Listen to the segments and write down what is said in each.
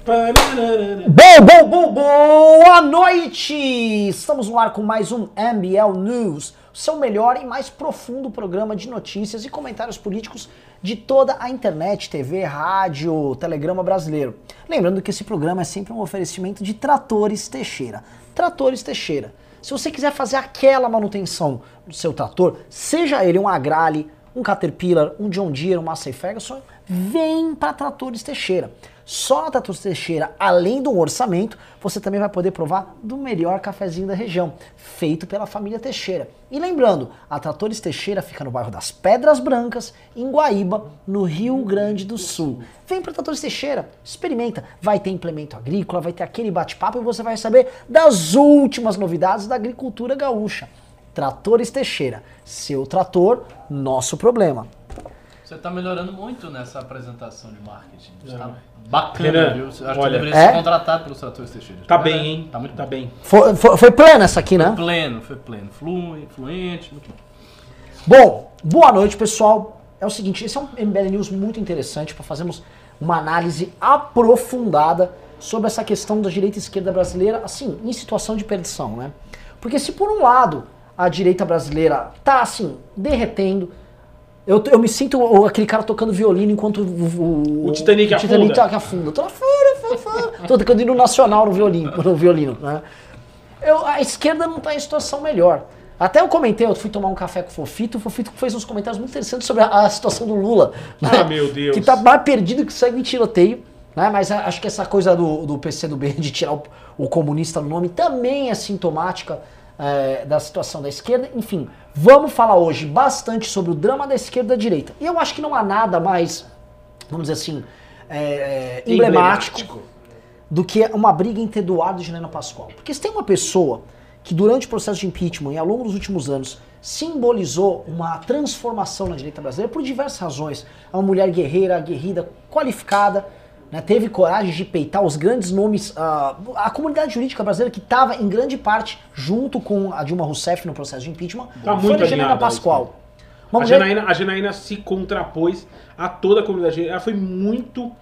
Boa noite! Estamos no ar com mais um MBL News, o seu melhor e mais profundo programa de notícias e comentários políticos de toda a internet, TV, rádio, telegrama brasileiro. Lembrando que esse programa é sempre um oferecimento de Tratores Teixeira. Tratores Teixeira. Se você quiser fazer aquela manutenção do seu trator, seja ele um Agrale, um Caterpillar, um John Deere, um Massey Ferguson, vem para Tratores Teixeira. Só na Tratores Teixeira, além do orçamento, você também vai poder provar do melhor cafezinho da região, feito pela família Teixeira. E lembrando, a Tratores Teixeira fica no bairro das Pedras Brancas, em Guaíba, no Rio Grande do Sul. Vem para Tratores Teixeira, experimenta. Vai ter implemento agrícola, vai ter aquele bate-papo e você vai saber das últimas novidades da agricultura gaúcha. Tratores Teixeira, seu trator, nosso problema. Você está melhorando muito nessa apresentação de marketing. Está bacana, Renan, viu? Acho que olha, você deveria ser contratado pelos Tratores Teixeira. Tá bem, hein? Tá muito tá bem. bem. Foi plena essa aqui, né? Foi pleno. Fluente, muito bom. Bom, boa noite, pessoal. É o seguinte, esse é um MBL News muito interessante para fazermos uma análise aprofundada sobre essa questão da direita e esquerda brasileira, assim, em situação de perdição, né? Porque se por um lado a direita brasileira tá, assim, derretendo, eu me sinto aquele cara tocando violino enquanto o Titanic afunda. Eu tô lá fora. Tô tocando hino nacional no violino, né? A esquerda não tá em situação melhor. Até eu comentei, eu fui tomar um café com o Fofito fez uns comentários muito interessantes sobre a situação do Lula. Né? Ah, meu Deus. Que tá mais perdido que segue em tiroteio. Né? Mas acho que essa coisa do PCdoB de tirar o comunista no nome também é sintomática da situação da esquerda. Enfim, vamos falar hoje bastante sobre o drama da esquerda e da direita. E eu acho que não há nada mais, vamos dizer assim, emblemático do que uma briga entre Eduardo e Janaína Pascoal. Porque se tem uma pessoa que durante o processo de impeachment e ao longo dos últimos anos simbolizou uma transformação na direita brasileira por diversas razões, é uma mulher guerreira, aguerrida, qualificada, né, teve coragem de peitar os grandes nomes, a comunidade jurídica brasileira que estava em grande parte junto com a Dilma Rousseff no processo de impeachment, foi a Janaína Pascoal. A Janaína se contrapôs a toda a comunidade. Ela foi muito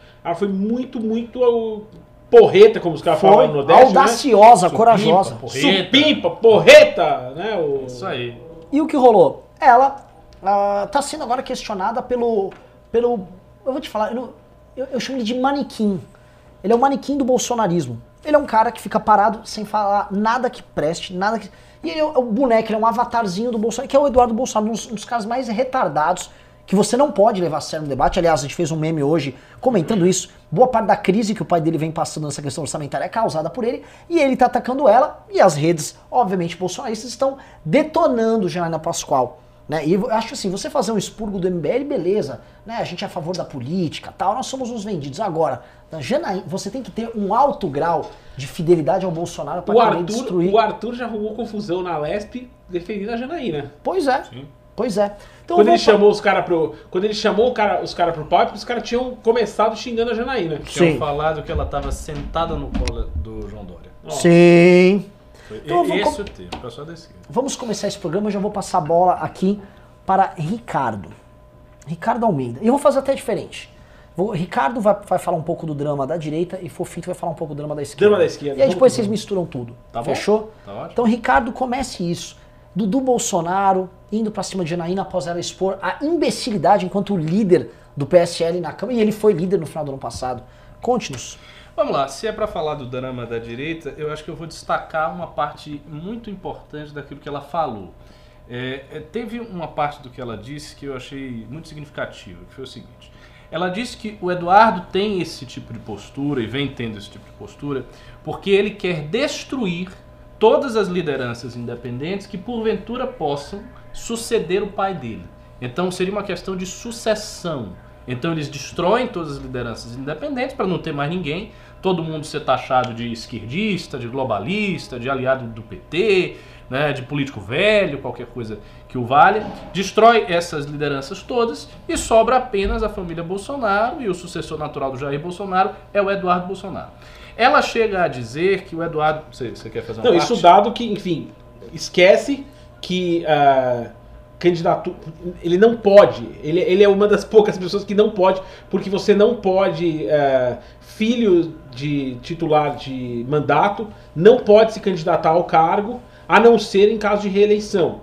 porreta, como os caras falam no Nordeste. Audaciosa, né? Corajosa. Supimpa, porreta, né? Isso aí. E o que rolou? Ela tá sendo agora questionada pelo eu vou te falar, eu chamo ele de manequim. Ele é o manequim do bolsonarismo. Ele é um cara que fica parado sem falar nada que preste, nada que... E ele é o boneco, ele é um avatarzinho do Bolsonaro, que é o Eduardo Bolsonaro, um dos caras mais retardados, que você não pode levar a sério no debate. Aliás, a gente fez um meme hoje comentando isso. Boa parte da crise que o pai dele vem passando nessa questão orçamentária é causada por ele, e ele tá atacando ela, e as redes, obviamente, bolsonaristas estão detonando Janaína Pascoal. Né? E eu acho assim, você fazer um expurgo do MBL, beleza, né? A gente é a favor da política, tal, nós somos uns vendidos. Agora, Janaína, você tem que ter um alto grau de fidelidade ao Bolsonaro para poder destruir. O Arthur já arrumou confusão na Lesp defendendo a Janaína. Pois é. Sim. Pois é. Então, quando ele chamou os caras pro pau, porque os caras tinham começado xingando a Janaína. Tinham falado que ela estava sentada no colo do João Dória. Sim. Então, esse é o termo, pessoal da esquerda. Vamos começar esse programa, eu já vou passar a bola aqui para Ricardo Almeida. E eu vou fazer até diferente. Ricardo vai falar um pouco do drama da direita e Fofito vai falar um pouco do drama da esquerda. Drama da esquerda. E aí depois vocês misturam tudo. Tá Fechou? Bom? Tá ótimo. Então, Ricardo, comece isso. Dudu Bolsonaro indo pra cima de Janaína após ela expor a imbecilidade enquanto líder do PSL na Câmara. E ele foi líder no final do ano passado. Conte-nos. Vamos lá, se é para falar do drama da direita, eu acho que eu vou destacar uma parte muito importante daquilo que ela falou. Teve uma parte do que ela disse que eu achei muito significativa, que foi o seguinte. Ela disse que o Eduardo tem esse tipo de postura, e vem tendo esse tipo de postura, porque ele quer destruir todas as lideranças independentes que porventura possam suceder o pai dele. Então seria uma questão de sucessão. Então eles destroem todas as lideranças independentes para não ter mais ninguém, todo mundo ser taxado de esquerdista, de globalista, de aliado do PT, né, de político velho, qualquer coisa que o valha. Destrói essas lideranças todas e sobra apenas a família Bolsonaro, e o sucessor natural do Jair Bolsonaro é o Eduardo Bolsonaro. Ela chega a dizer que o Eduardo... Você quer fazer uma parte? Isso dado que, enfim, esquece que candidato, ele não pode, ele é uma das poucas pessoas que não pode, porque você não pode, filho de titular de mandato não pode se candidatar ao cargo, a não ser em caso de reeleição.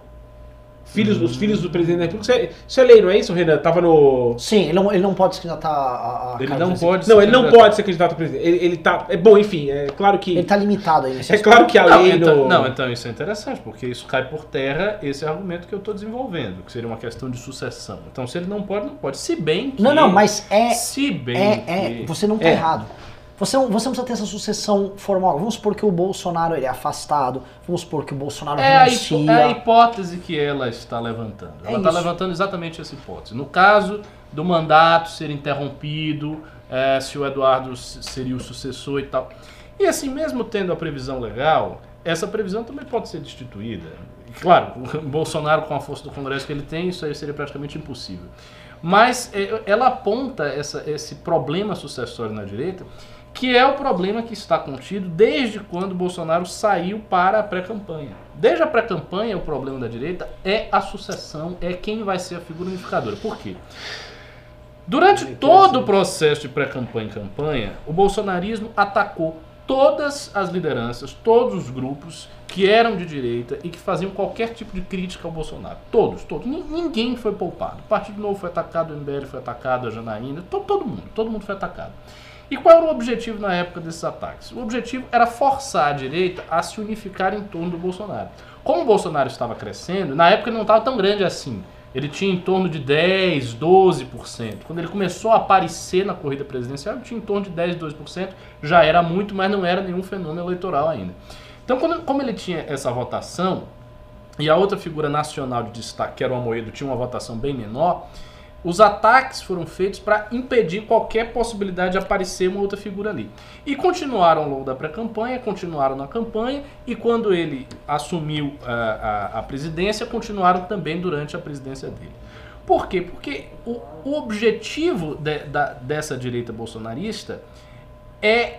Os filhos do presidente da República. Isso é lei, não é isso, Renan? Tava no... Sim, ele não pode se candidatar a Ele cargo não de pode Não, ele não pode ser candidato a presidente. Ele tá... É bom, enfim, é claro que... Ele tá limitado aí nesse É claro que a Não, lei então isso é interessante, porque isso cai por terra esse argumento que eu estou desenvolvendo, que seria uma questão de sucessão. Então, se ele não pode, não pode. Se bem que... Não, mas Se bem que... você não tá errado. Você não precisa ter essa sucessão formal. Vamos supor que o Bolsonaro ele é afastado. Vamos supor que o Bolsonaro renuncia. É a hipótese que ela está levantando. Ela está levantando exatamente essa hipótese. No caso do mandato ser interrompido, se o Eduardo seria o sucessor e tal. E assim, mesmo tendo a previsão legal, essa previsão também pode ser destituída. Claro, o Bolsonaro, com a força do Congresso que ele tem, isso aí seria praticamente impossível. Mas ela aponta esse problema sucessório na direita, que é o problema que está contido desde quando o Bolsonaro saiu para a pré-campanha. Desde a pré-campanha, o problema da direita é a sucessão, é quem vai ser a figura unificadora. Por quê? Durante todo o processo de pré-campanha e campanha, o bolsonarismo atacou todas as lideranças, todos os grupos que eram de direita e que faziam qualquer tipo de crítica ao Bolsonaro. Todos. Ninguém foi poupado. O Partido Novo foi atacado, o MBL foi atacado, a Janaína, todo mundo foi atacado. E qual era o objetivo na época desses ataques? O objetivo era forçar a direita a se unificar em torno do Bolsonaro. Como o Bolsonaro estava crescendo, na época ele não estava tão grande assim. Ele tinha em torno de 10%, 12%. Quando ele começou a aparecer na corrida presidencial, ele tinha em torno de 10%, 12%. Já era muito, mas não era nenhum fenômeno eleitoral ainda. Então, como ele tinha essa votação, e a outra figura nacional de destaque, que era o Amoedo, tinha uma votação bem menor, os ataques foram feitos para impedir qualquer possibilidade de aparecer uma outra figura ali. E continuaram ao longo da pré-campanha, continuaram na campanha, e quando ele assumiu a presidência, continuaram também durante a presidência dele. Por quê? Porque o objetivo dessa direita bolsonarista é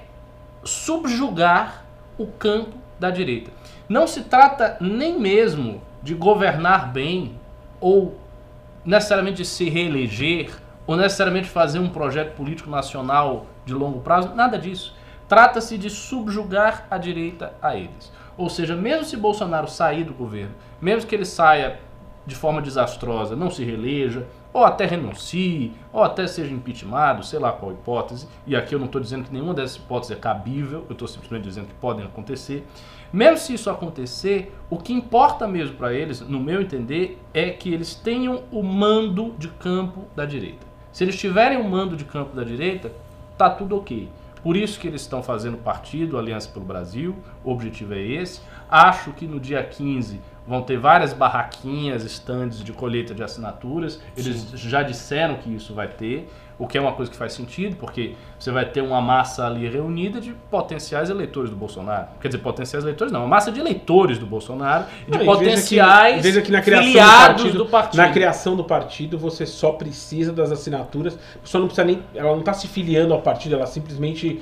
subjugar o campo da direita. Não se trata nem mesmo de governar bem ou necessariamente de se reeleger ou necessariamente fazer um projeto político nacional de longo prazo, nada disso. Trata-se de subjugar a direita a eles. Ou seja, mesmo se Bolsonaro sair do governo, mesmo que ele saia de forma desastrosa, não se reeleja, ou até renuncie, ou até seja impeachmentado, sei lá qual hipótese, e aqui eu não estou dizendo que nenhuma dessas hipóteses é cabível, eu estou simplesmente dizendo que podem acontecer. Mesmo se isso acontecer, o que importa mesmo para eles, no meu entender, é que eles tenham o mando de campo da direita. Se eles tiverem o mando de campo da direita, tá tudo ok. Por isso que eles estão fazendo o partido Aliança pelo Brasil, o objetivo é esse. Acho que no dia 15 vão ter várias barraquinhas, estandes de colheita de assinaturas. Eles já disseram que isso vai ter, o que é uma coisa que faz sentido, porque você vai ter uma massa ali reunida de potenciais eleitores do Bolsonaro. Quer dizer, potenciais eleitores não, uma massa de eleitores do Bolsonaro e de potenciais filiados do partido. Na criação do partido, você só precisa das assinaturas, a pessoa não precisa nem, ela não está se filiando ao partido, ela simplesmente...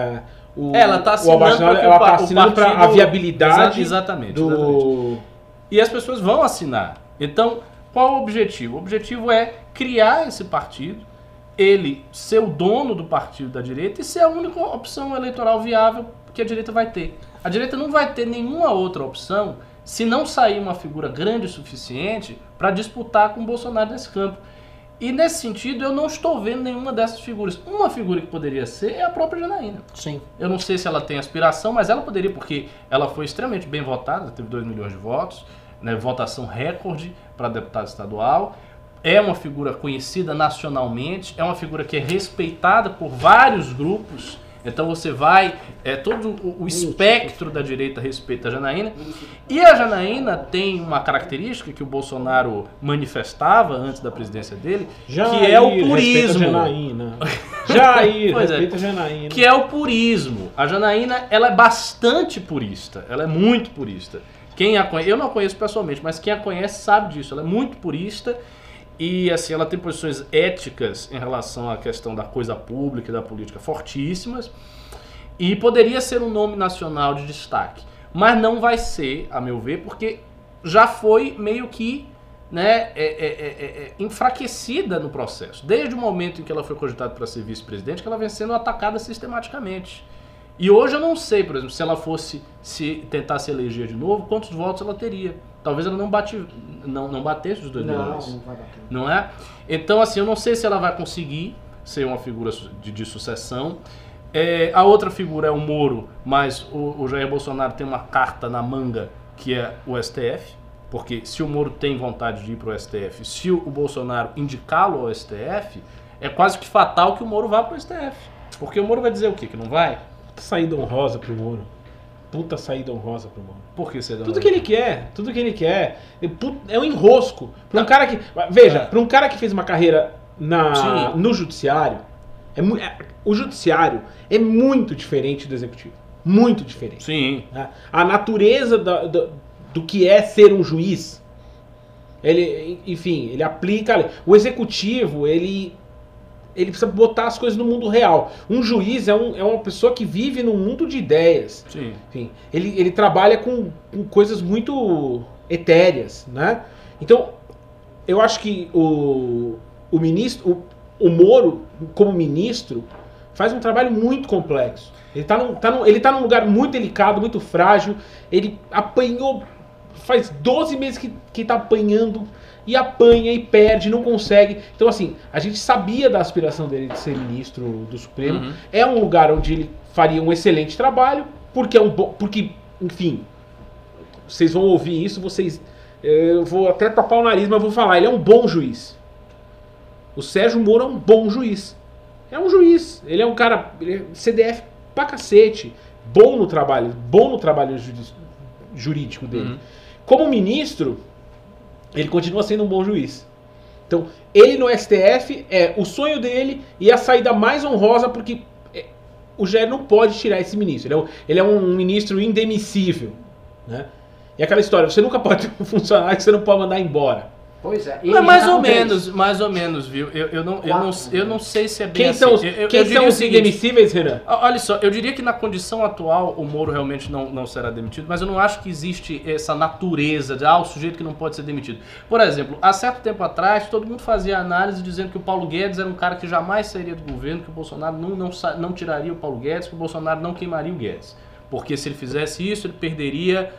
ela está assinando para a viabilidade exatamente. E as pessoas vão assinar. Então, qual o objetivo? O objetivo é criar esse partido, ele ser o dono do partido da direita e ser a única opção eleitoral viável que a direita vai ter. A direita não vai ter nenhuma outra opção se não sair uma figura grande o suficiente para disputar com o Bolsonaro nesse campo. E nesse sentido, eu não estou vendo nenhuma dessas figuras. Uma figura que poderia ser é a própria Janaína. Sim. Eu não sei se ela tem aspiração, mas ela poderia, porque ela foi extremamente bem votada, teve 2 milhões de votos, né, votação recorde para deputado estadual. É uma figura conhecida nacionalmente, é uma figura que é respeitada por vários grupos. Então você vai, todo o espectro da direita respeita a Janaína. E a Janaína tem uma característica que o Bolsonaro manifestava antes da presidência dele, Jair, que é o purismo. Jair, respeita a Janaína. Que é o purismo. A Janaína, ela é bastante purista, ela é muito purista. Quem a conhece, eu não a conheço pessoalmente, mas quem a conhece sabe disso. Ela é muito purista. E assim, ela tem posições éticas em relação à questão da coisa pública e da política fortíssimas. E poderia ser um nome nacional de destaque. Mas não vai ser, a meu ver, porque já foi meio que né, enfraquecida no processo. Desde o momento em que ela foi cogitada para ser vice-presidente, que ela vem sendo atacada sistematicamente. E hoje eu não sei, por exemplo, se ela fosse tentar se eleger de novo, quantos votos ela teria. Talvez ela não batesse os 2 milhões. Não vai bater. Não é? Então, assim, eu não sei se ela vai conseguir ser uma figura de sucessão. A outra figura é o Moro, mas o Jair Bolsonaro tem uma carta na manga, que é o STF. Porque se o Moro tem vontade de ir para o STF, se o Bolsonaro indicá-lo ao STF, é quase que fatal que o Moro vá para o STF. Porque o Moro vai dizer o quê? Que não vai? Puta saída honrosa pro Moro. Puta saída honrosa pro Moro. Por que você dá Tudo que ele quer. É um enrosco. Pra um cara que... Veja, pra um cara que fez uma carreira no judiciário, o judiciário é muito diferente do executivo. Muito diferente. Sim. A natureza do que é ser um juiz, ele aplica a lei. O executivo, ele precisa botar as coisas no mundo real. Um juiz é uma pessoa que vive num mundo de ideias. Sim. Enfim, ele trabalha com coisas muito etéreas, né? Então, eu acho que o Moro, como ministro, faz um trabalho muito complexo. Ele tá num lugar muito delicado, muito frágil. Ele apanhou, faz 12 meses que tá apanhando, e apanha e perde, não consegue. Então, assim, a gente sabia da aspiração dele de ser ministro do Supremo. Uhum. É um lugar onde ele faria um excelente trabalho, porque, enfim, vocês vão ouvir isso, eu vou até tapar o nariz, mas eu vou falar, ele é um bom juiz. O Sérgio Moro é um bom juiz. É um juiz. Ele é um cara, CDF pra cacete. Bom no trabalho jurídico dele. Uhum. Como ministro, ele continua sendo um bom juiz. Então, ele no STF é o sonho dele e a saída mais honrosa, porque o Jair não pode tirar esse ministro. Ele é um ministro indemissível, né? E aquela história, você nunca pode ter um funcionário que você não pode mandar embora. Pois é. Mas mais ou menos, viu? Eu não sei se é bem assim. Quem são os indemissíveis, Renan? Olha só, eu diria que na condição atual o Moro realmente não será demitido, mas eu não acho que existe essa natureza de o sujeito que não pode ser demitido. Por exemplo, há certo tempo atrás, todo mundo fazia análise dizendo que o Paulo Guedes era um cara que jamais sairia do governo, que o Bolsonaro não tiraria o Paulo Guedes, que o Bolsonaro não queimaria o Guedes. Porque se ele fizesse isso, ele perderia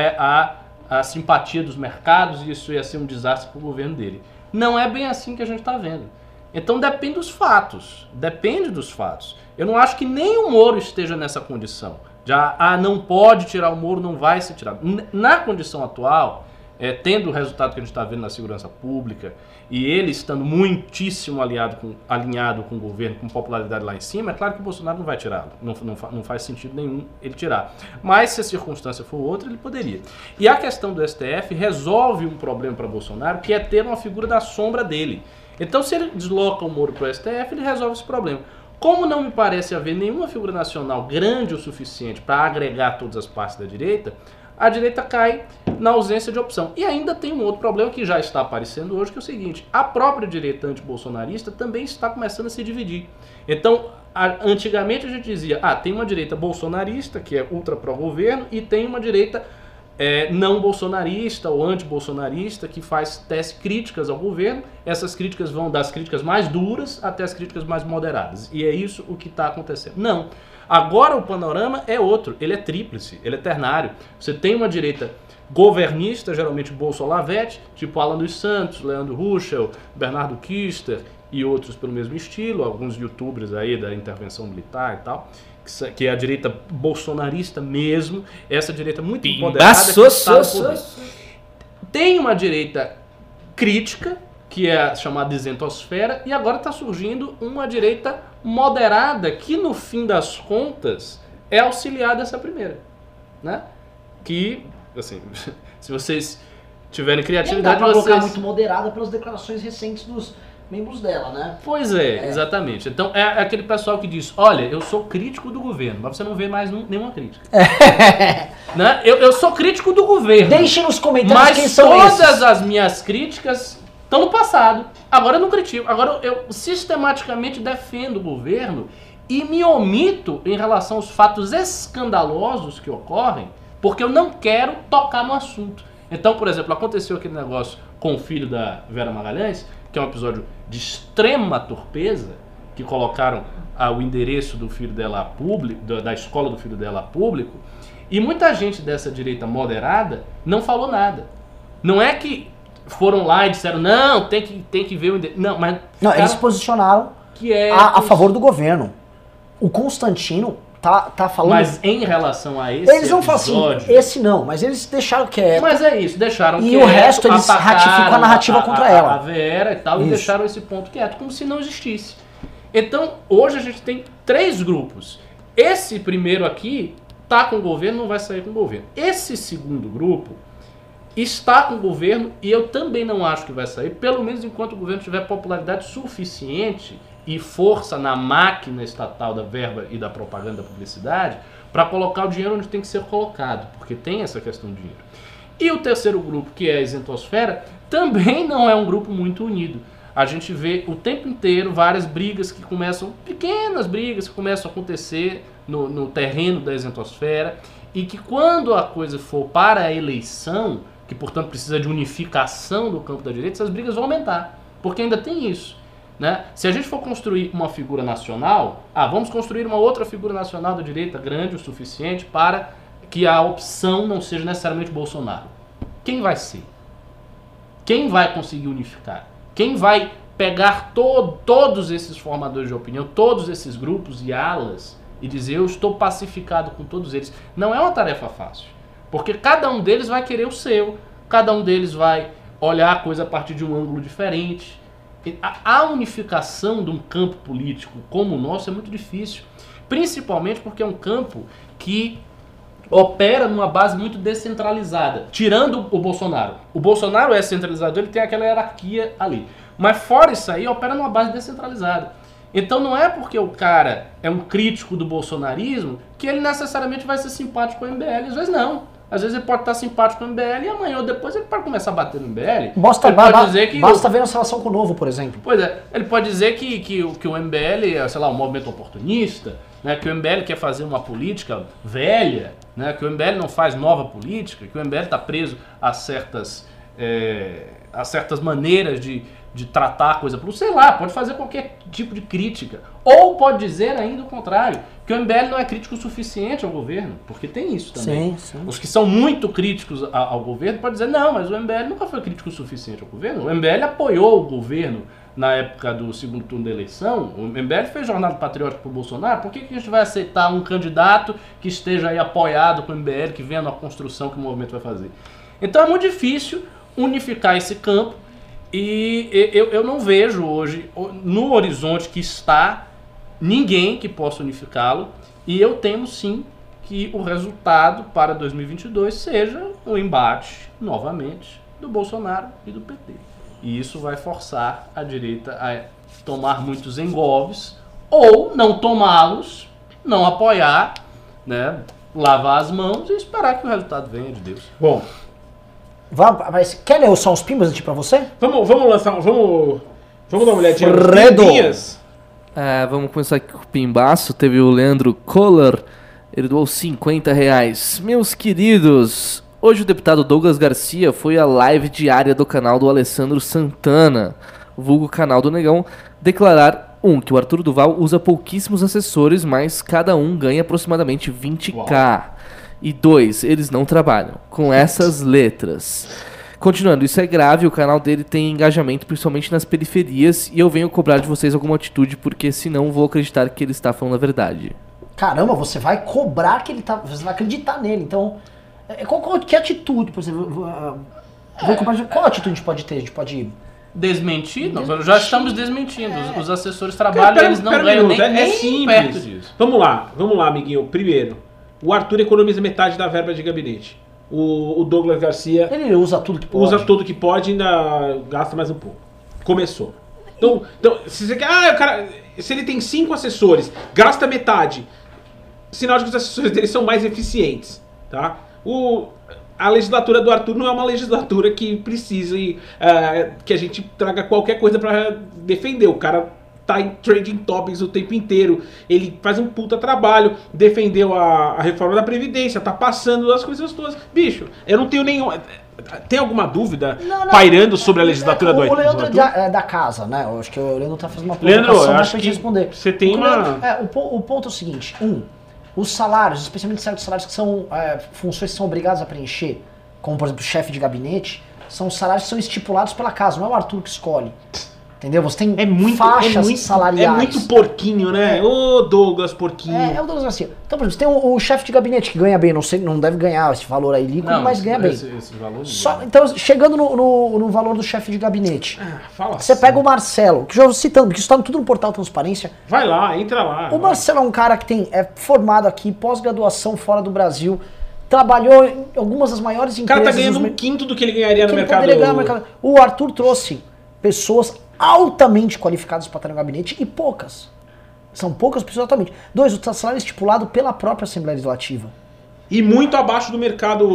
a simpatia dos mercados e isso ia ser um desastre para o governo dele. Não é bem assim que a gente está vendo. Então depende dos fatos. Depende dos fatos. Eu não acho que nem o Moro esteja nessa condição. Não pode tirar o Moro, não vai ser tirado. Na condição atual, tendo o resultado que a gente está vendo na segurança pública e ele estando muitíssimo alinhado com o governo, com popularidade lá em cima, é claro que o Bolsonaro não vai tirá-lo. Não faz sentido nenhum ele tirar. Mas se a circunstância for outra, ele poderia. E a questão do STF resolve um problema para Bolsonaro, que é ter uma figura da sombra dele. Então, se ele desloca o Moro para o STF, ele resolve esse problema. Como não me parece haver nenhuma figura nacional grande o suficiente para agregar todas as partes da direita, a direita cai na ausência de opção. E ainda tem um outro problema que já está aparecendo hoje, que é o seguinte: a própria direita antibolsonarista também está começando a se dividir. Então, antigamente a gente dizia, tem uma direita bolsonarista, que é ultra pró-governo, e tem uma direita não bolsonarista ou antibolsonarista, que tece críticas ao governo. Essas críticas vão das críticas mais duras até as críticas mais moderadas. E é isso o que está acontecendo. Não. Agora o panorama é outro, ele é tríplice, ele é ternário. Você tem uma direita governista, geralmente bolsolavete, tipo Alan dos Santos, Leandro Ruschel, Bernardo Kister e outros pelo mesmo estilo, alguns youtubers aí da intervenção militar e tal, que é a direita bolsonarista mesmo, essa direita muito empoderada. Tem uma direita crítica, que é a chamada isentosfera, e agora está surgindo uma direita moderada, que no fim das contas é auxiliar dessa primeira, né? Que, assim, se vocês tiverem criatividade, dá pra colocar muito moderada pelas declarações recentes dos membros dela, né? Pois exatamente. Então é aquele pessoal que diz, olha, eu sou crítico do governo, mas você não vê mais nenhuma crítica. Né? Eu sou crítico do governo. Deixe nos comentários quem são esses. Mas todas as minhas críticas estão no passado. Agora eu não critico. Agora eu sistematicamente defendo o governo e me omito em relação aos fatos escandalosos que ocorrem, porque eu não quero tocar no assunto. Então, por exemplo, aconteceu aquele negócio com o filho da Vera Magalhães, que é um episódio de extrema torpeza, que colocaram o endereço do filho dela público, da escola do filho dela público, e muita gente dessa direita moderada não falou nada. Não é que foram lá e disseram, não, tem que ver o endereço. Não, mas... Não, eles se posicionaram a favor do governo. O Constantino tá falando... Mas em relação a esse eles não falam assim, esse não, mas eles deixaram quieto. Mas é isso, deixaram quieto. E o resto eles ratificam a narrativa contra ela. A Vera e tal, e deixaram esse ponto quieto, como se não existisse. Então, hoje a gente tem 3 grupos. Esse primeiro aqui tá com o governo, não vai sair com o governo. Esse segundo grupo está com o governo e eu também não acho que vai sair, pelo menos enquanto o governo tiver popularidade suficiente e força na máquina estatal da verba e da propaganda da publicidade para colocar o dinheiro onde tem que ser colocado, porque tem essa questão do dinheiro. E o terceiro grupo, que é a isentosfera, também não é um grupo muito unido. A gente vê o tempo inteiro várias brigas que começam, pequenas brigas que começam a acontecer no terreno da isentosfera e que quando a coisa for para a eleição, que portanto precisa de unificação do campo da direita, essas brigas vão aumentar, porque ainda tem isso. Né? Se a gente for construir uma figura nacional, vamos construir uma outra figura nacional da direita grande o suficiente para que a opção não seja necessariamente Bolsonaro. Quem vai ser? Quem vai conseguir unificar? Quem vai pegar todos esses formadores de opinião, todos esses grupos e alas e dizer eu estou pacificado com todos eles? Não é uma tarefa fácil, porque cada um deles vai querer o seu, cada um deles vai olhar a coisa a partir de um ângulo diferente. A unificação de um campo político como o nosso é muito difícil, principalmente porque é um campo que opera numa base muito descentralizada, tirando o Bolsonaro. O Bolsonaro é centralizador, ele tem aquela hierarquia ali. Mas fora isso aí, opera numa base descentralizada. Então não é porque o cara é um crítico do bolsonarismo que ele necessariamente vai ser simpático com o MBL. Às vezes não. Às vezes ele pode estar simpático com o MBL e amanhã ou depois ele pode começar a bater no MBL. Basta ver a relação com o Novo, por exemplo. Pois é, ele pode dizer que o MBL é, sei lá, um movimento oportunista, né, que o MBL quer fazer uma política velha, né, que o MBL não faz nova política, que o MBL está preso a certas maneiras de tratar a coisa, sei lá, pode fazer qualquer tipo de crítica. Ou pode dizer ainda o contrário, que o MBL não é crítico o suficiente ao governo, porque tem isso também. Sim. Os que são muito críticos ao governo podem dizer, não, mas o MBL nunca foi crítico o suficiente ao governo. O MBL apoiou o governo na época do segundo turno da eleição, o MBL fez jornada patriótica para o Bolsonaro, por que a gente vai aceitar um candidato que esteja aí apoiado com o MBL, que venha na construção que o movimento vai fazer? Então é muito difícil unificar esse campo e eu não vejo hoje no horizonte que está ninguém que possa unificá-lo e eu temo sim que o resultado para 2022 seja o embate novamente do Bolsonaro e do PT. E isso vai forçar a direita a tomar muitos engolves ou não tomá-los, não apoiar, né, lavar as mãos e esperar que o resultado venha de Deus. Bom, mas quer ler só os pimbas pra você? Vamos lançar, vamos dar uma olhadinha nos pimbinhas. Vamos começar aqui com o pimbaço. Teve o Leandro Kohler, ele doou R$50. Meus queridos, hoje o deputado Douglas Garcia foi à live diária do canal do Alessandro Santana, vulgo canal do Negão, declarar que o Arthur Duval usa pouquíssimos assessores, mas cada um ganha aproximadamente 20k. Uau. E 2, eles não trabalham. Com essas letras. Continuando, isso é grave, o canal dele tem engajamento principalmente nas periferias e eu venho cobrar de vocês alguma atitude porque senão vou acreditar que ele está falando a verdade. Caramba, você vai cobrar que ele tá... Você vai acreditar nele, então... Que atitude, por exemplo... Qual atitude a gente pode ter? A gente pode... Desmentir? Nós já estamos desmentindo. Os assessores trabalham e eles não ganham nem perto disso. Vamos lá, amiguinho. Primeiro, o Arthur economiza metade da verba de gabinete. O Douglas Garcia... Ele usa tudo que pode. Usa tudo que pode e ainda gasta mais um pouco. Começou. Então se você quer... cara, se ele tem 5 assessores, gasta metade. Sinal de que os assessores dele são mais eficientes. Tá? A legislatura do Arthur não é uma legislatura que precise que a gente traga qualquer coisa para defender. O cara tá em trending topics o tempo inteiro. Ele faz um puta trabalho, defendeu a reforma da Previdência, tá passando as coisas todas. Bicho, eu não tenho nenhum... Tem alguma dúvida pairando sobre a legislatura do O Leandro legislatura? é da casa, né? Eu acho que o Leandro tá fazendo uma Leandro, eu mais acho pra que gente responder. você tem O ponto é o seguinte: os salários, especialmente certos salários que são funções que são obrigados a preencher, como por exemplo chefe de gabinete, são salários que são estipulados pela casa, não é o Arthur que escolhe. Entendeu? Você tem faixas salariais. É muito porquinho, né? Ô, Douglas Porquinho. É o Douglas Garcia. Então, por exemplo, você tem o chefe de gabinete que ganha bem, não deve ganhar esse valor aí líquido, mas ganha bem. Esse valor Então, chegando no valor do chefe de gabinete, Fala você assim. pega o Marcelo, que já citando, porque isso está tudo no portal Transparência. Vai lá, entra lá. O Marcelo é um cara que é formado aqui, pós-graduação fora do Brasil, trabalhou em algumas das maiores O cara empresas. tá ganhando um quinto do que ele ganharia no que ele mercado. poderia ganhar no mercado. O Arthur trouxe pessoas altamente qualificadas para estar no gabinete e poucas. São poucas pessoas altamente. 2, o salário estipulado pela própria Assembleia Legislativa. E muito abaixo do mercado.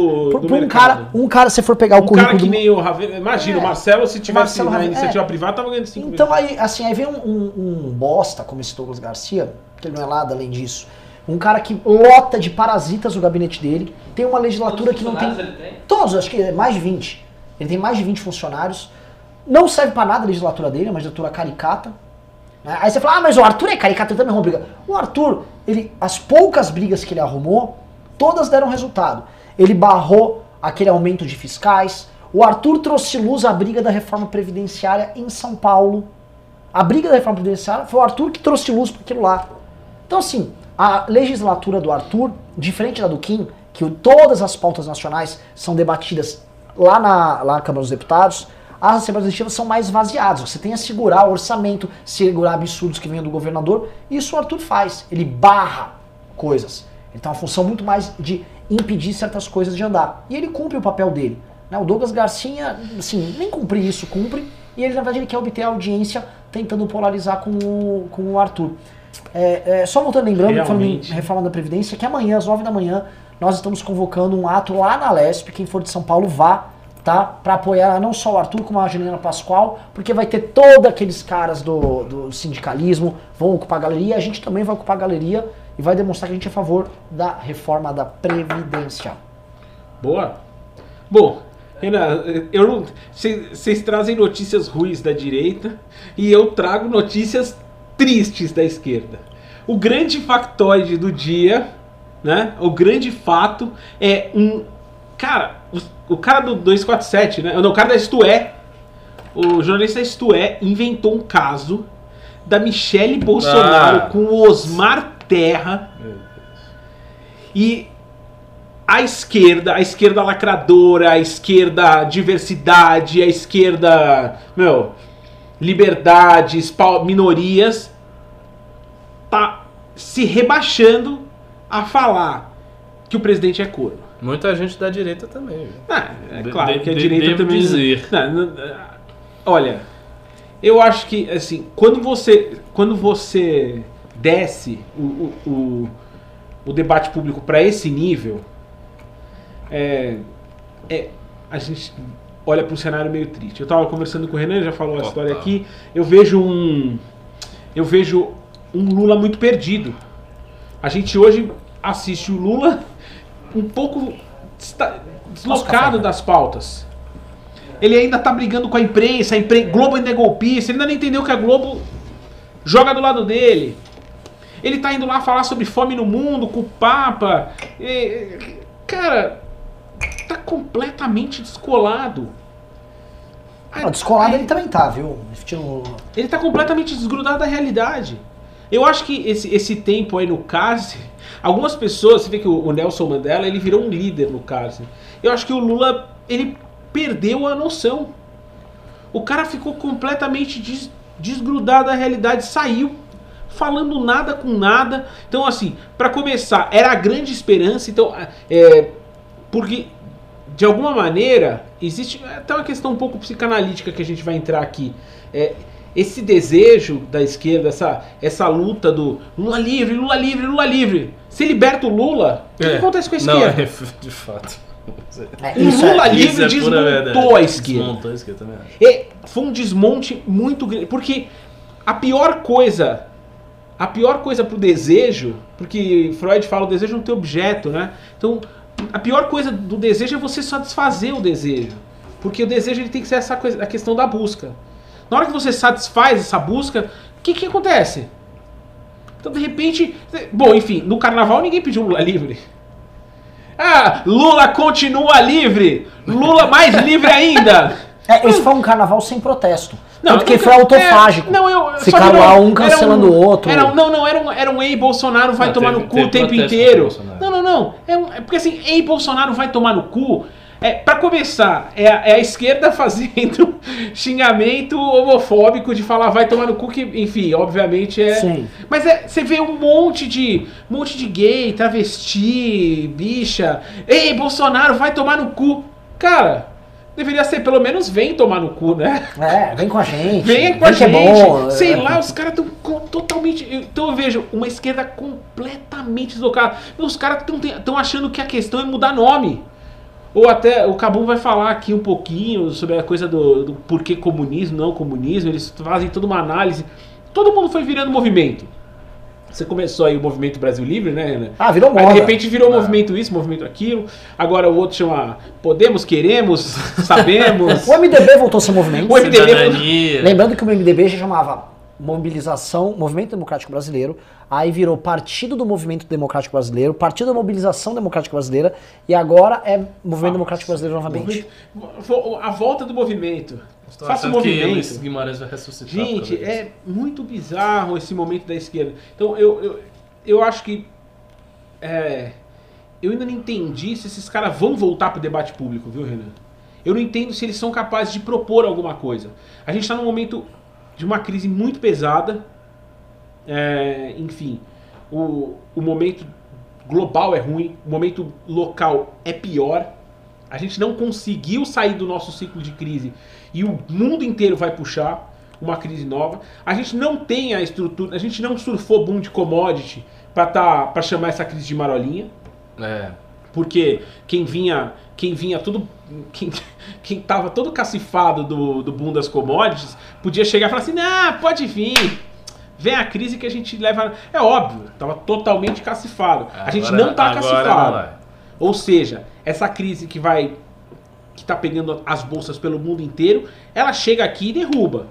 Um cara, se for pegar o currículo. Cara que nem o Ravena. Imagina, o Marcelo, se tivesse na iniciativa privada, tava ganhando 5 Então aí vem um bosta como esse Douglas Garcia, que ele não é nada além disso. Um cara que lota de parasitas o gabinete dele. Tem uma legislatura que não tem. Ele tem? Todos, acho que é mais de 20. Ele tem mais de 20 funcionários. Não serve pra nada a legislatura dele, é uma legislatura caricata. Aí você fala, mas o Arthur é caricato, ele também arrumou briga. O Arthur, as poucas brigas que ele arrumou, todas deram resultado. Ele barrou aquele aumento de fiscais. O Arthur trouxe luz à briga da reforma previdenciária em São Paulo. A briga da reforma previdenciária foi o Arthur que trouxe luz para aquilo lá. Então assim, a legislatura do Arthur, diferente da do Kim, que todas as pautas nacionais são debatidas lá na Câmara dos Deputados, as Assembleias Legislativas são mais vaziadas. Você tem a segurar o orçamento, segurar absurdos que venham do governador. Isso o Arthur faz. Ele barra coisas. Ele tem uma função muito mais de impedir certas coisas de andar. E ele cumpre o papel dele. O Douglas Garcia, assim, nem cumprir isso, cumpre. E ele, na verdade, ele quer obter a audiência tentando polarizar com o Arthur. Só voltando, lembrando, falando em reforma da Previdência, que amanhã, às 9 da manhã, nós estamos convocando um ato lá na Lesp. Quem for de São Paulo, vá. Tá? Para apoiar não só o Arthur, como a Juliana Pascoal, porque vai ter todos aqueles caras do sindicalismo, vão ocupar a galeria, a gente também vai ocupar a galeria e vai demonstrar que a gente é a favor da reforma da Previdência. Boa. Bom, Renan, vocês trazem notícias ruins da direita e eu trago notícias tristes da esquerda. O grande factoide do dia, né? O grande fato é Cara, o cara do 247, né? Não, o cara da Isto É, o jornalista Isto É, inventou um caso da Michele Bolsonaro com o Osmar Terra. E a esquerda lacradora, a esquerda diversidade, a esquerda, liberdades, minorias, tá se rebaixando a falar que o presidente é corno. Muita gente da direita também. É claro que a direita também... dizer. Olha, eu acho que, assim, quando você desce o debate público para esse nível, a gente olha para um cenário meio triste. Eu estava conversando com o Renan, já falou a história aqui. Eu vejo um Lula muito perdido. A gente hoje assiste o Lula um pouco deslocado das pautas. Ele ainda tá brigando com a imprensa, Globo ainda é golpista, ele ainda não entendeu que a Globo joga do lado dele. Ele tá indo lá falar sobre fome no mundo, com o Papa. Cara, tá completamente descolado. Descolado ele também tá, viu? Ele tá completamente desgrudado da realidade. Eu acho que esse tempo aí no cárcere, algumas pessoas, você vê que o Nelson Mandela, ele virou um líder no cárcere. Eu acho que o Lula, ele perdeu a noção. O cara ficou completamente desgrudado da realidade, saiu falando nada com nada. Então, assim, para começar, era a grande esperança. Então, porque, de alguma maneira, existe até uma questão um pouco psicanalítica que a gente vai entrar aqui. Esse desejo da esquerda, essa luta do Lula livre, Lula livre, Lula livre. Se liberta o Lula, o que acontece com a esquerda? Não, de fato. O Lula livre desmontou a esquerda. Desmontou a esquerda também. Foi um desmonte muito grande. Porque a pior coisa pro desejo, porque Freud fala o desejo não tem objeto, né? Então, a pior coisa do desejo é você satisfazer o desejo. Porque o desejo ele tem que ser essa coisa, a questão da busca. Na hora que você satisfaz essa busca, o que acontece? Então, de repente... Bom, enfim, no carnaval ninguém pediu Lula livre. Ah, Lula continua livre! Lula mais livre ainda! Esse foi um carnaval sem protesto. Não, Tanto que foi autofágico. Ficaram lá um cancelando o outro. Era um ei Bolsonaro vai tomar no cu o tempo inteiro. Não. Porque assim, ei Bolsonaro vai tomar no cu. Pra começar, é a esquerda fazendo xingamento homofóbico de falar vai tomar no cu, que, enfim, obviamente é... Sim. Mas você vê um monte de gay, travesti, bicha. Ei, Bolsonaro vai tomar no cu. Cara, deveria ser pelo menos vem tomar no cu, né? Vem com a gente. Vem com a gente. Bom, sei lá, os caras estão totalmente... Então eu vejo uma esquerda completamente deslocada. Os caras estão achando que a questão é mudar nome. Ou até o Cabum vai falar aqui um pouquinho sobre a coisa do porquê comunismo, não comunismo. Eles fazem toda uma análise. Todo mundo foi virando movimento. Você começou aí o Movimento Brasil Livre, né, Renan? Virou moda. Aí, de repente virou movimento isso, movimento aquilo. Agora o outro chama Podemos, Queremos, Sabemos. O MDB voltou a ser movimento. O MDB... Lembrando que o MDB já chamava Mobilização, Movimento Democrático Brasileiro, aí virou Partido do Movimento Democrático Brasileiro, Partido da Mobilização Democrática Brasileira, e agora é Movimento Democrático Brasileiro novamente. A volta do movimento. Faça o movimento. Que Guimarães vai ressuscitar. Gente, é muito bizarro esse momento da esquerda. Então eu acho que eu ainda não entendi se esses caras vão voltar pro debate público, viu, Renan? Eu não entendo se eles são capazes de propor alguma coisa. A gente está num momento de uma crise muito pesada. Enfim, o momento global é ruim, o momento local é pior. A gente não conseguiu sair do nosso ciclo de crise e o mundo inteiro vai puxar uma crise nova. A gente não tem a estrutura, a gente não surfou boom de commodity para chamar essa crise de marolinha. Porque quem tava todo cacifado do boom das commodities podia chegar e falar assim: "Não, pode vir. Vem a crise que a gente leva". É óbvio, tava totalmente cacifado. A gente não tá cacifado. Ou seja, essa crise que tá pegando as bolsas pelo mundo inteiro, ela chega aqui e derruba.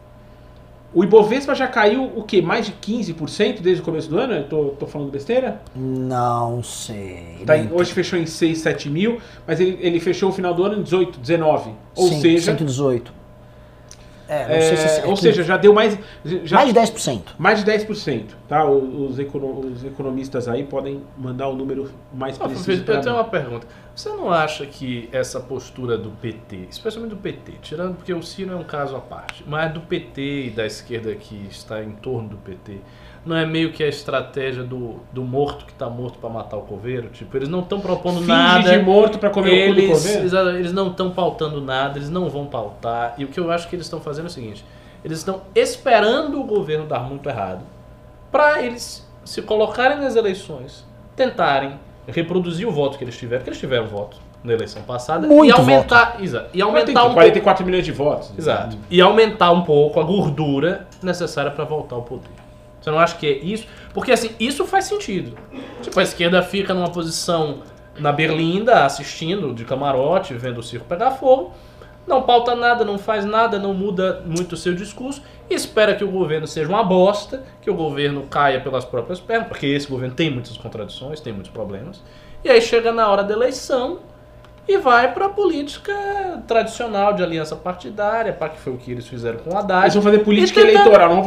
O Ibovespa já caiu o quê? Mais de 15% desde o começo do ano? Eu tô falando besteira? Não sei. Hoje fechou em 6, 7 mil, mas ele fechou o final do ano em 18, 19. Ou Sim, seja... 118. Não sei se ou seja, já deu mais... mais de 10%. Mais de 10%. Tá? Os economistas aí podem mandar o número mais preciso. Eu tenho uma pergunta. Você não acha que essa postura do PT, especialmente do PT, tirando porque o Ciro é um caso à parte, mas do PT e da esquerda que está em torno do PT, não é meio que a estratégia do morto que está morto para matar o coveiro? Tipo, eles não estão propondo nada. Finge de morto para comer o cu do coveiro? Eles não estão pautando nada, eles não vão pautar. E o que eu acho que eles estão fazendo é o seguinte: eles estão esperando o governo dar muito errado para eles se colocarem nas eleições, tentarem reproduzir o voto que eles tiveram, porque eles tiveram voto na eleição passada, muito e aumentar, voto. Exato, e aumentar 44 milhões de votos. Exato. E aumentar um pouco a gordura necessária para voltar ao poder. Você não acha que é isso? Porque assim, isso faz sentido. Tipo, a esquerda fica numa posição na berlinda, assistindo de camarote, vendo o circo pegar fogo, não pauta nada, não faz nada, não muda muito o seu discurso, e espera que o governo seja uma bosta, que o governo caia pelas próprias pernas, porque esse governo tem muitas contradições, tem muitos problemas, e aí chega na hora da eleição e vai para a política tradicional de aliança partidária, que foi o que eles fizeram com o Haddad. Eles vão fazer política eleitoral, não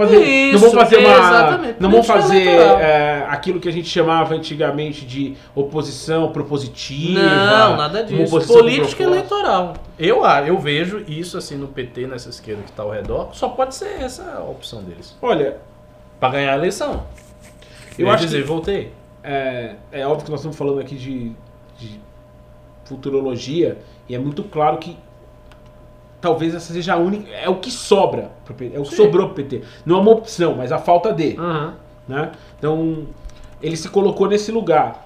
vão fazer aquilo que a gente chamava antigamente de oposição propositiva. Não, nada disso. Política eleitoral. Eu vejo isso assim no PT, nessa esquerda que está ao redor, só pode ser essa a opção deles. Olha, para ganhar a eleição. Eu acho que voltei. É óbvio que nós estamos falando aqui de futurologia, e é muito claro que talvez essa seja a única, é o que sobra, é o que sobrou pro PT. Não é uma opção, mas a falta de. Né? Então, ele se colocou nesse lugar.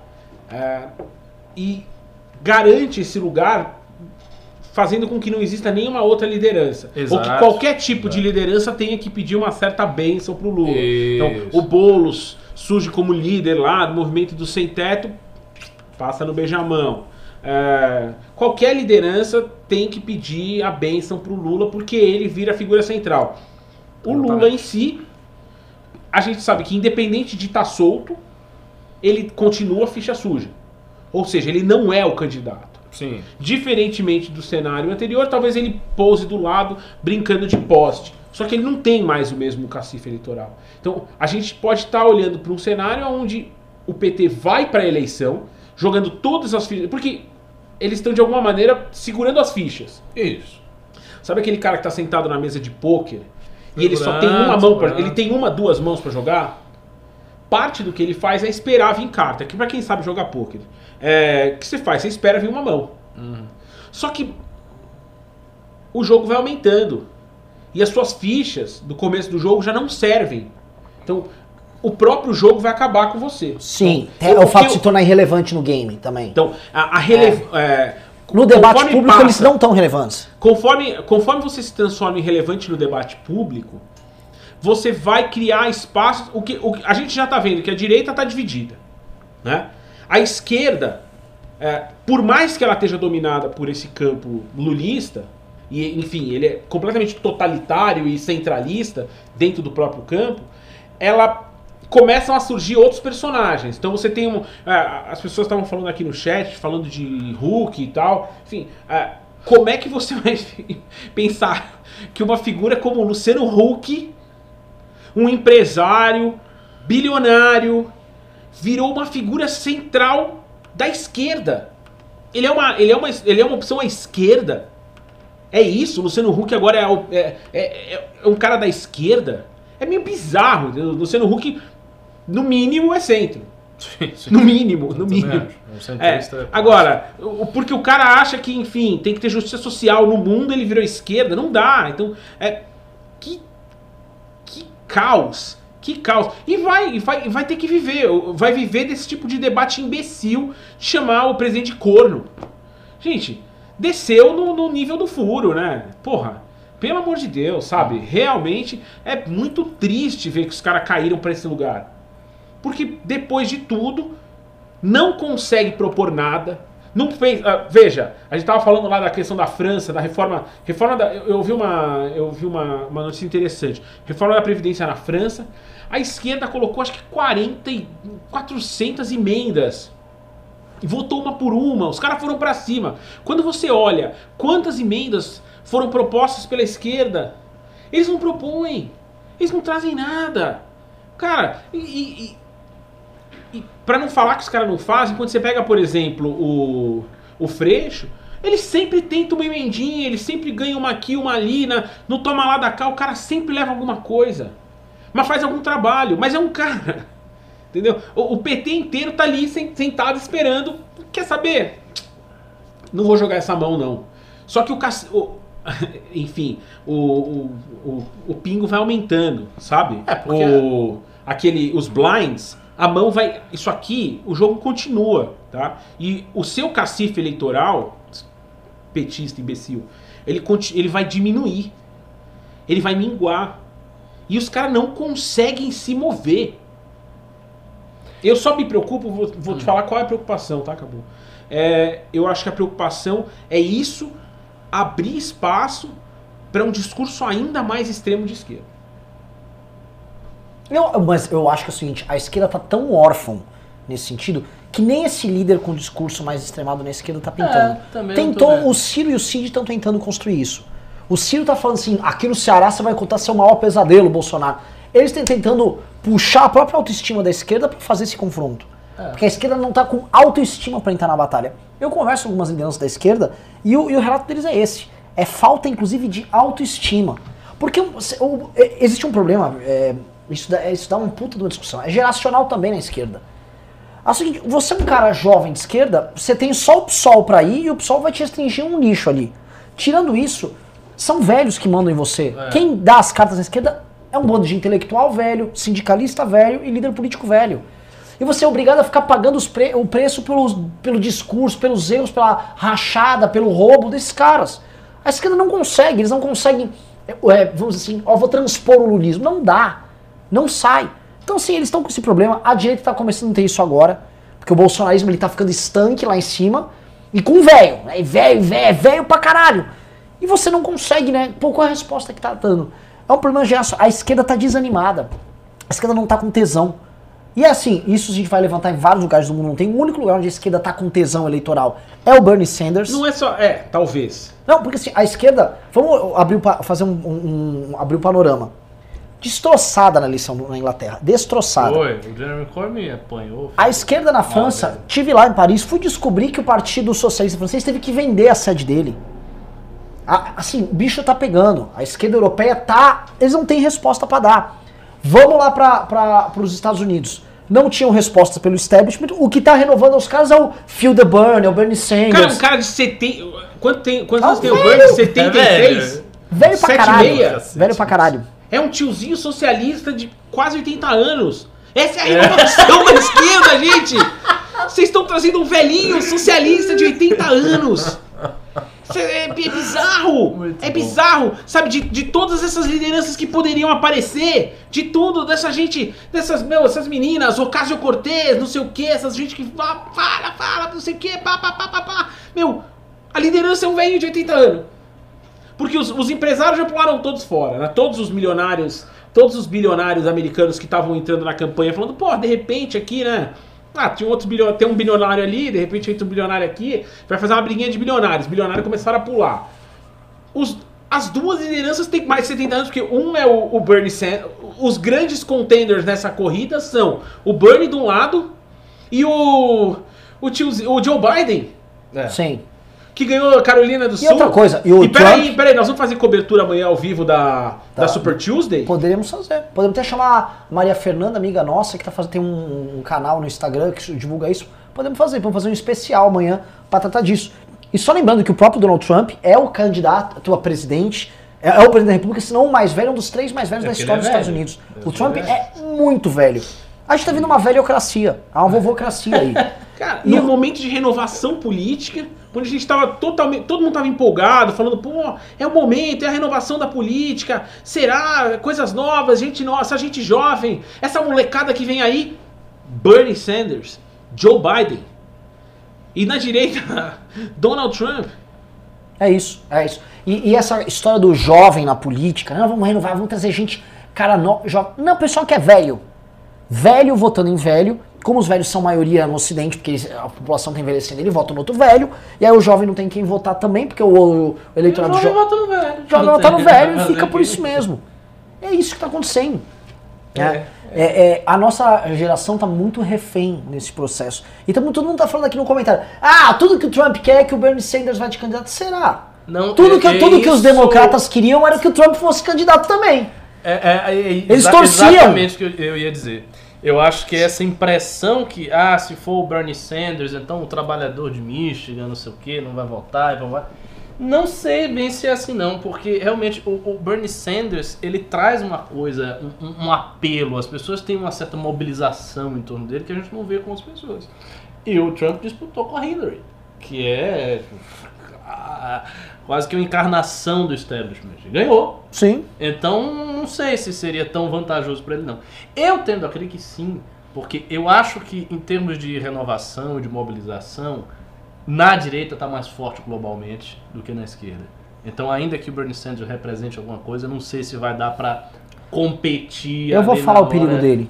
E garante esse lugar fazendo com que não exista nenhuma outra liderança. Exato. Ou que qualquer tipo de liderança tenha que pedir uma certa bênção pro Lula. Então, o Boulos surge como líder lá do movimento do sem-teto, passa no beijamão. Qualquer liderança tem que pedir a bênção pro Lula porque ele vira a figura central. O Lula em si, a gente sabe que independente de estar solto, ele continua ficha suja. Ou seja, ele não é o candidato. Sim. Diferentemente do cenário anterior, talvez ele pouse do lado brincando de poste. Só que ele não tem mais o mesmo cacife eleitoral. Então, a gente pode estar olhando para um cenário onde o PT vai para a eleição, jogando todas as fichas. Porque eles estão, de alguma maneira, segurando as fichas. Isso. Sabe aquele cara que está sentado na mesa de pôquer e ele só tem uma mão, ele tem duas mãos para jogar? Parte do que ele faz é esperar vir carta. Que para quem sabe jogar pôquer, o que você faz? Você espera vir uma mão. Só que o jogo vai aumentando. E as suas fichas do começo do jogo já não servem. Então, o próprio jogo vai acabar com você. Sim, o fato de se tornar irrelevante no game também. Então, no debate público eles não tão relevantes. Conforme você se transforma em relevante no debate público, você vai criar espaços. A gente já está vendo que a direita está dividida, né? A esquerda, por mais que ela esteja dominada por esse campo lulista, e enfim, ele é completamente totalitário e centralista dentro do próprio campo, começam a surgir outros personagens. Então você tem as pessoas estavam falando aqui no chat, falando de Hulk e tal. Enfim, como é que você vai pensar que uma figura como o Luciano Huck, um empresário, bilionário, virou uma figura central da esquerda? Ele é uma opção à esquerda. É isso, o Luciano Huck agora é um cara da esquerda. É meio bizarro. O Luciano Huck, no mínimo, é centro. Sim. No mínimo. Agora, porque o cara acha que, enfim, tem que ter justiça social no mundo, ele virou esquerda. Não dá. Então, que caos. Que caos. E vai ter que viver. Vai viver desse tipo de debate imbecil de chamar o presidente de corno. Gente, desceu no nível do furo, né? Porra, pelo amor de Deus, sabe? Realmente é muito triste ver que os caras caíram pra esse lugar. Porque depois de tudo, não consegue propor nada. Não fez. Veja, a gente tava falando lá da questão da França, da reforma eu vi uma notícia interessante. Reforma da Previdência na França. A esquerda colocou acho que 400 emendas. E votou uma por uma, os caras foram pra cima. Quando você olha quantas emendas foram propostas pela esquerda, eles não propõem, eles não trazem nada. Cara, e pra não falar que os caras não fazem, quando você pega, por exemplo, o Freixo, eles sempre tentam uma emendinha, eles sempre ganham uma aqui, uma ali, no toma lá da cá, o cara sempre leva alguma coisa. Mas faz algum trabalho, mas é um cara... Entendeu? O PT inteiro tá ali sentado esperando. Quer saber? Não vou jogar essa mão, não. Só que enfim, o pingo vai aumentando, sabe? Porque os blinds, a mão vai... Isso aqui, o jogo continua, tá? E o seu cacife eleitoral, petista, imbecil, ele vai diminuir. Ele vai minguar. E os caras não conseguem se mover. Eu só me preocupo, vou te falar qual é a preocupação, tá? Acabou. Eu acho que a preocupação é isso, abrir espaço para um discurso ainda mais extremo de esquerda. Mas eu acho que é o seguinte, a esquerda tá tão órfã nesse sentido, que nem esse líder com discurso mais extremado na esquerda tá pintando. O Ciro e o Cid estão tentando construir isso. O Ciro tá falando assim, aqui no Ceará você vai contar seu maior pesadelo, Bolsonaro. Eles estão tentando puxar a própria autoestima da esquerda para fazer esse confronto. Porque a esquerda não tá com autoestima para entrar na batalha. Eu converso com algumas lideranças da esquerda e o relato deles é esse. É falta, inclusive, de autoestima. Porque existe um problema, isso dá um puta de uma discussão. É geracional também na esquerda. É o seguinte, você é um cara jovem de esquerda, você tem só o PSOL pra ir e o PSOL vai te restringir um nicho ali. Tirando isso, são velhos que mandam em você. Quem dá as cartas na esquerda é um bando de intelectual velho, sindicalista velho e líder político velho. E você é obrigado a ficar pagando o preço pelo discurso, pelos erros, pela rachada, pelo roubo desses caras. A esquerda não consegue, eles não conseguem, vamos dizer assim, vou transpor o lulismo. Não dá, não sai. Então assim, eles estão com esse problema, a direita está começando a ter isso agora. Porque o bolsonarismo ele tá ficando estanque lá em cima, e com velho, né? Velho pra caralho. E você não consegue, né? Pô, qual é a resposta que tá dando? É um problema geracional. A esquerda tá desanimada. A esquerda não tá com tesão. E é assim, isso a gente vai levantar em vários lugares do mundo. Não tem um único lugar onde a esquerda tá com tesão eleitoral. É o Bernie Sanders. Não é só... talvez. Não, porque assim, a esquerda... Vamos abrir, fazer abrir um panorama. Destroçada na eleição na Inglaterra. Destroçada. Foi, o Jeremy Corbyn apanhou. A esquerda na França, tive lá em Paris, fui descobrir que o Partido Socialista Francês teve que vender a sede dele. Assim, o bicho tá pegando. A esquerda europeia tá... Eles não têm resposta pra dar. Vamos lá para os Estados Unidos. Não tinham resposta pelo establishment. O que tá renovando os caras é o Phil DeBurn, é o Bernie Sanders. Cara, um cara de 70... Quantos anos tem o Bernie? 76? Velho pra caralho. Velho pra caralho. É um tiozinho socialista de quase 80 anos. Essa é a renovação da esquerda, gente! Vocês estão trazendo um velhinho socialista de 80 anos. É bizarro! Muito é bizarro! Sabe, de todas essas lideranças que poderiam aparecer, de tudo, dessa gente, essas meninas, Ocasio-Cortez, não sei o que, essas gente que fala, não sei o que, pá. Meu, a liderança é um velhinho de 80 anos. Porque os empresários já pularam todos fora, né? Todos os bilionários americanos que estavam entrando na campanha, falando, pô, de repente aqui, né? Tem um bilionário ali, de repente entra um bilionário aqui, vai fazer uma briguinha de bilionários. Bilionários começaram a pular. As duas lideranças têm mais de 70 anos, porque um é o Bernie Sanders. Os grandes contenders nessa corrida são o Bernie de um lado e o Joe Biden. Sim. Que ganhou a Carolina do Sul. E outra coisa, e o Trump... Peraí, nós vamos fazer cobertura amanhã ao vivo da Super Tuesday? Poderíamos fazer. Podemos até chamar a Maria Fernanda, amiga nossa, que tem um canal no Instagram que divulga isso. Podemos fazer um especial amanhã para tratar disso. E só lembrando que o próprio Donald Trump é o candidato a presidente, é o presidente da República, se não o mais velho, um dos 3 mais velhos da história dos Estados Unidos. O Trump é muito velho. A gente tá vendo uma velhocracia, uma vovocracia aí. Cara, num momento de renovação política, onde a gente tava totalmente, todo mundo tava empolgado, falando, pô, é o momento, é a renovação da política, será, coisas novas, gente nossa, gente jovem, essa molecada que vem aí, Bernie Sanders, Joe Biden, e na direita, Donald Trump. É isso. E essa história do jovem na política, não, vamos renovar, vamos trazer gente, cara, jovem. Não, o pessoal que é velho votando em velho. Como os velhos são maioria no Ocidente, porque a população está envelhecendo, ele vota no outro velho, e aí o jovem não tem quem votar também, porque o eleitorado jovem vota no velho. O jovem vota no velho e fica por isso mesmo. É isso que está acontecendo. A nossa geração está muito refém nesse processo. E todo mundo está falando aqui no comentário, tudo que o Trump quer é que o Bernie Sanders vai de candidato. Será? Não, tudo que os democratas queriam era que o Trump fosse candidato também. Eles torciam. Exatamente o que eu ia dizer. Eu acho que essa impressão que, se for o Bernie Sanders, então o trabalhador de Michigan, não sei o que, não vai votar, não sei bem se é assim não, porque realmente o Bernie Sanders, ele traz uma coisa, um apelo, as pessoas têm uma certa mobilização em torno dele que a gente não vê com as pessoas. E o Trump disputou com a Hillary, que é quase que uma encarnação do establishment. Ganhou. Sim. Então, não sei se seria tão vantajoso para ele, não. Eu tendo a crer que sim, porque eu acho que em termos de renovação e de mobilização, na direita está mais forte globalmente do que na esquerda. Então, ainda que o Bernie Sanders represente alguma coisa, eu não sei se vai dar para competir. Eu vou falar o perigo dele.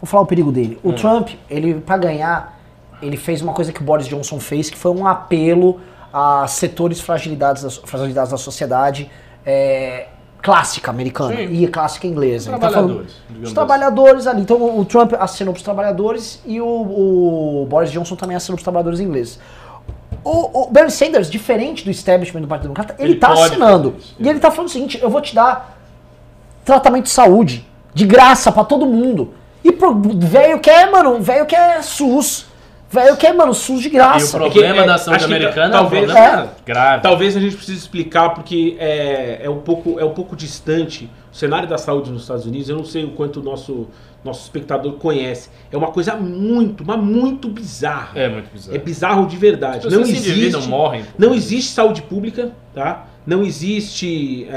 O Trump, para ganhar, ele fez uma coisa que o Boris Johnson fez, que foi um apelo a setores fragilizados da sociedade clássica americana. Sim. E clássica inglesa. Os trabalhadores ali. Então o Trump assinou para os trabalhadores e o Boris Johnson também assinou para os trabalhadores ingleses. O Bernie Sanders, diferente do establishment do Partido Democrata, ele está assinando. E ele está falando o seguinte, eu vou te dar tratamento de saúde, de graça para todo mundo. E pro velho quer SUS. Velho quer, SUS de graça. E o problema da saúde americana talvez, grave. Talvez a gente precise explicar, porque é um pouco distante o cenário da saúde nos Estados Unidos. Eu não sei o quanto o nosso espectador conhece. É uma coisa muito bizarra. É muito bizarro. É bizarro de verdade. Não existe saúde pública, tá? Não existe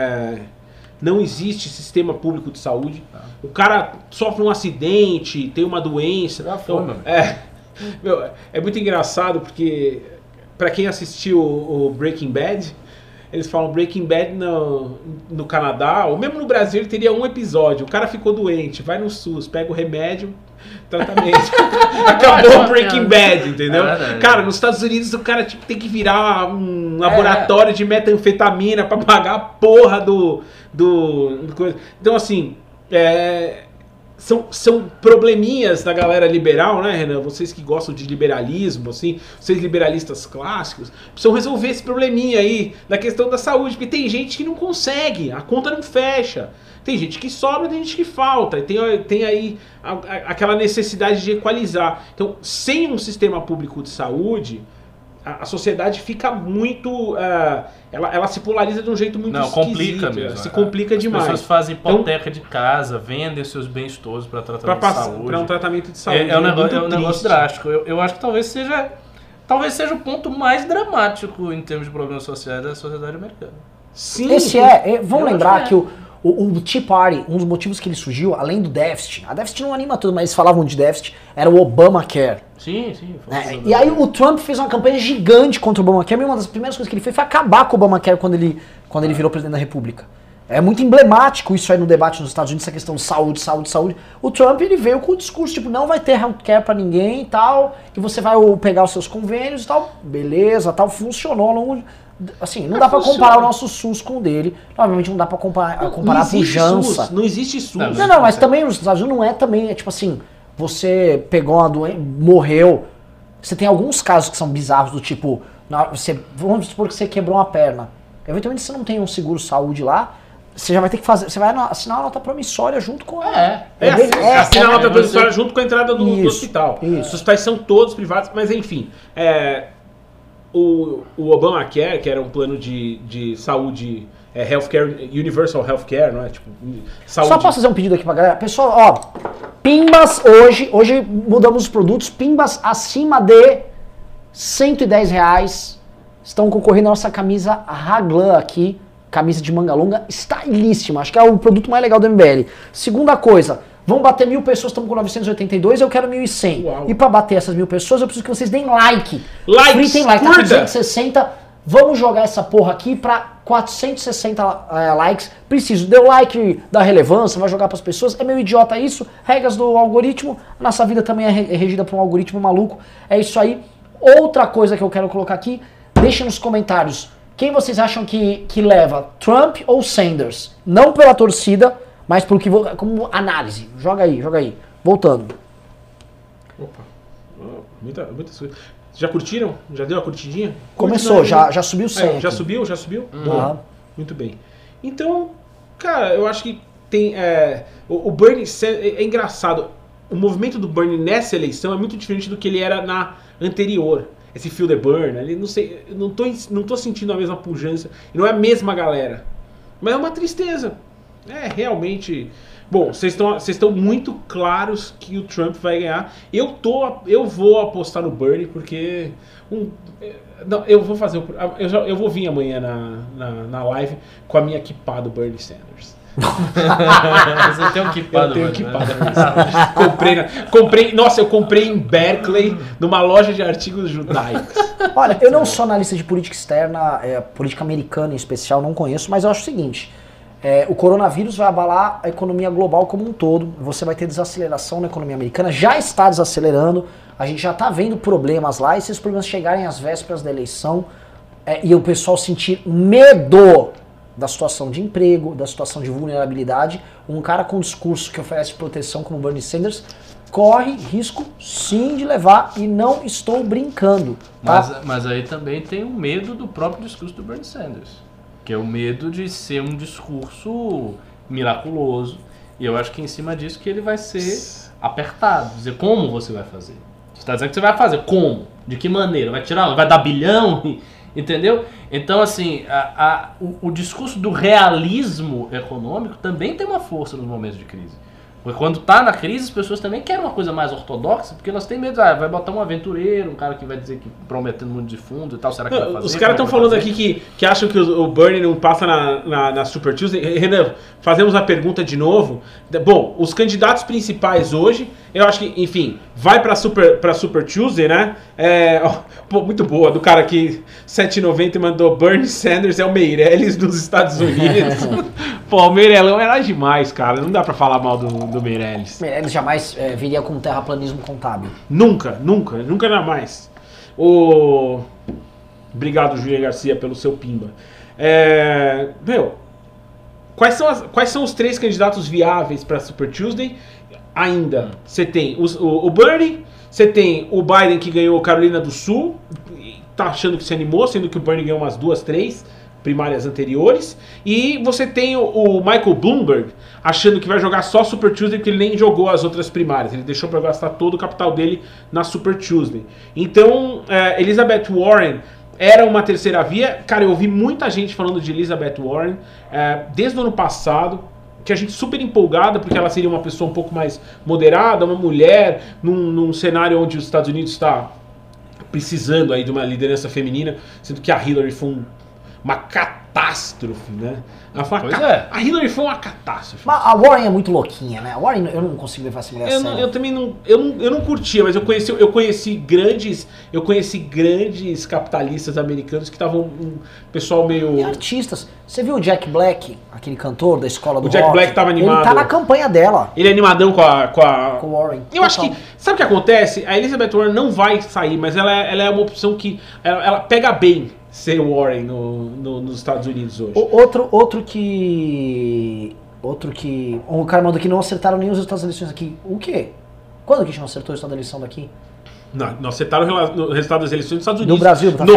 sistema público de saúde. O cara sofre um acidente, tem uma doença. Meu, é muito engraçado porque, pra quem assistiu o Breaking Bad, eles falam Breaking Bad no Canadá, ou mesmo no Brasil, ele teria um episódio. O cara ficou doente, vai no SUS, pega o remédio, tratamento. Acabou o Breaking Bad, entendeu? Cara, nos Estados Unidos o cara tipo, tem que virar um laboratório de metanfetamina pra pagar a porra do coisa. Então, assim, são probleminhas da galera liberal, né, Renan? Vocês que gostam de liberalismo, assim, vocês liberalistas clássicos, precisam resolver esse probleminha aí da questão da saúde, porque tem gente que não consegue, a conta não fecha. Tem gente que sobra, tem gente que falta. E tem aí aquela necessidade de equalizar. Então, sem um sistema público de saúde, a sociedade fica muito... ela se polariza de um jeito muito esquisito. Complica mesmo. Se complica demais. As pessoas fazem hipoteca de casa, vendem seus bens todos para tratamento de saúde. Para um tratamento de saúde. É um negócio drástico. Eu acho que talvez seja o ponto mais dramático em termos de problemas sociais da sociedade americana. Sim. Vamos lembrar que o Tea Party, um dos motivos que ele surgiu, além do déficit, a déficit não anima tudo, mas eles falavam de déficit, era o Obamacare. Sim. E aí o Trump fez uma campanha gigante contra o Obamacare, e uma das primeiras coisas que ele fez foi acabar com o Obamacare quando ele virou presidente da República. É muito emblemático isso aí no debate nos Estados Unidos, essa questão de saúde. O Trump, ele veio com o discurso, tipo, não vai ter healthcare pra ninguém e tal, e você vai pegar os seus convênios e tal, beleza, tal, funcionou ao longo... Assim, não dá pra comparar o nosso SUS com o dele. Obviamente não dá pra comparar a pujança. Não existe SUS. Não, mas também nos Estados Unidos não é também, tipo assim, você pegou uma doença, morreu. Você tem alguns casos que são bizarros, do tipo, vamos supor que você quebrou uma perna. Eventualmente você não tem um seguro saúde lá, você já vai ter que fazer, você vai assinar uma nota promissória junto com a... assinar uma nota promissória junto com a entrada do hospital. Isso. Os hospitais são todos privados, mas enfim, O Obamacare, que era um plano de saúde, healthcare, universal healthcare, não é? Tipo, saúde. Só posso fazer um pedido aqui pra galera? Pessoal, Pimbas hoje mudamos os produtos, Pimbas acima de R$110 estão concorrendo a nossa camisa Raglan aqui, camisa de manga longa, stylíssima, acho que é o produto mais legal do MBL. Segunda coisa, vão bater 1.000 pessoas, estamos com 982, eu quero 1.100. Uau. E pra bater essas 1.000 pessoas, eu preciso que vocês deem like. Likes, Tem like, tá com curta. 260. Vamos jogar essa porra aqui pra 460 likes. Preciso. Deu like, dá relevância, vai jogar pras pessoas. É meio idiota isso. Regras do algoritmo. Nossa vida também é regida por um algoritmo maluco. É isso aí. Outra coisa que eu quero colocar aqui, deixem nos comentários. Quem vocês acham que leva? Trump ou Sanders? Não pela torcida, mas como análise. Joga aí. Voltando. Opa. Muitas coisas. Já curtiram? Já deu a curtidinha? Começou, já subiu 100. Já subiu? Uhum. Muito bem. Então, cara, eu acho que tem... o Bernie é engraçado. O movimento do Bernie nessa eleição é muito diferente do que ele era na anterior. Esse Feel the Burn, ali, não sei, eu não tô sentindo a mesma pujança. E não é a mesma galera. Mas é uma tristeza. É realmente... Bom, vocês estão muito claros que o Trump vai ganhar. Eu vou apostar no Bernie porque... Não, eu vou fazer... Eu vou vir amanhã na live com a minha kippá do Bernie Sanders. Você tem um kippá do Bernie Sanders. Nossa, eu comprei em Berkeley, numa loja de artigos judaicos. Olha, eu não sou analista de política externa, política americana em especial, não conheço, mas eu acho o seguinte... o coronavírus vai abalar a economia global como um todo. Você vai ter desaceleração na economia americana. Já está desacelerando. A gente já está vendo problemas lá. E se esses problemas chegarem às vésperas da eleição e o pessoal sentir medo da situação de emprego, da situação de vulnerabilidade, um cara com um discurso que oferece proteção como Bernie Sanders corre risco sim de levar, e não estou brincando. Tá? Mas aí também tem o medo do próprio discurso do Bernie Sanders, que é o medo de ser um discurso miraculoso. E eu acho que em cima disso que ele vai ser apertado. Dizer, como você vai fazer? Você está dizendo que você vai fazer. Como? De que maneira? Vai tirar? Vai dar bilhão? Entendeu? Então, assim, o discurso do realismo econômico também tem uma força nos momentos de crise. Porque quando tá na crise, as pessoas também querem uma coisa mais ortodoxa, porque elas têm medo, vai botar um aventureiro, um cara que vai dizer que prometendo muito de fundo e tal, será que vai fazer? Os caras estão falando aqui que acham que o Bernie não passa na Super Tuesday. Renan, fazemos a pergunta de novo. Bom, os candidatos principais hoje Eu acho que, enfim, vai pra Super Tuesday, né? Pô, muito boa, do cara que 7,90 mandou Bernie Sanders é o Meirelles dos Estados Unidos. Pô, o Meirellão era demais, cara. Não dá pra falar mal do Meirelles. Meirelles jamais viria com terraplanismo contábil. Nunca era mais. Obrigado, Julian Garcia, pelo seu pimba. Meu, quais são os 3 candidatos viáveis pra Super Tuesday? Ainda, você tem o Bernie, você tem o Biden que ganhou Carolina do Sul, tá achando que se animou, sendo que o Bernie ganhou umas 2, 3 primárias anteriores, e você tem o Michael Bloomberg achando que vai jogar só Super Tuesday porque ele nem jogou as outras primárias, ele deixou para gastar todo o capital dele na Super Tuesday. Então, Elizabeth Warren era uma terceira via. Cara, eu ouvi muita gente falando de Elizabeth Warren desde o ano passado, que a gente super empolgada, porque ela seria uma pessoa um pouco mais moderada, uma mulher, num cenário onde os Estados Unidos está precisando aí de uma liderança feminina, sendo que a Hillary foi uma catástrofe, né? A Hillary foi uma catástrofe. Mas a Warren é muito louquinha, né? A Warren, eu não consigo levar essa mulher a sério. Eu também não curtia, mas eu conheci grandes capitalistas americanos que estavam um pessoal meio... E artistas. Você viu o Jack Black, aquele cantor da escola do rock? O Jack Black tava animado. Ele tá na campanha dela. Ele é animadão com a Warren. Eu acho que... Sabe o que acontece? A Elizabeth Warren não vai sair, mas ela é uma opção que... Ela pega bem ser Warren nos Estados Unidos hoje. Outro que... O cara mandou que não acertaram nem os resultados das eleições aqui. O quê? Quando que a gente não acertou o resultado da eleição daqui? Não acertaram o resultado das eleições dos Estados Unidos. No Brasil, tá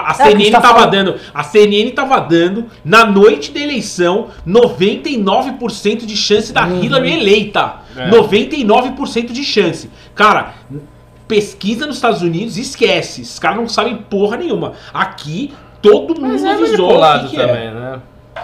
a CNN tava dando, na noite da eleição, 99% de chance da Hillary eleita. 99% de chance. Cara, pesquisa nos Estados Unidos, esquece. Esses caras não sabem porra nenhuma. Aqui, todo mundo avisou o que também, né?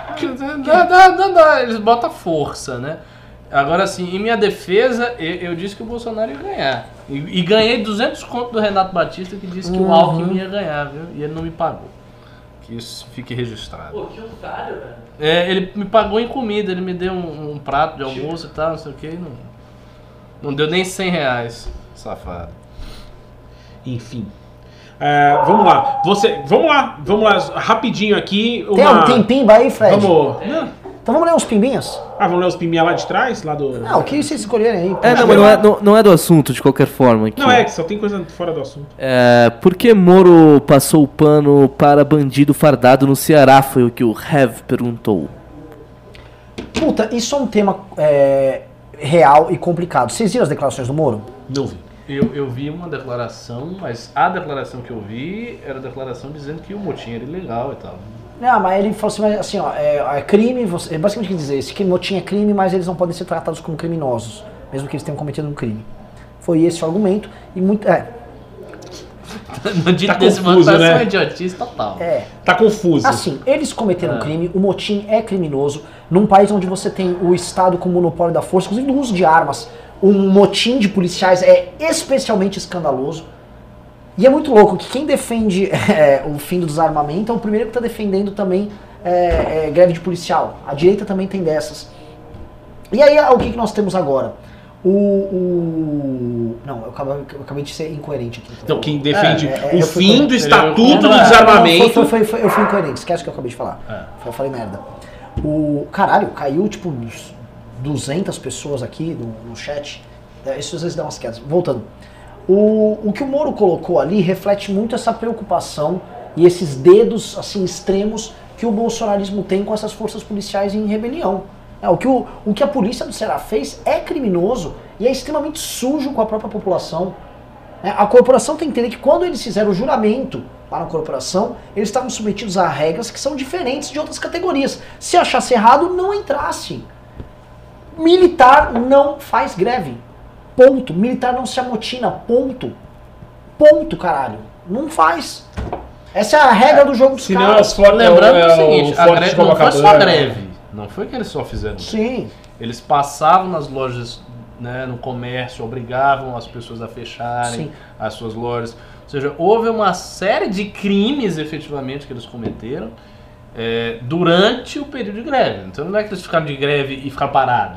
Eles botam força, né? Agora, assim, em minha defesa, eu disse que o Bolsonaro ia ganhar. E ganhei 200 conto do Renato Batista, que disse que o Alckmin ia ganhar, viu? E ele não me pagou. Que isso fique registrado. Pô, que otário, velho. Ele me pagou em comida, ele me deu um prato de almoço e tal, não sei o que. Não deu nem 100 reais, safado. Enfim. Vamos lá. Vamos lá, rapidinho aqui. Tem pimba aí, Fred? Vamos. Então vamos ler uns pimbinhos? Vamos ler os pimbinhas lá de trás? Não, o que vocês escolherem aí? Mas não é do assunto, de qualquer forma. Aqui. Não, só tem coisa fora do assunto. Por que Moro passou o pano para bandido fardado no Ceará? Foi o que o Hev perguntou. Puta, isso é um tema real e complicado. Vocês viram as declarações do Moro? Não vi. Eu vi uma declaração, mas a declaração que eu vi era a declaração dizendo que o motim era ilegal e tal. Não, mas ele falou assim, é crime, basicamente quer dizer, esse motim é crime, mas eles não podem ser tratados como criminosos, mesmo que eles tenham cometido um crime. Foi esse o argumento, e muito... No dito desse confuso, mano, né? uma idiotice total. Tá confuso. Assim, eles cometeram um crime, o motim é criminoso, num país onde você tem o Estado com o monopólio da força, inclusive no uso de armas, um motim de policiais é especialmente escandaloso. E é muito louco que quem defende o fim do desarmamento é o primeiro que está defendendo também greve de policial. A direita também tem dessas. E aí, o que nós temos agora? Não, eu acabei de ser incoerente aqui. Então, quem defende o fim do Estatuto do Desarmamento... Eu fui incoerente, esquece o que eu acabei de falar. Eu falei merda. Caralho, caiu tipo 200 pessoas aqui no chat. Isso às vezes dá umas quedas. Voltando. O que o Moro colocou ali reflete muito essa preocupação e esses dedos assim extremos que o bolsonarismo tem com essas forças policiais em rebelião. O que a polícia do Ceará fez é criminoso e é extremamente sujo com a própria população. A corporação tem que entender que quando eles fizeram o juramento lá na corporação, eles estavam submetidos a regras que são diferentes de outras categorias. Se achasse errado, não entrasse. Militar não faz greve. Ponto. Militar não se amotina. Ponto. Ponto, caralho. Não faz. Essa é a regra do jogo dos caras. Lembrando o seguinte, a greve não foi só greve. Não foi que eles só fizeram greve. Sim. Eles passavam nas lojas, né, no comércio, obrigavam as pessoas a fecharem as suas lojas. Ou seja, houve uma série de crimes, efetivamente, que eles cometeram durante o período de greve. Então não é que eles ficaram de greve e ficaram parados.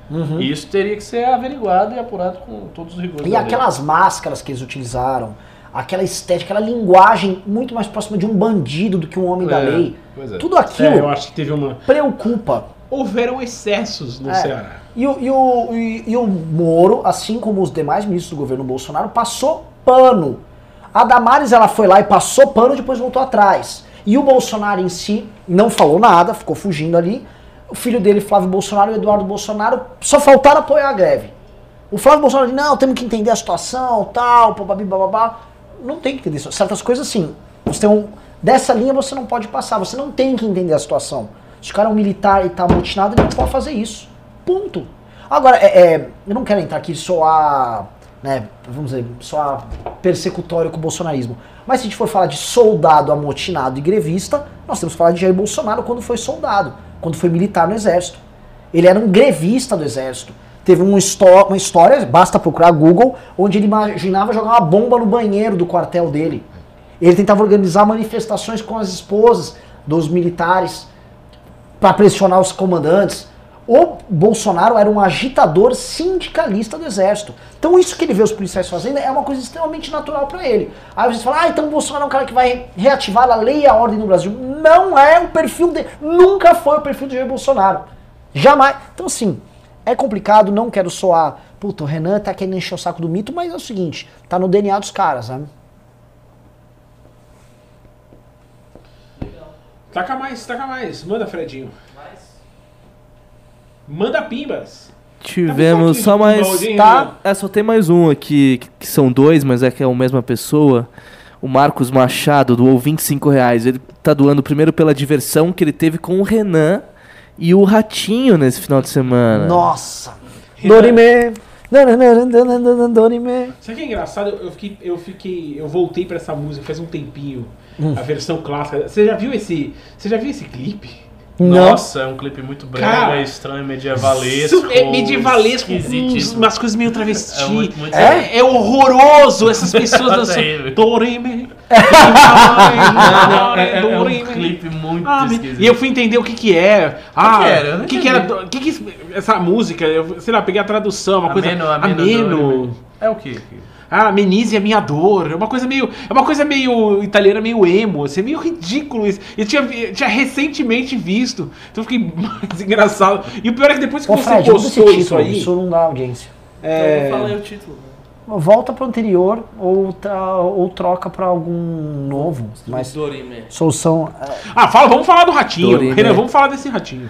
E isso teria que ser averiguado e apurado com todos os rigores. E aquelas máscaras que eles utilizaram, aquela estética, aquela linguagem muito mais próxima de um bandido do que um homem da lei. Tudo aquilo eu acho que teve uma... preocupa. Houveram excessos no Ceará. E o Moro, assim como os demais ministros do governo Bolsonaro, passou pano. A Damares, ela foi lá e passou pano e depois voltou atrás. E o Bolsonaro em si não falou nada, ficou fugindo ali. O filho dele, Flávio Bolsonaro, e o Eduardo Bolsonaro, só faltaram apoiar a greve. O Flávio Bolsonaro disse, não, temos que entender a situação, tal, bababi, bababá. Não tem que entender isso. Certas coisas, sim. Dessa linha você não pode passar, você não tem que entender a situação. Se o cara é um militar e tá amotinado, ele não pode fazer isso. Ponto. Agora, eu não quero entrar aqui soar, né, vamos dizer, soar persecutório com o bolsonarismo. Mas se a gente for falar de soldado amotinado e grevista, nós temos que falar de Jair Bolsonaro quando foi soldado, quando foi militar no exército. Ele era um grevista do exército. Teve uma história, basta procurar Google, onde ele imaginava jogar uma bomba no banheiro do quartel dele. Ele tentava organizar manifestações com as esposas dos militares para pressionar os comandantes. O Bolsonaro era um agitador sindicalista do exército. Então isso que ele vê os policiais fazendo é uma coisa extremamente natural para ele. Aí vocês falam, então o Bolsonaro é um cara que vai reativar a lei e a ordem no Brasil. Não é o perfil dele. Nunca foi o perfil do Jair Bolsonaro. Jamais. Então assim, é complicado, não quero soar... Puta, o Renan tá querendo encher o saco do mito, mas é o seguinte, tá no DNA dos caras, né? Taca mais. Manda, Fredinho. Manda pimbas. Tivemos só mais... só tem mais um aqui, que são dois, mas é que é a mesma pessoa. O Marcos Machado doou R$25. Ele tá doando primeiro pela diversão que ele teve com o Renan e o Ratinho nesse final de semana. Nossa! Dorime! Dorime! Sabe o que é engraçado? Eu voltei pra essa música faz um tempinho. A versão clássica. Você já viu esse clipe? Nossa, é um clipe muito brega, estranho, medievalesco. É medievalesco, com umas coisas meio travesti. É horroroso essas pessoas dançando. Dorime. É um clipe muito esquisito. E eu fui entender o que é. O que era? Essa música, sei lá, peguei a tradução, uma coisa. Ameno. É o quê? Amenize a minha dor. É uma coisa meio italiana, meio emo. Assim, é meio ridículo isso. Eu tinha recentemente visto. Então eu fiquei mais engraçado. E o pior é que depois que você postou isso aí... Isso não dá audiência. Então eu falei o título. Volta pro anterior ou troca pra algum novo. Mas Dorime. Solução... vamos falar do Ratinho. Renan, vamos falar desse Ratinho.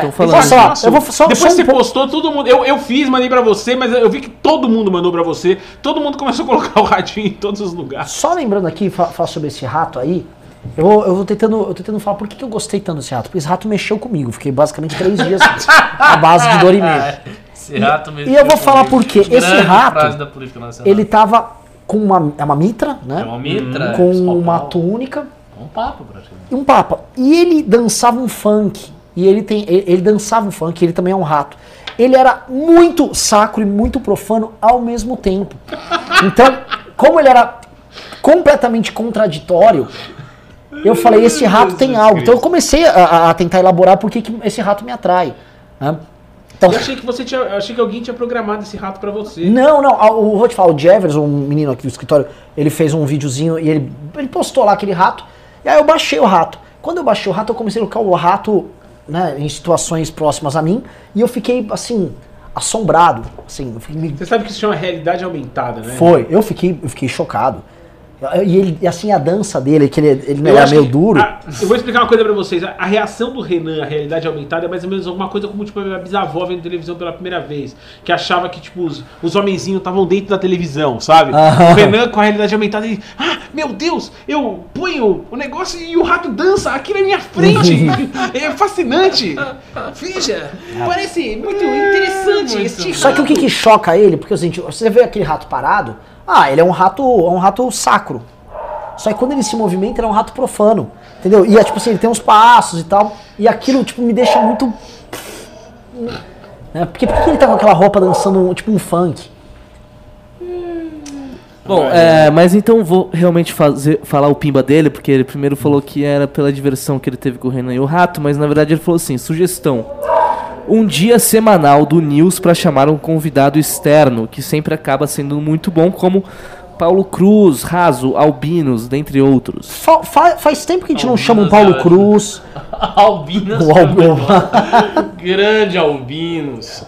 Depois você postou, todo mundo. Eu fiz, mandei pra você, mas eu vi que todo mundo mandou pra você. Todo mundo começou a colocar o Ratinho em todos os lugares. Só lembrando aqui, falar sobre esse rato aí. Eu vou tentando falar por que eu gostei tanto desse rato. Porque esse rato mexeu comigo. Fiquei basicamente 3 dias à base de Dorime. Esse rato mexeu e eu vou falar por quê. Esse rato, ele tava com uma mitra, né? É uma mitra. Com uma túnica. Um papa, praticamente. Um papa. E ele dançava um funk. E ele dançava um funk, ele também é um rato. Ele era muito sacro e muito profano ao mesmo tempo. Então, como ele era completamente contraditório, eu falei, esse rato tem algo. Então eu comecei a tentar elaborar por que esse rato me atrai. Né? Então, eu achei que alguém tinha programado esse rato pra você. Não, vou te falar, o Jefferson, um menino aqui do escritório, ele fez um videozinho e ele postou lá aquele rato, e aí eu baixei o rato. Quando eu baixei o rato, eu comecei a colocar o rato, né, em situações próximas a mim, e eu fiquei, assim, assombrado. Assim, Você sabe que isso chama realidade aumentada, né? Foi, eu fiquei chocado. E assim, a dança dele, que ele não era meio duro. Eu vou explicar uma coisa pra vocês. A reação do Renan à realidade aumentada é mais ou menos alguma coisa como tipo a minha bisavó vendo televisão pela primeira vez. Que achava que tipo os homenzinhos estavam dentro da televisão, sabe? O Renan com a realidade aumentada, ele... meu Deus, eu ponho o negócio e o rato dança aqui na minha frente. É fascinante. Veja, parece muito interessante. Só que o que choca ele, porque assim, você vê aquele rato parado, ele é um rato sacro. Só que quando ele se movimenta, ele é um rato profano. Entendeu? E é tipo assim, ele tem uns passos e tal. E aquilo, tipo, me deixa muito... Né? Por que ele tá com aquela roupa dançando, tipo, um funk? Bom, mas então vou realmente falar o pimba dele, porque ele primeiro falou que era pela diversão que ele teve com o Renan e o rato, mas na verdade ele falou assim, sugestão. um dia semanal do News para chamar um convidado externo, que sempre acaba sendo muito bom, como Paulo Cruz, Raso, Albinos, dentre outros. Faz tempo que a gente não chama um Paulo Cruz. Albinos. O Albino. Grande Albinos.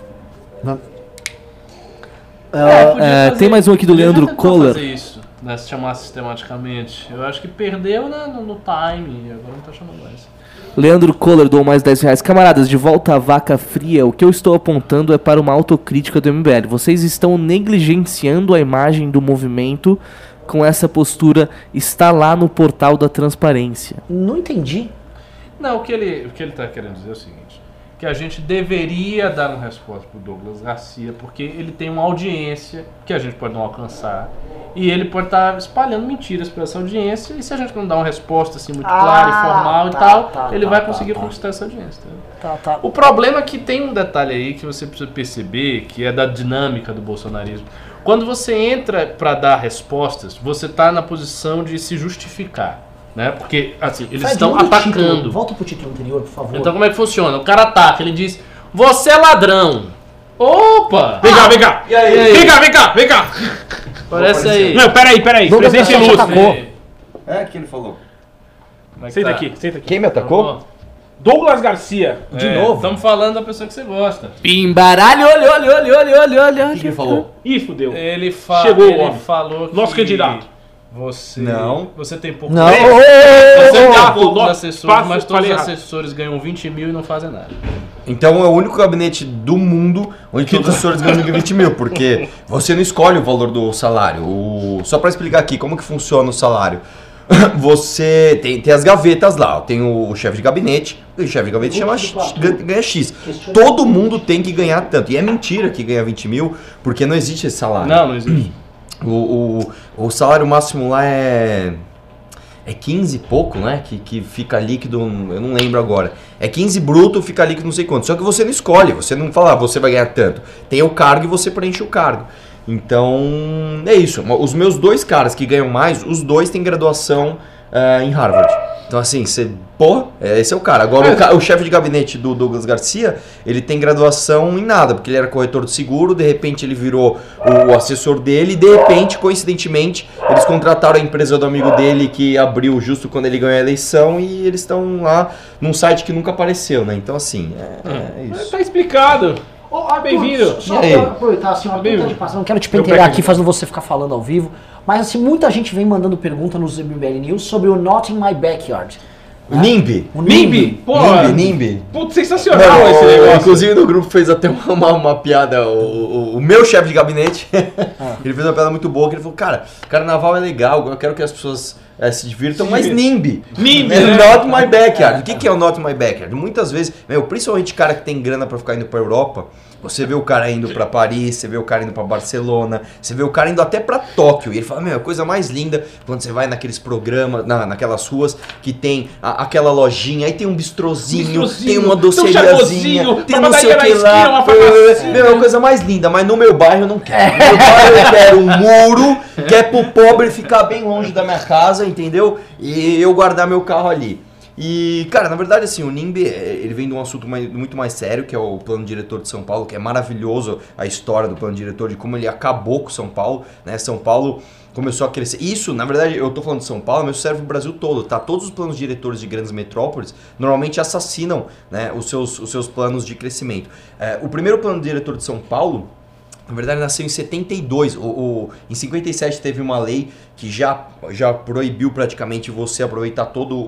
Tem mais um aqui do Leandro Kohler. Fazer isso, né, se chamar sistematicamente. Eu acho que perdeu, né, no time, agora não tá chamando mais. Leandro Kohler doou mais R$10. Camaradas, de volta à vaca fria, o que eu estou apontando é para uma autocrítica do MBL. Vocês estão negligenciando a imagem do movimento com essa postura. Está lá no portal da transparência. Não entendi. Não, o que ele tá querendo dizer é o seguinte, que a gente deveria dar uma resposta pro Douglas Garcia, porque ele tem uma audiência que a gente pode não alcançar, e ele pode estar espalhando mentiras para essa audiência, e se a gente não dar uma resposta assim muito clara e formal e tal, ele vai conseguir conquistar essa audiência. Tá? O problema é que tem um detalhe aí que você precisa perceber, que é da dinâmica do bolsonarismo. Quando você entra para dar respostas, você está na posição de se justificar. Né? Porque, assim, eles estão atacando. Volta pro título anterior, por favor. Então como é que funciona? O cara ataca, ele diz, você é ladrão. Opa! Vem cá! E aí? Vem cá! Parece aí. Não, peraí. Douglas Presente Garcia ilustre. atacou. É que ele falou. Como é que Senta tá? aqui. Quem me atacou? Douglas Garcia. De novo? Estamos falando da pessoa que você gosta. Pimbaralho, olha. O que ele falou? Ih, fudeu. Ele Chegou, ele ó. falou que... Nosso candidato. Você tem pouco... Não. Você tem Nossa, poucos nossa, assessores, mas todos falei os errado. assessores ganham 20 mil e não fazem nada. Então é o único gabinete do mundo onde todos os assessores ganham 20 mil, porque você não escolhe o valor do salário. Só para explicar aqui como que funciona o salário. Você tem as gavetas lá, tem o chefe de gabinete, e o chefe de gabinete ganha X. Todo mundo tem que ganhar tanto. E é mentira que ganha 20 mil, porque não existe esse salário. Não existe. O salário máximo lá é 15 e pouco, né? Que fica líquido, eu não lembro agora. É 15 bruto, fica líquido não sei quanto. Só que você não escolhe, você não fala, você vai ganhar tanto. Tem o cargo e você preenche o cargo. Então, é isso. Os meus dois caras que ganham mais, os dois têm graduação em Harvard. Então, assim, esse é o cara. Agora, o chefe de gabinete do Douglas Garcia, ele tem graduação em nada, porque ele era corretor de seguro, de repente ele virou o assessor dele, e de repente, coincidentemente, eles contrataram a empresa do amigo dele, que abriu justo quando ele ganhou a eleição, e eles estão lá num site que nunca apareceu, né? Então, assim, é isso. Tá explicado. Bem-vindo. Só pra aproveitar, assim, uma pergunta de passagem. Não quero te pentear aqui fazendo você ficar falando ao vivo, mas assim, muita gente vem mandando pergunta nos MBL News sobre o Not in My Backyard. NIMBY. O NIMBY. Pô, NIMBY. Putz, sensacional esse negócio. Inclusive no grupo fez até uma piada, o meu chefe de gabinete, ele fez uma piada muito boa, que ele falou, cara, carnaval é legal, eu quero que as pessoas se divirtam, mas NIMBY. NIMBY, É né? Not My Backyard. O que é o Not My Backyard? Muitas vezes, principalmente cara que tem grana pra ficar indo pra Europa, você vê o cara indo pra Paris, você vê o cara indo pra Barcelona, você vê o cara indo até pra Tóquio. E ele fala, a coisa mais linda quando você vai naqueles programas, naquelas ruas que tem aquela lojinha, aí tem um bistrozinho, tem uma doceriazinha, tem não sei o que lá. É a coisa mais linda, mas no meu bairro eu não quero. No meu bairro eu quero um muro, que é pro pobre ficar bem longe da minha casa, entendeu? E eu guardar meu carro ali. E, cara, na verdade, assim, o NIMBY, ele vem de um assunto muito mais sério, que é o plano diretor de São Paulo, que é maravilhoso a história do plano diretor, de como ele acabou com São Paulo, né? São Paulo começou a crescer. Isso, na verdade, eu tô falando de São Paulo, mas isso serve pro Brasil todo, tá? Todos os planos diretores de grandes metrópoles normalmente assassinam, né, os seus planos de crescimento. O primeiro plano diretor de São Paulo, na verdade, nasceu em 72. Em 57 teve uma lei que já proibiu praticamente você aproveitar todo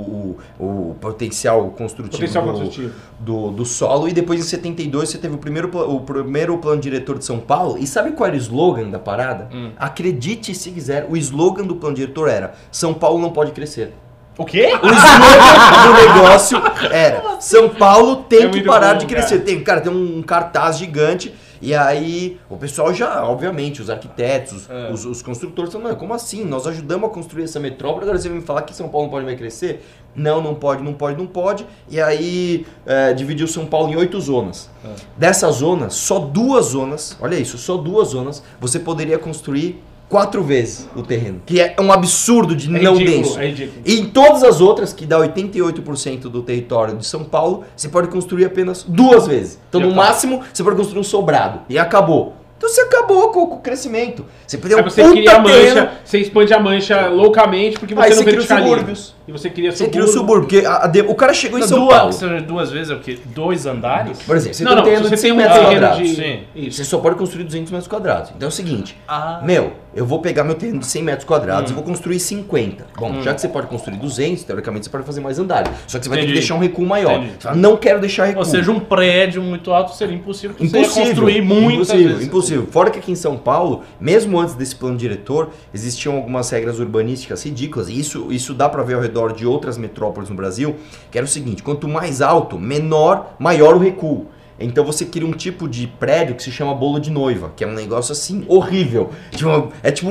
o potencial construtivo do solo. E depois, em 72, você teve o primeiro plano diretor de São Paulo. E sabe qual era o slogan da parada? Acredite se quiser, o slogan do plano diretor era: São Paulo não pode crescer. O quê? O slogan do negócio era: São Paulo tem que parar de crescer. Cara. Tem um cartaz gigante. E aí, o pessoal já, obviamente, os arquitetos, os construtores falam, como assim? Nós ajudamos a construir essa metrópole, agora você vai me falar que São Paulo não pode mais crescer? Não pode. E aí, dividiu São Paulo em 8 zonas. Dessas zonas, só 2 zonas, olha isso, só 2 zonas, você poderia construir 4 vezes o terreno. Que é um absurdo de não ridículo, denso. é ridículo. E em todas as outras, que dá 88% do território de São Paulo, você pode construir apenas 2 vezes. Então, no máximo, você pode construir um sobrado. E acabou. Então você acabou com o crescimento. Você perdeu Aí você cria a mancha, você expande a mancha loucamente porque você Aí não você cria os verticaliza. subúrbios. E você cria Você cria o subúrbio, porque o cara chegou em São Paulo. 2 vezes é o quê? 2 andares? Por exemplo, você Não, tem um não, terreno você de tem 100 um metros terreno quadrados. de... Sim. Isso. Você só pode construir 200 metros quadrados. Então é o seguinte, Ah. eu vou pegar meu terreno de 100 metros quadrados e vou construir 50. Bom, já que você pode construir 200, teoricamente você pode fazer mais andares. Só que você vai ter que Entendi. deixar um recuo maior. Entendi. Você fala, não quero deixar recuo. Ou seja, um prédio muito alto seria impossível, porque você ia Impossível, construir muitas impossível, vezes. impossível. Fora que aqui em São Paulo, mesmo antes desse plano diretor, existiam algumas regras urbanísticas ridículas, e isso dá pra ver ao redor de outras metrópoles no Brasil, que era o seguinte, quanto mais alto, maior o recuo. Então você cria um tipo de prédio que se chama bolo de noiva, que é um negócio assim, horrível. É tipo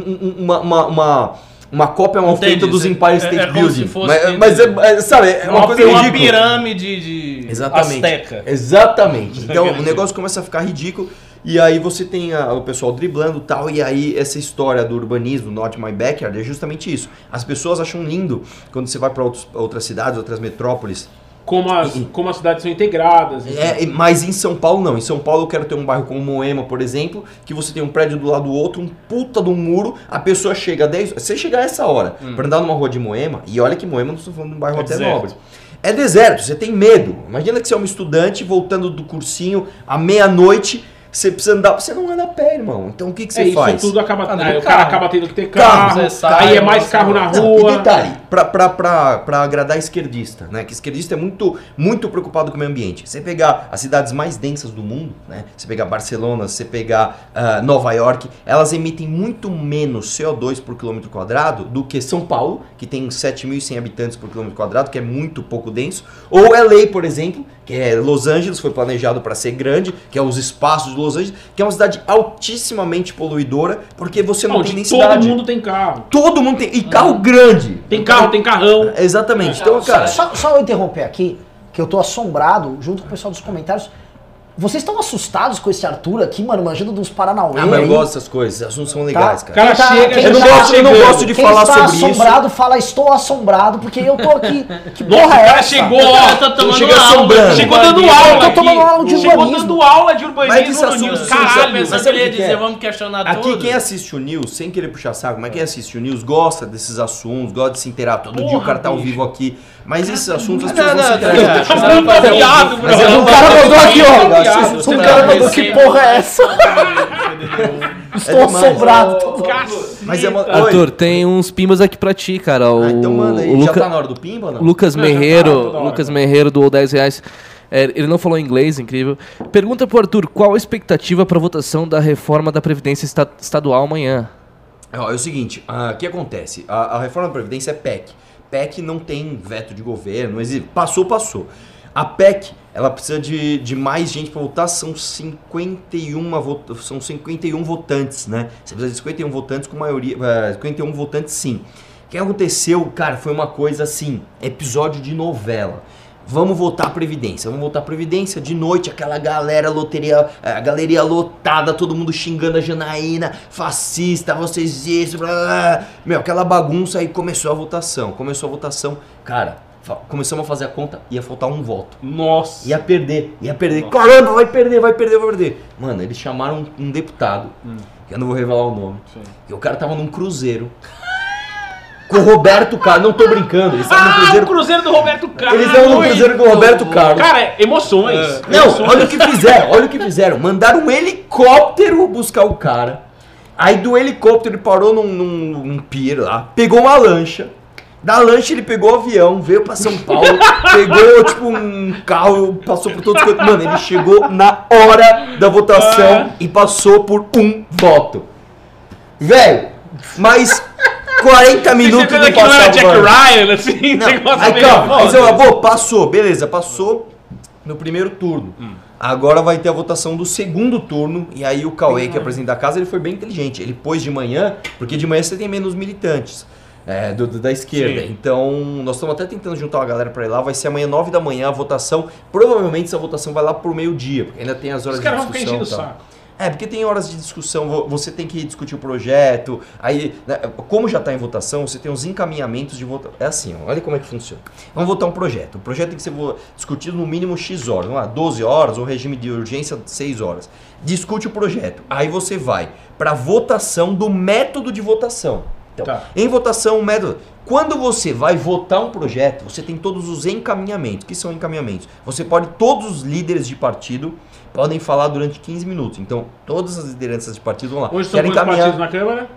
uma cópia mal Entendi, feita dos você- Empire é State como Building. se fosse- Sabe, é uma coisa uma ridícula. pirâmide de Exatamente. Azteca. Exatamente. Então Aquele o negócio começa a ficar ridículo. E aí você tem o pessoal driblando e tal. E aí essa história do urbanismo, Not My Backyard, é justamente isso. As pessoas acham lindo quando você vai para outras cidades, outras metrópoles. Como as cidades são integradas. Mas em São Paulo não. Em São Paulo eu quero ter um bairro como Moema, por exemplo, que você tem um prédio do lado do outro, um puta de um muro, a pessoa chega a 10... Você chegar a essa hora pra andar numa rua de Moema, e olha que Moema não estou falando de um bairro até deserto. nobre. É deserto, você tem medo. Imagina que você é um estudante voltando do cursinho à meia-noite, você precisa andar, você não anda a pé, irmão. Então o que você faz? Isso tudo acaba... Anda o de cara carro. acaba tendo que ter Carro, carro, você sai, aí é mais você carro na Não, rua. e detalhe, pra agradar esquerdista, né? Que esquerdista é muito preocupado com o meio ambiente. Você pegar as cidades mais densas do mundo, né? Você pegar Barcelona, você pegar Nova York, elas emitem muito menos CO2 por quilômetro quadrado do que São Paulo, que tem 7.100 habitantes por quilômetro quadrado, que é muito pouco denso. Ou LA, por exemplo, que é Los Angeles, foi planejado para ser grande, que é os espaços de Los Angeles, que é uma cidade altissimamente poluidora, porque você não tem nem todo cidade. mundo tem carro. Todo mundo tem. E carro grande. Tem carro, tem carrão. Exatamente. Então, cara. Só eu interromper aqui, que eu tô assombrado, junto com o pessoal dos comentários. Vocês estão assustados com esse Arthur aqui, mano, manjando dos Paranauê Ah, mas eu aí? gosto dessas coisas. Esses assuntos são legais, Tá. cara. O cara chega, quem Eu não tá- gosto, eu não gosto de Quem falar está sobre isso. assombrado, fala estou assombrado, porque eu tô aqui. Que Nossa, porra o é cara essa? chegou, ó. Eu tô tomando chega aula, assombrando. Chegou dando urbanismo. aula Eu tô aqui. tomando aula de Chegou urbanismo. dando aula de Mas urbanismo esse no assunto- News. Caralho, Mas pensando que sabe ele ia o que dizer, é? vamos questionar Aqui tudo. quem assiste o News, sem querer puxar saco, mas quem assiste o News gosta desses assuntos, gosta de se inteirar. Todo dia o cara tá ao vivo aqui. Mas esses assuntos as pessoas não se interessam. Você vai fazer Viado, Mas bro. eu O vou cara fazer mandou aqui, ó. viado, você O vai cara mandou fazer que porra é essa? Estou demais. assombrado. Mas é uma. Arthur, Oi. tem uns pimbas aqui pra ti, cara. O, Então manda aí. o Já Luca- tá na hora do pimba, não? Lucas Não, já tá, Merreiro, toda hora, Lucas tá. Merreiro doou R$10. Ele não falou inglês, incrível. Pergunta pro Arthur, qual a expectativa pra votação da reforma da Previdência estadual amanhã? É o seguinte, o que acontece? A reforma da Previdência é PEC. PEC não tem veto de governo, não existe. Passou. A PEC, ela precisa de mais gente para votar, são 51 votantes, né? Você precisa de 51 votantes com maioria, 51 votantes sim. O que aconteceu, cara, foi uma coisa assim, episódio de novela. Vamos votar a Previdência, de noite, aquela galera, a galeria lotada, todo mundo xingando a Janaína, fascista, vocês isso, blá, blá, blá. Meu, aquela bagunça, aí começou a votação, cara, começamos a fazer a conta, ia faltar um voto. Nossa. Ia perder, caramba, vai perder. Mano, eles chamaram um deputado, que eu não vou revelar o nome, que o cara tava num cruzeiro, com o Roberto Carlos, não tô brincando, eles estavam no cruzeiro. O Cruzeiro do Roberto Carlos. Eles estavam no cruzeiro com o Roberto Carlos. Cara, emoções. Não, olha o que fizeram. Mandaram um helicóptero buscar o cara. Aí do helicóptero ele parou num pier lá, pegou uma lancha. Da lancha ele pegou o avião, veio pra São Paulo, pegou tipo um carro, passou por todos os cantos. Mano, ele chegou na hora da votação e passou por um voto. Velho, mas 40 minutos Você não que não era passava. Jack Ryan, assim? Não, negócio aí meio calma, foda. passou, beleza, passou no primeiro turno. Agora vai ter a votação do segundo turno, e aí o Cauê, que é presidente da casa, ele foi bem inteligente. Ele pôs de manhã, porque de manhã você tem menos militantes da esquerda. Sim. Então, nós estamos até tentando juntar uma galera pra ir lá, vai ser amanhã 9 da manhã a votação. Provavelmente essa votação vai lá pro meio-dia, porque ainda tem as horas Os de caras vão discussão. ficar enchendo o e tal. saco. Porque tem horas de discussão, você tem que discutir o projeto, aí, né, como já está em votação, você tem os encaminhamentos de votação. É assim, olha como é que funciona. Vamos votar um projeto. O projeto tem que ser discutido no mínimo X horas, não é? 12 horas, ou regime de urgência 6 horas. Discute o projeto. Aí você vai para votação do método de votação. Então, em votação, o método... Quando você vai votar um projeto, você tem todos os encaminhamentos. O que são encaminhamentos? Todos os líderes de partido podem falar durante 15 minutos. Então, todas as lideranças de partido vão lá. Hoje são quantos partidos na Câmara?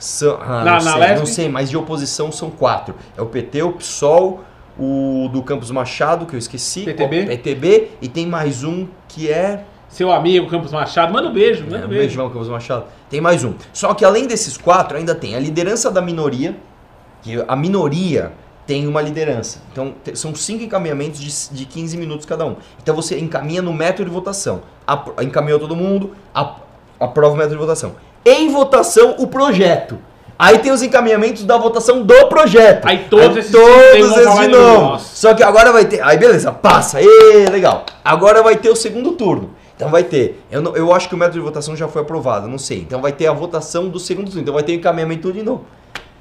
Não sei, mas de oposição são 4. É o PT, o PSOL, o do Campos Machado, que eu esqueci. PTB, e tem mais um que é... Seu amigo Campos Machado, manda um beijo. Um beijo, Campos Machado. Tem mais um. Só que além desses 4, ainda tem a liderança da minoria, que a minoria tem uma liderança. Então, são 5 encaminhamentos de 15 minutos cada um. Então, você encaminha no método de votação. Encaminhou todo mundo, aprova o método de votação. Em votação, o projeto. Aí tem os encaminhamentos da votação do projeto. Aí todos esses de novo. Só que agora vai ter... Aí, beleza, passa. Legal. Agora vai ter o segundo turno. Então vai ter, eu acho que o método de votação já foi aprovado, não sei. Então vai ter a votação do segundo turno, então vai ter o encaminhamento de novo.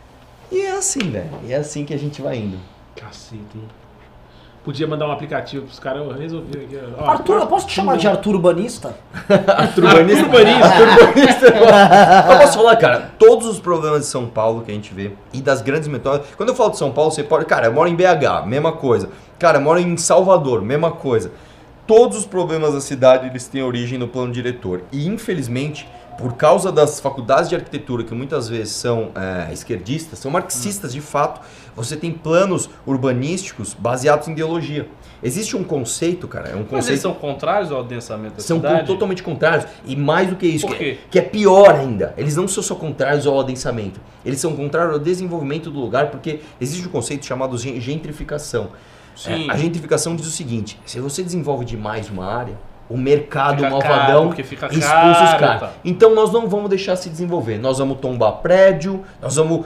E é assim, velho. E é assim que a gente vai indo. Cacete, hein? Podia mandar um aplicativo pros caras, eu resolvi aqui. Arthur, eu posso te chamar de Arthur Urbanista? Arthur Urbanista. Eu posso falar, cara, todos os problemas de São Paulo que a gente vê e das grandes metódicas. Quando eu falo de São Paulo, você pode... Cara, eu moro em BH, mesma coisa. Cara, eu moro em Salvador, mesma coisa. Todos os problemas da cidade, eles têm origem no plano diretor. E, infelizmente, por causa das faculdades de arquitetura, que muitas vezes são esquerdistas, são marxistas de fato, você tem planos urbanísticos baseados em ideologia. Existe um conceito, cara, Mas eles são contrários ao adensamento da cidade? São totalmente contrários. E mais do que isso, Por quê? Que é pior ainda. Eles não são só contrários ao adensamento. Eles são contrários ao desenvolvimento do lugar, porque existe um conceito chamado gentrificação. A gentrificação diz o seguinte: se você desenvolve demais uma área, o mercado malvadão expulsa os caras. Tá. Então nós não vamos deixar se desenvolver. Nós vamos tombar prédio, nós vamos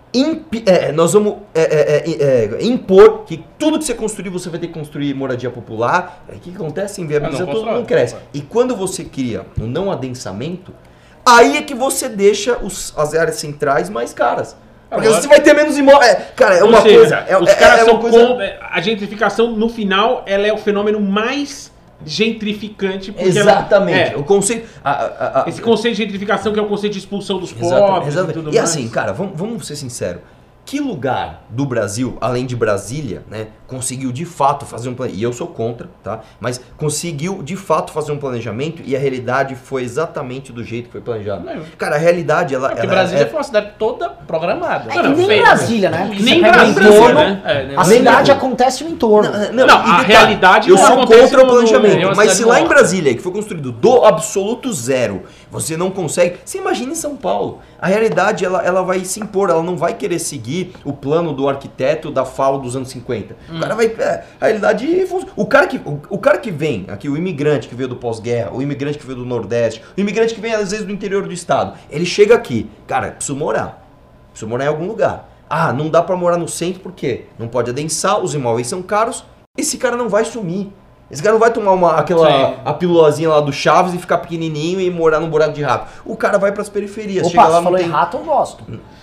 impor que tudo que você construir, você vai ter que construir moradia popular. O que acontece? Inviabiliza tudo, não cresce. E quando você cria um não adensamento, aí é que você deixa as áreas centrais mais caras. Porque você vai ter menos imóveis. Cara, é uma coisa. Os caras são a gentrificação, no final, ela é o fenômeno mais gentrificante. Exatamente. O conceito. Esse conceito de gentrificação, que é o conceito de expulsão dos pobres e tudo mais. E assim, cara, vamos ser sinceros. Que lugar do Brasil, além de Brasília, né, conseguiu de fato fazer um planejamento, e eu sou contra, tá? Mas conseguiu de fato fazer um planejamento e a realidade foi exatamente do jeito que foi planejado. Cara, a realidade, porque Brasília foi uma cidade toda programada. Nem Brasília, né? Porque nem Brasília, né? A cidade acontece no entorno. Não, a realidade eu sou contra o planejamento, mas se lá em Brasília, que foi construído do absoluto zero, você não consegue... Você imagina em São Paulo. A realidade, ela vai se impor, ela não vai querer seguir o plano do arquiteto da FAO dos anos 50. O cara vai... a realidade... O cara que vem aqui, o imigrante que veio do pós-guerra, o imigrante que veio do Nordeste, o imigrante que vem às vezes do interior do estado, ele chega aqui, cara, preciso morar em algum lugar. Ah, não dá pra morar no centro porque não pode adensar, os imóveis são caros, esse cara não vai sumir. Esse cara não vai tomar a pílulazinha lá do Chaves e ficar pequenininho e morar num buraco de rato. O cara vai pras periferias. Opa, chega lá, você falou em rato, eu gosto.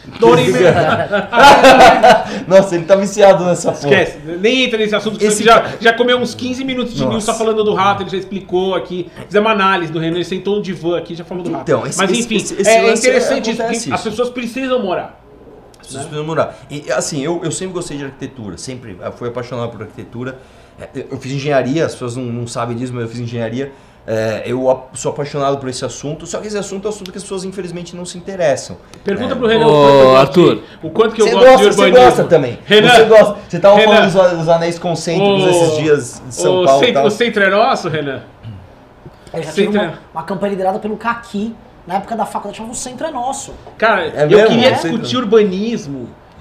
Nossa, ele tá viciado nessa porra. Esquece, nem entra nesse assunto, porque já comeu uns 15 minutos de news só falando do rato, ele já explicou aqui. Fizemos uma análise do Renan, ele sentou no divã aqui e já falou do rato. Então, mas enfim, é interessante isso. As pessoas precisam morar. As pessoas precisam morar. E assim, eu sempre gostei de arquitetura, sempre fui apaixonado por arquitetura. Eu fiz engenharia, as pessoas não sabem disso, mas eu fiz engenharia. Eu sou apaixonado por esse assunto, só que esse assunto é um assunto que as pessoas infelizmente não se interessam. Pergunta pro Renan Arthur, o quanto que eu gosto de urbanismo. Você gosta também. Renan, você gosta. Você tava falando dos anéis concêntricos esses dias de São Paulo. O centro é nosso, Renan? Eu já tive uma campanha liderada pelo Caqui, na época da faculdade, chamava O Centro é Nosso. Cara, eu queria discutir urbanismo.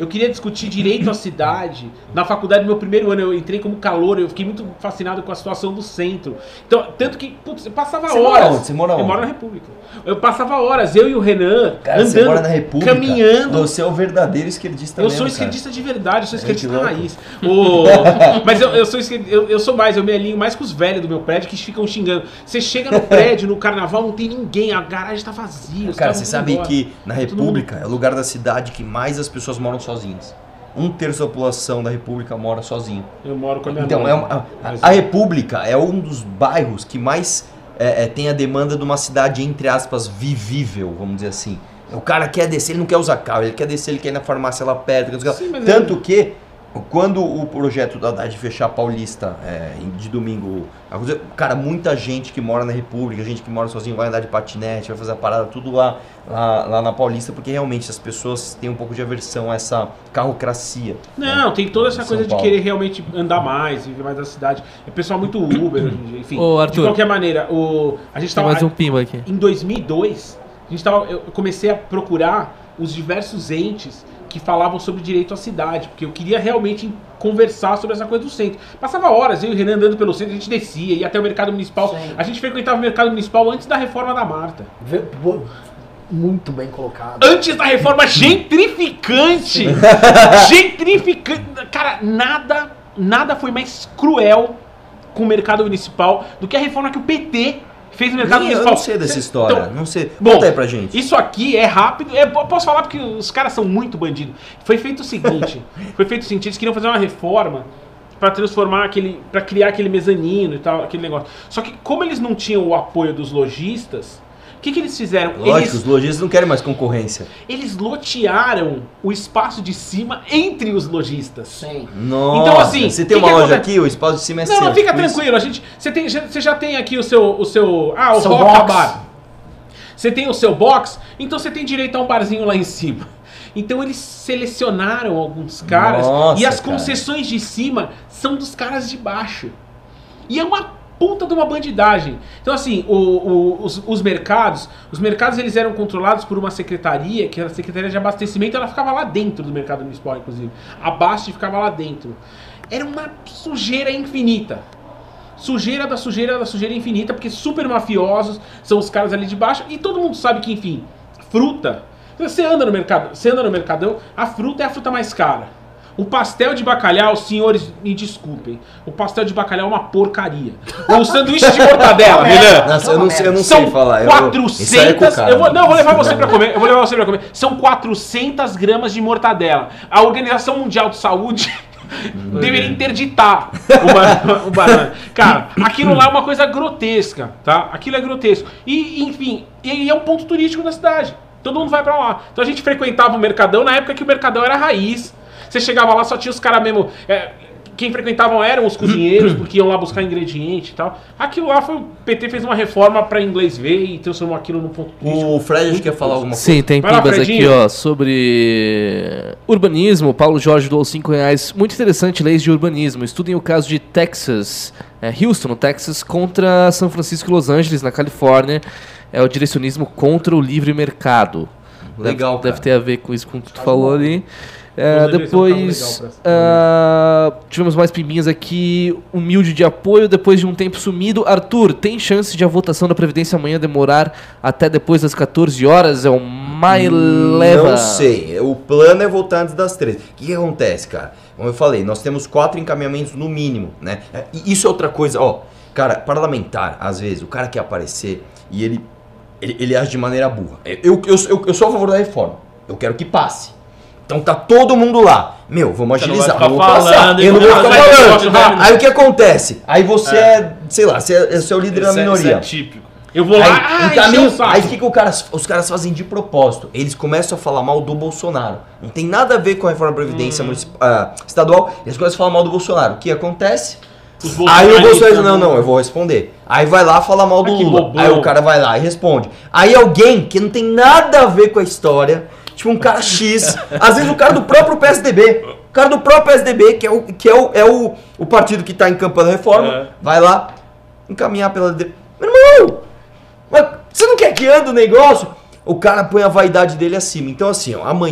eu queria discutir direito à cidade. Na faculdade, no meu primeiro ano, eu entrei como calouro, eu fiquei muito fascinado com a situação do centro. Então, tanto que, putz, eu passava Você horas. mora onde? Você mora onde? Eu moro na República. Eu passava horas, eu e o Renan, Cara, você andando, mora na República, caminhando. você é o verdadeiro esquerdista Eu mesmo, sou cara. esquerdista de verdade, eu sou esquerdista louco. raiz. Mas eu sou mais, eu me alinho mais com os velhos do meu prédio que ficam xingando. Você chega no prédio, no carnaval, não tem ninguém, a garagem tá vazia. os Cara, caras você vão sabe embora. que na Todo República é o lugar da cidade que mais as pessoas moram sozinhas. 1/3 da população da República mora sozinho. Eu moro com a minha Então, noiva. a República é um dos bairros que mais tem a demanda de uma cidade, entre aspas, vivível, vamos dizer assim. O cara quer descer, ele não quer usar carro, ele quer descer, ele quer ir na farmácia lá perto. Sim, mas Tanto que, quando o projeto da Haddad fechar a Paulista de domingo, cara, muita gente que mora na República, gente que mora sozinho vai andar de patinete, vai fazer a parada tudo lá na Paulista, porque realmente as pessoas têm um pouco de aversão a essa carrocracia. Não, né, tem toda essa São coisa de Paulo. querer realmente andar mais, viver mais da cidade. É pessoal muito Uber, hoje em dia, enfim. Ô, Arthur. De qualquer maneira, a gente Tem tava... mais um pimba aqui. Em 2002, eu comecei a procurar os diversos entes que falavam sobre direito à cidade, porque eu queria realmente conversar sobre essa coisa do centro. Passava horas, eu e o Renan andando pelo centro, a gente descia, ia até o mercado municipal. Sim. A gente frequentava o mercado municipal antes da reforma da Marta. Muito bem colocado. Antes da reforma gentrificante! Gentrificante! Cara, nada foi mais cruel com o mercado municipal do que a reforma que o PT fez no mercado Eu municipal. não sei dessa história, Então, não sei. bom, Conta aí pra gente. Isso aqui é rápido. Posso falar porque os caras são muito bandidos. Foi feito o seguinte: eles queriam fazer uma reforma para transformar para criar aquele mezanino e tal, aquele negócio. Só que como eles não tinham o apoio dos lojistas, o que eles fizeram? Lógico, os lojistas não querem mais concorrência. Eles lotearam o espaço de cima entre os lojistas. Sim. Nossa, Então, assim, você tem que uma que loja acontece? aqui, o espaço de cima é seu. Não, fica tipo isso. tranquilo. Você já tem aqui o seu Seu Roca box. Bar. Você tem o seu box, então você tem direito a um barzinho lá em cima. Então eles selecionaram alguns caras Nossa, e as cara. concessões de cima são dos caras de baixo. E é uma puta de uma bandidagem. Então assim, os mercados eles eram controlados por uma secretaria, que era a Secretaria de Abastecimento, ela ficava lá dentro do mercado municipal, inclusive. A Bast ficava lá dentro. Era uma sujeira infinita. Sujeira da sujeira da sujeira infinita, porque super mafiosos são os caras ali de baixo, e todo mundo sabe que, enfim, fruta. Você anda no mercadão, a fruta é a fruta mais cara. O pastel de bacalhau, senhores, me desculpem, o pastel de bacalhau é uma porcaria. O sanduíche de mortadela, Renan. Nossa, eu não sei São falar. 400. Eu vou levar você pra comer. São 400 gramas de mortadela. A Organização Mundial de Saúde deveria interditar o banana. Cara, aquilo lá é uma coisa grotesca, tá? Aquilo é grotesco. E, enfim, e é um ponto turístico da cidade. Todo mundo vai pra lá. Então a gente frequentava o Mercadão na época que o Mercadão era raiz. Você chegava lá, só tinha os caras mesmo... quem frequentavam eram os cozinheiros, porque iam lá buscar ingrediente e tal. Aquilo lá foi... O PT fez uma reforma pra inglês ver e transformou aquilo num ponto turístico. O Fred acho que quer falar alguma coisa. Sim, tem Vai lá, pimbas aqui, Fredinho. ó, sobre urbanismo. Paulo Jorge doou R$5. Muito interessante, leis de urbanismo. Estudem o caso de Texas, Houston, no Texas, contra São Francisco e Los Angeles, na Califórnia. É o direcionismo contra o livre mercado. Legal, Deve cara. ter a ver com isso que tu falou ali. Los Angeles é um carro Depois legal pra- tivemos mais pimbinhas aqui. Humilde de apoio depois de um tempo sumido. Arthur, tem chance de a votação da Previdência amanhã demorar até depois das 14 horas? É o mais leva. Não sei. O plano é voltar antes das 13. O que acontece, cara? Como eu falei, nós temos 4 encaminhamentos no mínimo, né? E isso é outra coisa, ó. Cara, parlamentar, às vezes, o cara quer aparecer e ele age de maneira burra. Eu sou a favor da reforma. Eu quero que passe. Então tá todo mundo lá. Meu, vamos Você não agilizar. vai ficar Vamos passar. falando, Eu não vou não ficar vai ter falando. negócio, Aí o que acontece? Aí você sei lá, você é o líder da Isso é minoria. típico. Eu vou lá, Encaminho, encher o saco. aí o que os caras fazem de propósito? Eles começam a falar mal do Bolsonaro. Não tem nada a ver com a reforma da Previdência estadual. Eles começam a falar mal do Bolsonaro. O que acontece? Os Aí o Bolsonaro diz, bolsonaristas- não, eu vou responder. Aí vai lá falar mal do Ah, que Lula. bobão. Aí o cara vai lá e responde. Aí alguém que não tem nada a ver com a história, tipo um cara X, às vezes o cara do próprio PSDB, o cara do próprio PSDB, que é o partido que tá encampando a reforma, vai lá encaminhar pela... Meu irmão, mas você não quer que ande o negócio? O cara põe a vaidade dele acima. Então assim, ó, amanhã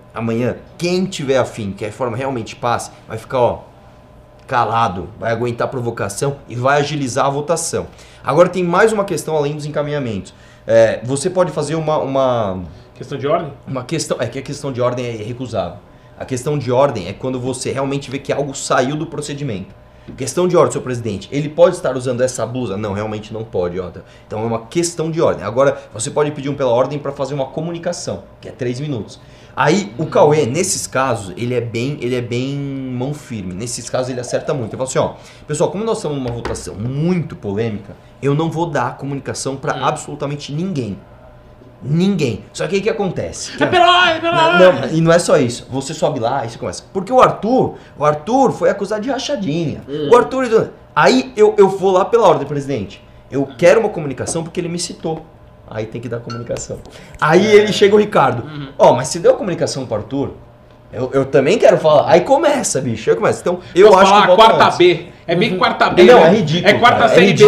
amanhã, quem tiver afim, que a reforma realmente passe, vai ficar, ó, calado, vai aguentar a provocação e vai agilizar a votação. Agora tem mais uma questão além dos encaminhamentos. Você pode fazer uma Questão de ordem? Uma questão, que a questão de ordem é irrecusável. A questão de ordem é quando você realmente vê que algo saiu do procedimento. Questão de ordem, senhor presidente, ele pode estar usando essa blusa? Não, realmente não pode, ó. Então é uma questão de ordem. Agora, você pode pedir pela ordem para fazer uma comunicação, que é 3 minutos. Aí, o Cauê, nesses casos, ele é bem mão firme. Nesses casos, ele acerta muito. Ele fala assim, ó, pessoal, como nós estamos numa votação muito polêmica, eu não vou dar comunicação para absolutamente ninguém. Ninguém. Só que aí o que acontece? Não, e não é só isso. Você sobe lá e você começa. Porque o Arthur foi acusado de rachadinha. O Arthur... Aí eu vou lá pela ordem, presidente. Eu quero uma comunicação porque ele me citou. Aí tem que dar comunicação. Aí ele chega o Ricardo. Ó, mas se deu a comunicação pro Arthur, eu também quero falar. Aí começa, bicho. Aí começa. Então, eu acho que quarta antes. B. É bem quarta B. Não, né? é ridículo. É quarta cara, série B.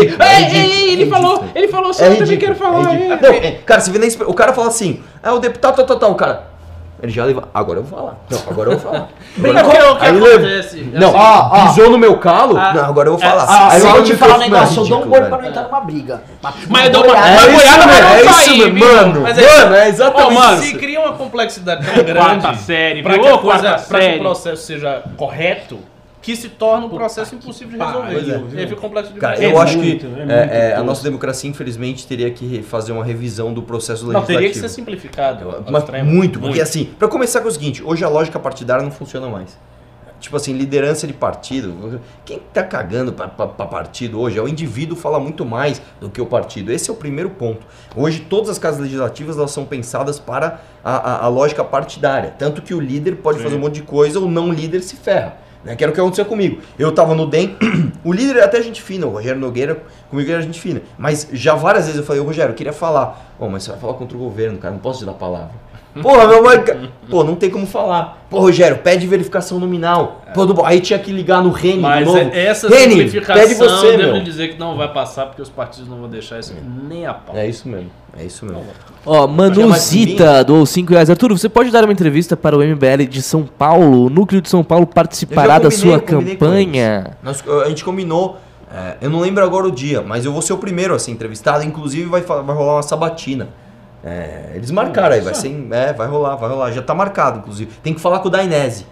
Ele falou só, eu também quero falar. Não, cara, você vê na o cara fala assim, o deputado, o cara... Ele já leva. Agora eu vou falar. Não, agora eu vou falar. O que acontece? Não, pisou no meu calo? Não, agora eu vou falar. Aí eu vou te falar um microfone negócio, eu dou um boi pra não entrar numa briga. Mas eu dou uma boiada pra não sair, mesmo, mano. Mas Mano, é exatamente mano, isso. se cria uma complexidade tão grande Quarta série, pra viu? que o processo seja correto, que se torna um processo impossível de resolver. Pois é. E aí fica complexo de Cara, eu acho que a nossa democracia, infelizmente, teria que fazer uma revisão do processo Não, legislativo. teria que ser simplificado. ao Mas extremo. muito, porque assim, pra começar com o seguinte, hoje a lógica partidária não funciona mais. Tipo assim, liderança de partido, quem tá cagando pra partido hoje é o indivíduo, fala muito mais do que o partido. Esse é o primeiro ponto. Hoje todas as casas legislativas elas são pensadas para a lógica partidária, tanto que o líder pode fazer um monte de coisa, o não líder se ferra. Né? Que era o que aconteceu comigo. Eu tava no DEM, o líder era até gente fina, o Rogério Nogueira, comigo era gente fina. Mas já várias vezes eu falei, Rogério, eu queria falar. Mas você vai falar contra o governo, cara, não posso te dar palavra. Porra, meu mãe. Pô, não tem como falar. Pô, Rogério, pede verificação nominal. Pô, aí tinha que ligar no Reni de Mas novo. essa Reni, simplificação, pede você, devo meu. lhe dizer que não vai passar, porque os partidos não vão deixar isso nem a pau. É isso mesmo, é isso mesmo. Ó, Manuzita doou R$5. Arthur, você pode dar uma entrevista para o MBL de São Paulo? O núcleo de São Paulo participará da sua campanha? A gente combinou, eu não lembro agora o dia, mas eu vou ser o primeiro a ser entrevistado. Inclusive vai rolar uma sabatina. Eles marcaram aí, vai rolar, já tá marcado inclusive. Tem que falar com o Dainese.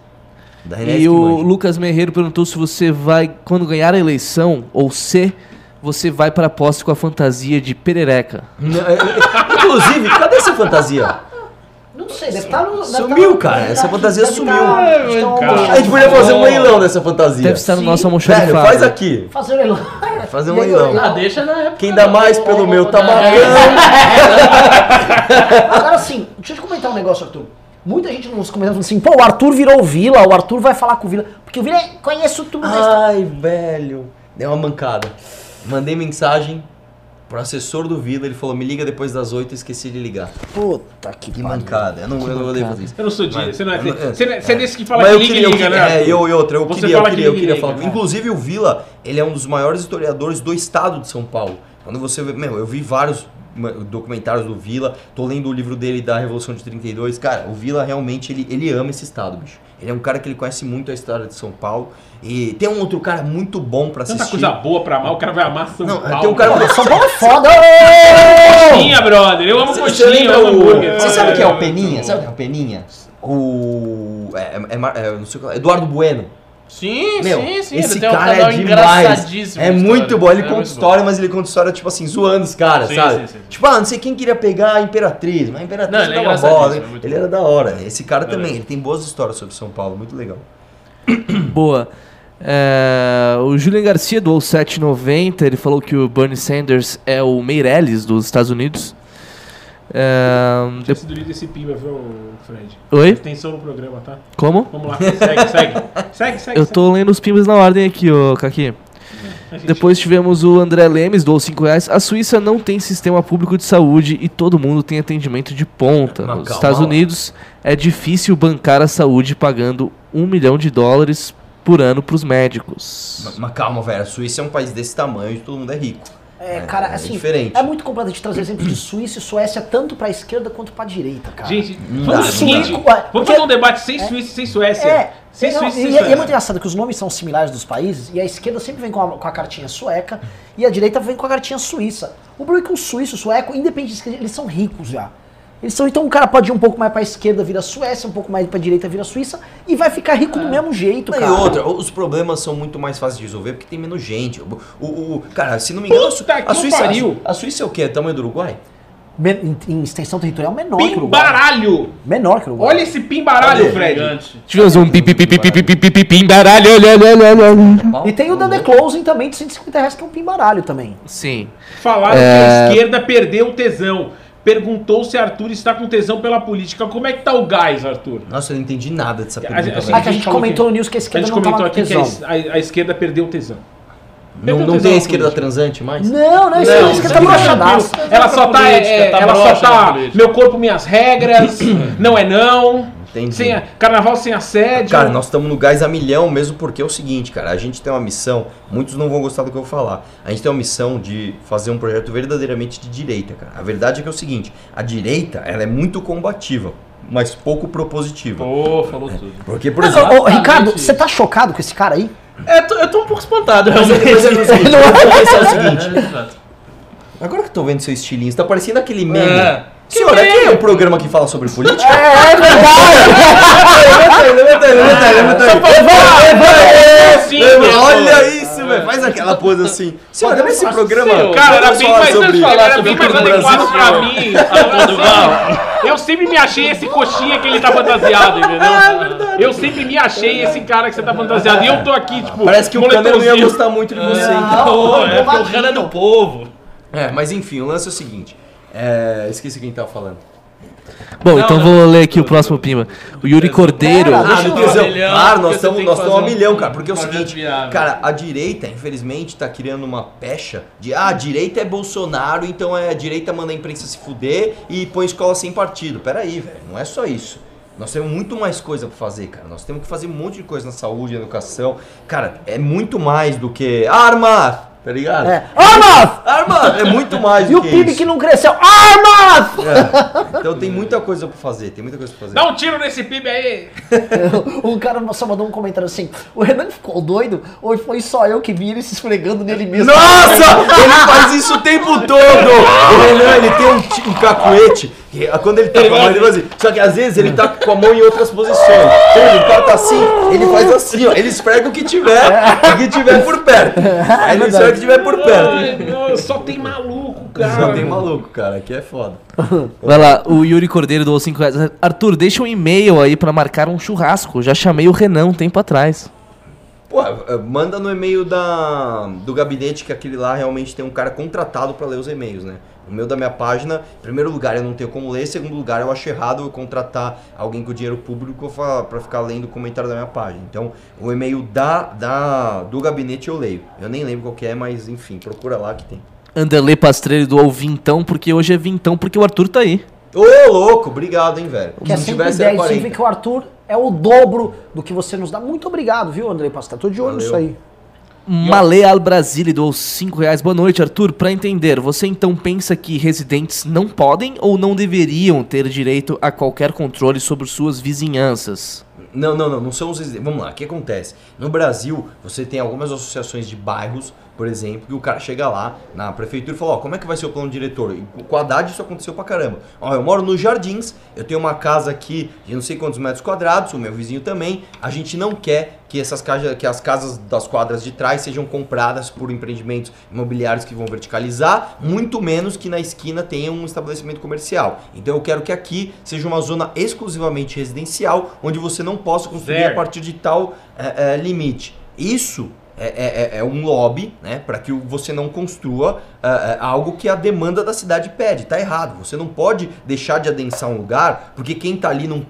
E o Lucas Merreiro perguntou se você vai, quando ganhar a eleição, ou se você vai para a posse com a fantasia de perereca. Inclusive, cadê essa fantasia? Não sei, deve estar no... Sumiu, cara, essa fantasia sumiu. A A gente podia fazer um leilão dessa fantasia. Deve estar no nosso Velho, almoxarifado. faz aqui. Fazer um leilão. Fazer um leilão. Deixa na época. Quem dá mais pelo meu tá marcando. Agora sim, deixa eu te comentar um negócio, Arthur. Muita gente nos comentários falando assim, pô, o Arthur virou o Vila, o Arthur vai falar com o Vila. Porque o Vila conheço tudo. Ai, velho. Deu uma mancada. Mandei mensagem pro assessor do Vila, ele falou, me liga depois das 8, esqueci de ligar. Puta que mancada. Eu não odeio fazer isso. Eu não sou disso. Mas- Você não é. eu- Você é desse que fala Mas que liga, né? Eu queria falar. Né? Inclusive o Vila, ele é um dos maiores historiadores do estado de São Paulo. Quando você vê, eu vi vários documentários do Vila, tô lendo o livro dele da Revolução de 32. Cara, o Vila realmente, ele ama esse estado, bicho. Ele é um cara que ele conhece muito a história de São Paulo. E tem um outro cara muito bom pra assistir. Tanta coisa boa pra amar, o cara vai amar São Não, Paulo. tem um cara... São Paulo é foda! Coxinha, brother. Eu amo Você coxinha, lembra eu amo hambúrguer. Você sabe o que é o Peninha? Sabe o que é o Peninha? Não sei qual, Eduardo Bueno. Sim, Meu, sim. esse Ele tem um cara canal é demais. engraçadíssimo. É de muito história. bom. Ele É conta muito história, mas ele conta história, tipo assim, zoando os caras, Sim, sabe? sim. Tipo, não sei quem queria pegar a Imperatriz, mas a Imperatriz Não, ele é dava bola. engraçadíssimo, é muito Ele bom. era da hora. Esse cara também, ele tem boas histórias sobre São Paulo, muito legal. Boa. O Julian Garcia doou R$7,90. Ele falou que o Bernie Sanders é o Meirelles dos Estados Unidos. Tinha sido lido esse pimba, viu, Fred? Oi? Atenção no programa, tá? Como? Vamos lá, segue. Eu tô lendo os pimbas na ordem aqui, ô Kaki. Depois tivemos o André Lemes, doou R$5. A Suíça não tem sistema público de saúde e todo mundo tem atendimento de ponta. Mas Nos calma Estados lá. Unidos é difícil bancar a saúde pagando $1 milhão por ano pros médicos. Mas calma, velho, a Suíça é um país desse tamanho e todo mundo é rico. Cara, assim, diferente. é muito complexo de trazer exemplo de Suíça e Suécia tanto pra esquerda quanto pra direita, cara. Gente, Não vamos dá, fazer o seguinte, não dá. vamos Porque- fazer um debate sem Suíça e sem Suécia. Sem Não, Suíça e sem e é Suécia. muito engraçado que os nomes são similares dos países e a esquerda sempre vem com a cartinha sueca e a direita vem com a cartinha suíça. O problema é que o suíço, o sueco, independente disso, eles são ricos já. Então o cara pode ir um pouco mais pra esquerda, vira Suécia, um pouco mais pra direita, vira Suíça e vai ficar rico do mesmo jeito, cara. E outra, os problemas são muito mais fáceis de resolver porque tem menos gente. Cara, se não me engano, Puta a que Suíça, pariu. a Suíça é o quê? É o tamanho do Uruguai? Em extensão territorial menor que o Uruguai. Pimbaralho! Menor que o Uruguai. Olha esse pimbaralho, Cadê? Fred. Gigante. Tivemos um pimbaralho. E tem o The Closing também de R$150 que é um pimbaralho também. Sim. Falaram que a esquerda perdeu o tesão. Perguntou se Arthur está com tesão pela política. Como é que tá o gás, Arthur? Nossa, eu não entendi nada dessa pergunta. a velho. Que a gente falou comentou que- no news que a A esquerda gente não comentou tava com aqui que tesão. a esquerda perdeu o tesão. Não, Perdeu não tesão tem a na esquerda política. transante mais? Não, a esquerda tá broxadaça. Ela só tá, política, tá ela só broxa na tá, política. meu corpo, minhas regras, não é não. Entendi. Carnaval sem assédio. Cara, nós estamos no gás a milhão mesmo porque é o seguinte, cara, a gente tem uma missão, muitos não vão gostar do que eu vou falar, a gente tem uma missão de fazer um projeto verdadeiramente de direita, cara. A verdade é que é o seguinte, a direita, ela é muito combativa, mas pouco propositiva. Pô, falou tudo. Porque, por Mas, exemplo... ô, Ricardo, você tá chocado com esse cara aí? Eu tô um pouco espantado, Mas realmente. é o seguinte, vamos pensar o seguinte, Exato. agora que eu tô vendo seu estilinho, você tá parecendo aquele meme. É. Senhor, aqui é um programa que fala sobre política? É Sim, Olha isso, velho. Faz aquela pose assim. Senhor, nesse programa. seu. Cara, era vamos bem falar mais, sobre- ele era sobre bem mais o adequado Brasil, pra senhor. mim. Arthur Eu sempre me achei esse coxinha que ele tá fantasiado, entendeu? Eu sempre me achei esse cara que você tá fantasiado. E eu tô aqui, tipo, Parece que o Canelo não ia moletomzinho. gostar muito de você, então. Pô, Não, é porque o cara é do povo. Mas enfim, o lance é o seguinte. Esqueci quem tava falando. Bom, Não, então não. vou ler aqui o próximo pima. O Yuri Cordeiro. Pera, Ah, deixa do eu- tesão. milhão, Claro, nós porque você estamos tem que a fazer milhão, um cara. Porque é o projeto seguinte, viável. cara, a direita, infelizmente, tá criando uma pecha de a direita é Bolsonaro, então a direita manda a imprensa se fuder e põe escola sem partido. Peraí, velho, não é só isso. Nós temos muito mais coisa pra fazer, cara. Nós temos que fazer um monte de coisa na saúde, na educação. Cara, é muito mais do que arma, tá ligado? Armas! Arma é muito mais E do o que PIB isso. que não cresceu. Armas! Então tem muita coisa pra fazer, tem muita coisa pra fazer. Dá um tiro nesse PIB aí. Um cara só mandou um comentário assim: o Renan ficou doido ou foi só eu que vi ele se esfregando nele mesmo? Nossa! Ele faz isso o tempo todo! O Renan, ele tem um cacuete. Que, quando ele tá com a mão, ele faz assim. Só que às vezes ele tá com a mão em outras posições. Então, o cara tá assim, ele faz assim, ó. Ele esfrega o que tiver por perto. Aí ele esfrega o que tiver por perto. Ai, não, só tem maluco, cara. Só tem maluco, cara. Aqui é foda. Vai lá, o Yuri Cordeiro doou 5 reais. Arthur, deixa um e-mail aí pra marcar um churrasco. Já chamei o Renan um tempo atrás. Pô, manda no e-mail do gabinete que aquele lá realmente tem um cara contratado pra ler os e-mails, né? O meu da minha página, em primeiro lugar, eu não tenho como ler. Em segundo lugar, eu acho errado eu contratar alguém com dinheiro público pra ficar lendo o comentário da minha página. Então, o e-mail do gabinete eu leio. Eu nem lembro qual que é, mas enfim, procura lá que tem. Anderley Pastrelli doou vintão, porque hoje é vintão, porque o Arthur tá aí. Ô, louco, obrigado, hein, velho. Que é Se sempre tivesse, 10, era 40. significa que o Arthur é o dobro do que você nos dá. Muito obrigado, viu, Andrei Pastor? Tô de olho Valeu. nisso aí. Maleal Brasília doou 5 reais. Boa noite, Arthur. Pra entender, você então pensa que residentes não podem ou não deveriam ter direito a qualquer controle sobre suas vizinhanças? Não são os residentes. Vamos lá, o que acontece? No Brasil, você tem algumas associações de bairros, por exemplo, que o cara chega lá na prefeitura e fala, ó, como é que vai ser o plano diretor? E com a Haddad isso aconteceu pra caramba. Ó, eu moro nos Jardins, eu tenho uma casa aqui de não sei quantos metros quadrados, o meu vizinho também, a gente não quer que as casas das quadras de trás sejam compradas por empreendimentos imobiliários que vão verticalizar, muito menos que na esquina tenha um estabelecimento comercial. Então eu quero que aqui seja uma zona exclusivamente residencial, onde você não possa construir a partir de tal limite. Isso é um lobby, né, para que você não construa algo que a demanda da cidade pede. Tá errado. Você não pode deixar de adensar um lugar porque quem tá ali não quer.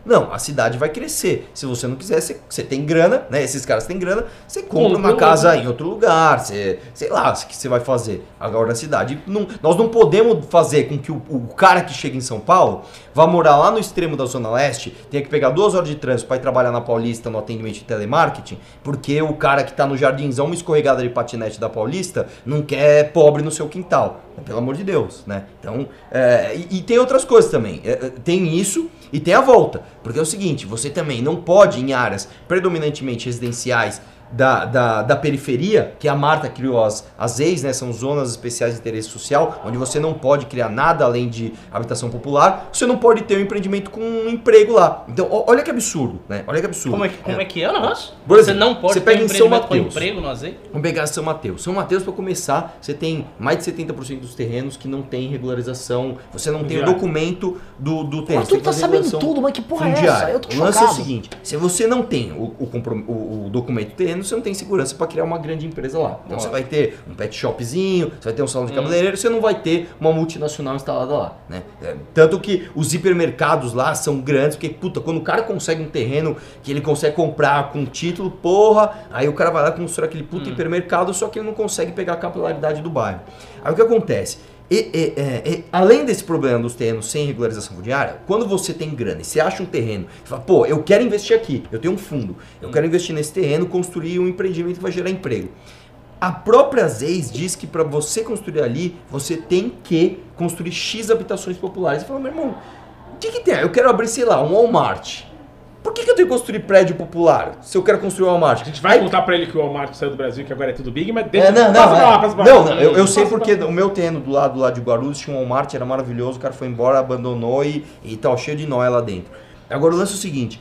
Não, a cidade vai crescer. Se você não quiser, você tem grana, né? Esses caras têm grana, você compra uma casa em outro lugar, sei lá o que você vai fazer. Agora na cidade, nós não podemos fazer com que o cara que chega em São Paulo vá morar lá no extremo da Zona Leste, tenha que pegar 2 horas de trânsito para ir trabalhar na Paulista no atendimento de telemarketing, porque o cara que tá no Jardinzão, uma escorregada de patinete da Paulista, não quer pobre no seu quintal. Pelo amor de Deus, né? Então, e tem outras coisas também. Tem isso e tem a volta. Porque é o seguinte, você também não pode, em áreas predominantemente residenciais da periferia, que a Marta criou as EIs, né? São zonas especiais de interesse social, onde você não pode criar nada além de habitação popular, você não pode ter um empreendimento com um emprego lá. Então, olha que absurdo, né? Olha que absurdo. Como é que é o negócio? Você não pode ter um empreendimento com emprego no AZ? Vamos pegar São Mateus. São Mateus, para começar, você tem mais de 70% dos terrenos que não tem regularização, você não tem o documento do terreno. Mas tu tá sabendo tudo, mas que porra é essa? Eu tô chocado. O lance é o seguinte, se você não tem o documento do terreno, você não tem segurança para criar uma grande empresa lá. Então você vai ter um pet shopzinho, você vai ter um salão de cabeleireiro, você não vai ter uma multinacional instalada lá, né? Tanto que os hipermercados lá são grandes, porque, puta, quando o cara consegue um terreno que ele consegue comprar com título, porra, aí o cara vai lá construir aquele puta hipermercado, só que ele não consegue pegar a capilaridade do bairro. Aí o que acontece? Além desse problema dos terrenos sem regularização fundiária, quando você tem grana e você acha um terreno, você fala, pô, eu quero investir aqui, eu tenho um fundo, eu quero investir nesse terreno, construir um empreendimento que vai gerar emprego. A própria ZEIS diz que para você construir ali, você tem que construir X habitações populares. Você fala, meu irmão, o que tem? Eu quero abrir, sei lá, um Walmart. Por que eu tenho que construir prédio popular se eu quero construir um Walmart? A gente vai contar pra ele que o Walmart saiu do Brasil, que agora é tudo big, mas deixa... Eu sei porque o meu terreno do lado de Guarulhos tinha um Walmart, era maravilhoso, o cara foi embora, abandonou e tá cheio de nóia lá dentro. Agora o lance é o seguinte,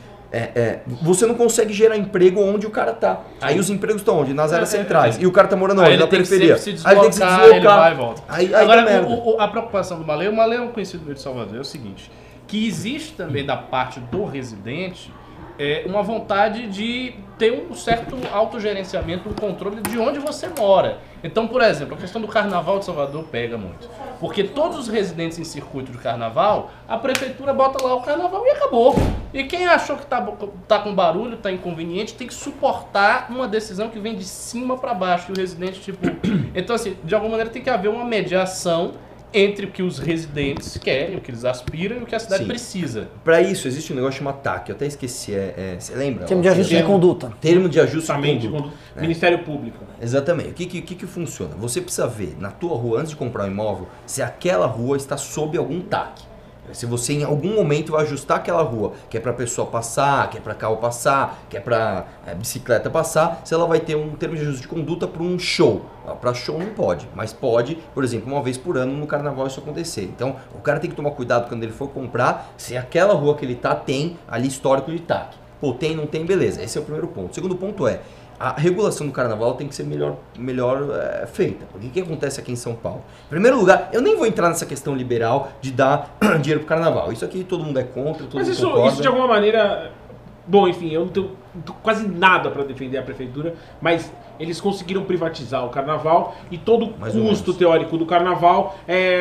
você não consegue gerar emprego onde o cara tá. Aí os empregos estão onde? Nas áreas centrais. E o cara tá morando onde? Na periferia. Aí ele tem que se deslocar, ele vai e volta. Agora, a preocupação do Malê, o Malê é um conhecido meu de Salvador, é o seguinte, que existe também da parte do residente uma vontade de ter um certo autogerenciamento, um controle de onde você mora. Então, por exemplo, a questão do carnaval de Salvador pega muito. Porque todos os residentes em circuito de carnaval, a prefeitura bota lá o carnaval e acabou. E quem achou que tá com barulho, tá inconveniente, tem que suportar uma decisão que vem de cima para baixo. E o residente, tipo... Então, assim, de alguma maneira tem que haver uma mediação entre o que os residentes querem, o que eles aspiram e o que a cidade precisa. Para isso, existe um negócio chamado TAC, eu até esqueci, você lembra? Termo de ajuste de conduta. Termo de ajuste de conduta. Ministério Público. Exatamente. O que funciona? Você precisa ver na tua rua, antes de comprar um imóvel, se aquela rua está sob algum TAC. Se você em algum momento vai ajustar aquela rua, que é para pessoa passar, que é para carro passar, que é para bicicleta passar, se ela vai ter um termo de ajuste de conduta para um show. Para show não pode, mas pode, por exemplo, uma vez por ano no carnaval isso acontecer. Então o cara tem que tomar cuidado quando ele for comprar, se aquela rua que ele tá tem ali histórico de TAC. Pô, tem, não tem, beleza. Esse é o primeiro ponto. O segundo ponto é, a regulação do carnaval tem que ser melhor feita. Porque o que acontece aqui em São Paulo? Em primeiro lugar, eu nem vou entrar nessa questão liberal de dar dinheiro pro carnaval. Isso aqui todo mundo é contra, todo mundo concorda. Mas isso de alguma maneira... Bom, enfim, eu não tenho quase nada para defender a prefeitura, mas eles conseguiram privatizar o carnaval e todo o custo teórico do carnaval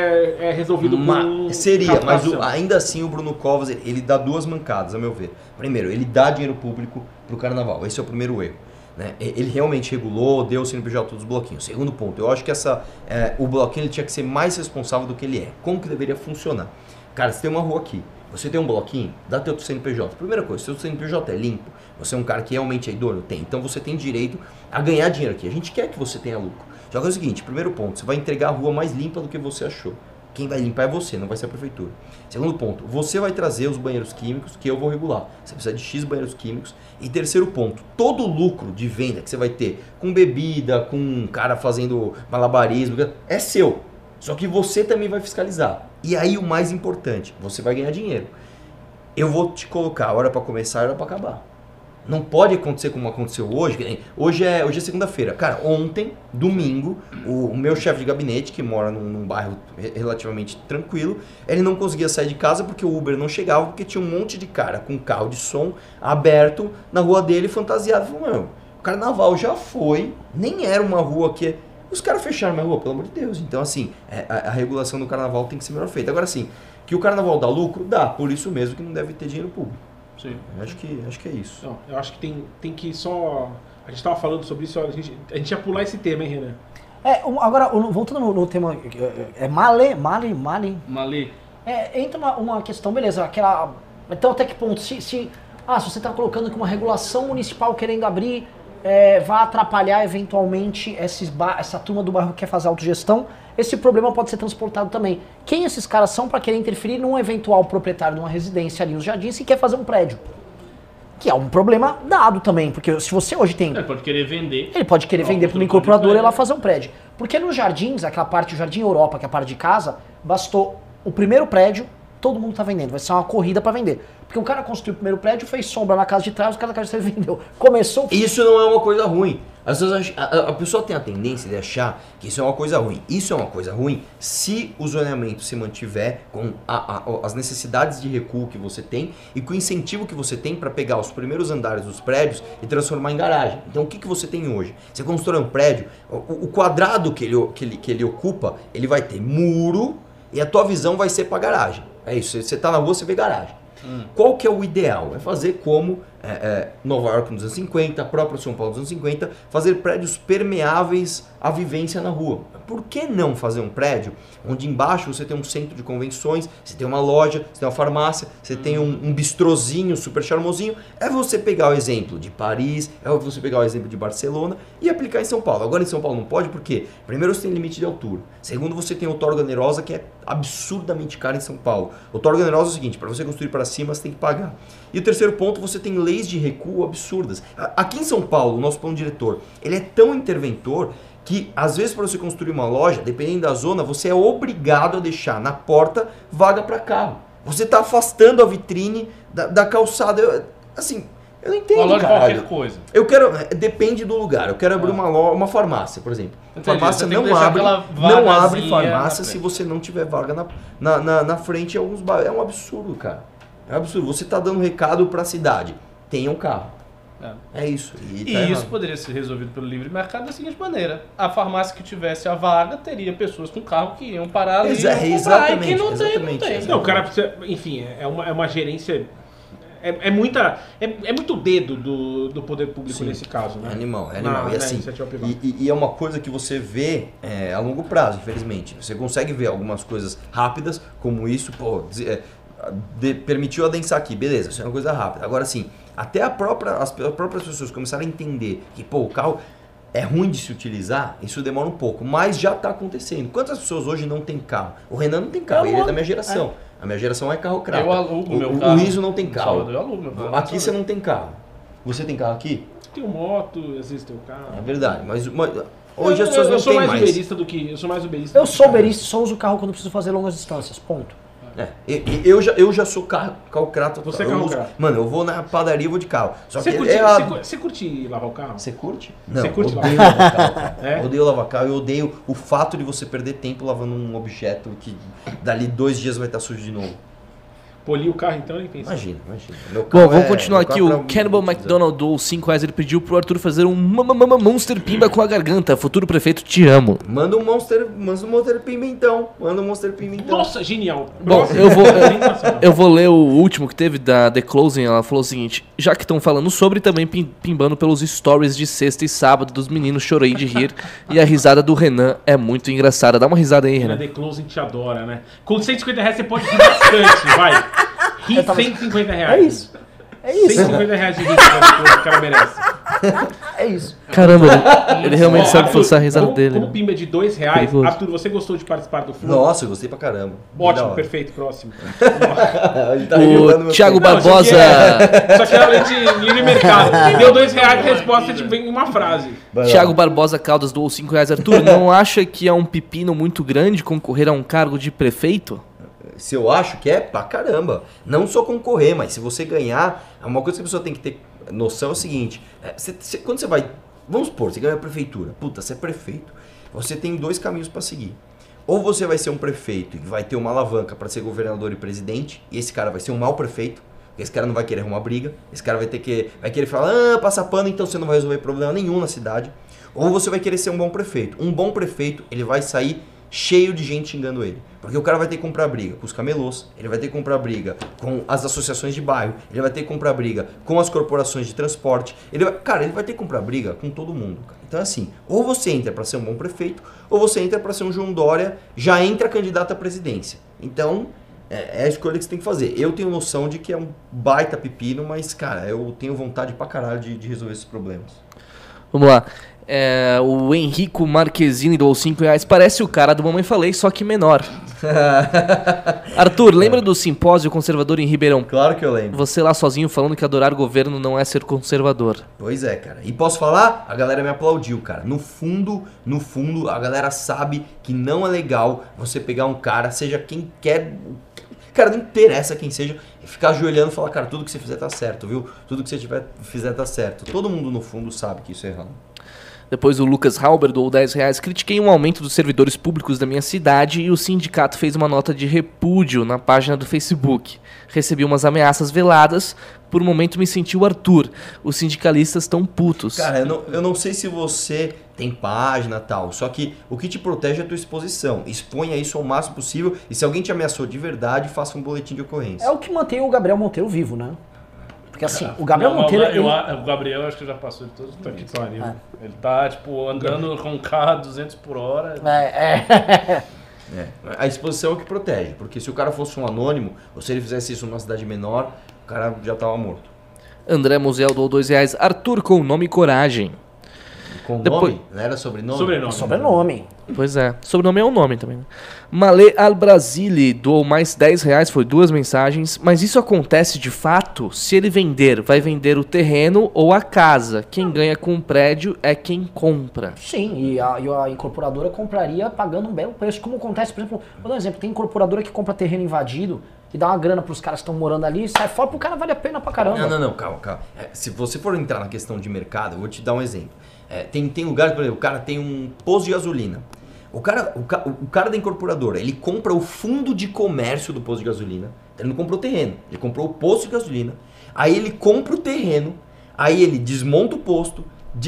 é resolvido com... Seria, mas ainda assim o Bruno Covas, ele dá duas mancadas, a meu ver. Primeiro, ele dá dinheiro público pro carnaval. Esse é o primeiro erro. Né? Ele realmente regulou, deu o CNPJ dos bloquinhos. Segundo ponto, eu acho que o bloquinho ele tinha que ser mais responsável do que ele é. Como que deveria funcionar? Cara, você tem uma rua aqui, você tem um bloquinho, dá teu CNPJ. Primeira coisa, seu CNPJ é limpo, você é um cara que realmente é idôneo? Tem. Então você tem direito a ganhar dinheiro aqui. A gente quer que você tenha lucro. Só que é o seguinte, primeiro ponto, você vai entregar a rua mais limpa do que você achou. Quem vai limpar é você, não vai ser a prefeitura. Segundo ponto, você vai trazer os banheiros químicos que eu vou regular. Você precisa de X banheiros químicos. E terceiro ponto, todo o lucro de venda que você vai ter com bebida, com um cara fazendo malabarismo, é seu. Só que você também vai fiscalizar. E aí o mais importante, você vai ganhar dinheiro. Eu vou te colocar a hora para começar e a hora para acabar. Não pode acontecer como aconteceu hoje. Hoje é segunda-feira. Cara, ontem, domingo, o meu chefe de gabinete, que mora num bairro relativamente tranquilo, ele não conseguia sair de casa porque o Uber não chegava, porque tinha um monte de cara com carro de som aberto na rua dele, fantasiado. Falei, mano, o carnaval já foi, nem era uma rua que... Os caras fecharam minha rua, pelo amor de Deus. Então, assim, a regulação do carnaval tem que ser melhor feita. Agora, assim, que o carnaval dá lucro? Dá. Por isso mesmo que não deve ter dinheiro público. Sim. Acho que é isso. Não, eu acho que tem que só... A gente tava falando sobre isso, a gente ia pular esse tema, hein, Renan? Agora, voltando no tema, Mali. Entra uma questão, beleza, então até que ponto, se você está colocando que uma regulação municipal querendo abrir vai atrapalhar eventualmente essa turma do bairro que quer fazer autogestão, esse problema pode ser transportado também. Quem esses caras são para querer interferir num eventual proprietário de uma residência ali nos Jardins que quer fazer um prédio? Que é um problema dado também, porque se você hoje tem... Ele pode querer vender. Ele pode querer vender para uma incorporadora e lá fazer um prédio. Porque nos Jardins, aquela parte, o Jardim Europa, que é a parte de casa, bastou o primeiro prédio, todo mundo tá vendendo. Vai ser uma corrida para vender. Porque o cara construiu o primeiro prédio, fez sombra na casa de trás, o cara da casa de trás vendeu. Começou... Isso não é uma coisa ruim. A pessoa tem a tendência de achar que isso é uma coisa ruim. Isso é uma coisa ruim se o zoneamento se mantiver com as necessidades de recuo que você tem e com o incentivo que você tem para pegar os primeiros andares dos prédios e transformar em garagem. Então o que você tem hoje? Você constrói um prédio, o quadrado que ele ocupa, ele vai ter muro e a tua visão vai ser para garagem. É isso, você tá na rua, você vê garagem. Qual que é o ideal? É fazer como Nova York nos anos 50, a própria São Paulo nos anos 50, fazer prédios permeáveis à vivência na rua. Por que não fazer um prédio onde embaixo você tem um centro de convenções, você tem uma loja, você tem uma farmácia, você tem um bistrozinho super charmosinho? É você pegar o exemplo de Paris, é você pegar o exemplo de Barcelona e aplicar em São Paulo. Agora em São Paulo não pode, por quê? Primeiro você tem limite de altura. Segundo, você tem o Torga Nerosa, que é absurdamente caro em São Paulo. O Torga Nerosa é o seguinte, para você construir para cima você tem que pagar. E o terceiro ponto, você tem leis de recuo absurdas. Aqui em São Paulo, o nosso plano diretor, ele é tão interventor que às vezes para você construir uma loja, dependendo da zona, você é obrigado a deixar na porta vaga para carro. Você está afastando a vitrine da calçada. Eu não entendo, uma loja caralho. qualquer coisa. Depende do lugar. Eu quero abrir uma farmácia, por exemplo. Entendi, Farmácia não abre farmácia se você não tiver vaga na frente. É um absurdo, cara. É um absurdo. Você está dando recado para a cidade. Tenha um carro. É isso. E isso poderia ser resolvido pelo livre mercado da seguinte maneira: a farmácia que tivesse a vaga teria pessoas com carro que iam parar ali e comprar, e que não tem. Não, o cara precisa, enfim, é uma gerência. É muito dedo do poder público. Sim, nesse caso, né? É animal. E assim, e é uma coisa que você vê a longo prazo, infelizmente. Você consegue ver algumas coisas rápidas, como isso, permitiu adensar aqui, beleza, isso é uma coisa rápida. Agora sim, até as próprias pessoas começaram a entender que o carro é ruim de se utilizar, isso demora um pouco, mas já está acontecendo. Quantas pessoas hoje não tem carro? O Renan não tem carro, ele é da minha geração. A minha geração é carro crata. Eu alugo meu carro. O Riso não tem carro. Eu alugo meu carro. Aqui você não tem carro. Você tem carro aqui? Tenho moto, às vezes tenho carro. É verdade, mas hoje as pessoas não têm mais. Eu sou mais uberista. Eu sou uberista e só uso o carro quando preciso fazer longas distâncias, ponto. Eu já sou carro crata. Você é carro crata. Mano, eu vou na padaria e vou de carro. Só que você curte lavar o carro? Você curte? Não, você curte odeio lavar carro, cara. Odeio lavar carro. Eu odeio o fato de você perder tempo lavando um objeto que dali 2 dias vai estar sujo de novo. Polir o carro então, nem pensa. Imagina. Bom, vamos continuar aqui. O Cannibal McDonald doou 5 reais. Ele pediu pro Arthur fazer um Monster Pimba com a garganta. Futuro prefeito, te amo. Manda um Monster Pimba então. Nossa, genial. Bom, eu vou ler o último que teve da The Closing. Ela falou o seguinte: já que estão falando sobre, também pimbando pelos stories de sexta e sábado dos meninos, chorei de rir. E a risada do Renan é muito engraçada. Dá uma risada aí, Renan. The Closing te adora, né? Com 150 reais você pode rir bastante, vai. Ri 150 reais. É isso. 150 reais de rir que o cara merece. É isso. Caramba, ele realmente sabe forçar a risada dele. Como pimba de R$2, Arthur, você gostou de participar do filme? Nossa, eu gostei pra caramba. Ótimo, perfeito, próximo. O Thiago Barbosa. Só que é além de livre mercado. Deu R$2, a resposta vem em uma frase. Thiago Barbosa Caldas doou 5 reais. Arthur, não acha que é um pepino muito grande concorrer a um cargo de prefeito? Se eu acho que é pra caramba. Não só concorrer, mas se você ganhar, uma coisa que a pessoa tem que ter noção é o seguinte: quando você vai, vamos supor, você ganha a prefeitura, você é prefeito, você tem 2 caminhos pra seguir. Ou você vai ser um prefeito e vai ter uma alavanca pra ser governador e presidente, e esse cara vai ser um mau prefeito, porque esse cara não vai querer arrumar briga, esse cara vai querer falar, passa pano, então você não vai resolver problema nenhum na cidade. Ou você vai querer ser um bom prefeito. Um bom prefeito, ele vai sair cheio de gente xingando ele. Porque o cara vai ter que comprar briga com os camelôs, ele vai ter que comprar briga com as associações de bairro, ele vai ter que comprar briga com as corporações de transporte, ele vai ter que comprar briga com todo mundo, cara. Então assim, ou você entra para ser um bom prefeito, ou você entra para ser um João Dória, já entra candidato à presidência. Então, é a escolha que você tem que fazer. Eu tenho noção de que é um baita pepino, mas, cara, eu tenho vontade pra caralho de resolver esses problemas. Vamos lá. O Henrico Marquezine doou R$5. Parece o cara do Mamãe Falei, só que menor. Arthur, lembra do simpósio conservador em Ribeirão? Claro que eu lembro. Você lá sozinho falando que adorar governo não é ser conservador. Pois é, cara. E posso falar? A galera me aplaudiu, cara. No fundo, a galera sabe que não é legal você pegar um cara, seja quem quer... Cara, não interessa quem seja, ficar ajoelhando e falar, cara, tudo que você fizer tá certo, viu? Tudo que você fizer tá certo. Todo mundo, no fundo, sabe que isso é errado. Depois o Lucas Halber doou R$10. Critiquei um aumento dos servidores públicos da minha cidade e o sindicato fez uma nota de repúdio na página do Facebook. Recebi umas ameaças veladas. Por um momento me senti o Arthur. Os sindicalistas estão putos. Cara, eu não sei se você tem página e tal, só que o que te protege é a tua exposição. Exponha isso ao máximo possível e se alguém te ameaçou de verdade, faça um boletim de ocorrência. É o que mantém o Gabriel Monteiro vivo, né? Porque assim, o Gabriel Monteiro... O Gabriel acho que já passou de todos os limites. Ele tá, tipo, andando com um carro a 200 por hora. A exposição é o que protege, porque se o cara fosse um anônimo, ou se ele fizesse isso numa cidade menor, o cara já tava morto. André Mosel doou R$2. Arthur com nome e coragem. Com nome? Não era sobrenome? Sobrenome. Pois é. Sobrenome é um nome também. Né? Malê Albrasili doou mais R$10, foi 2 mensagens. Mas isso acontece de fato? Se ele vender, vai vender o terreno ou a casa? Quem ganha com o prédio é quem compra. Sim, e a incorporadora compraria pagando um belo preço. Como acontece, por exemplo, vou dar um exemplo, tem incorporadora que compra terreno invadido e dá uma grana pros caras que estão morando ali, sai fora, pro cara vale a pena pra caramba. Não, calma. Se você for entrar na questão de mercado, eu vou te dar um exemplo. Tem lugares, por exemplo, o cara tem um posto de gasolina. O cara da incorporadora, ele compra o fundo de comércio do posto de gasolina. Ele não comprou o terreno, ele comprou o posto de gasolina. Aí ele compra o terreno, aí ele desmonta o posto,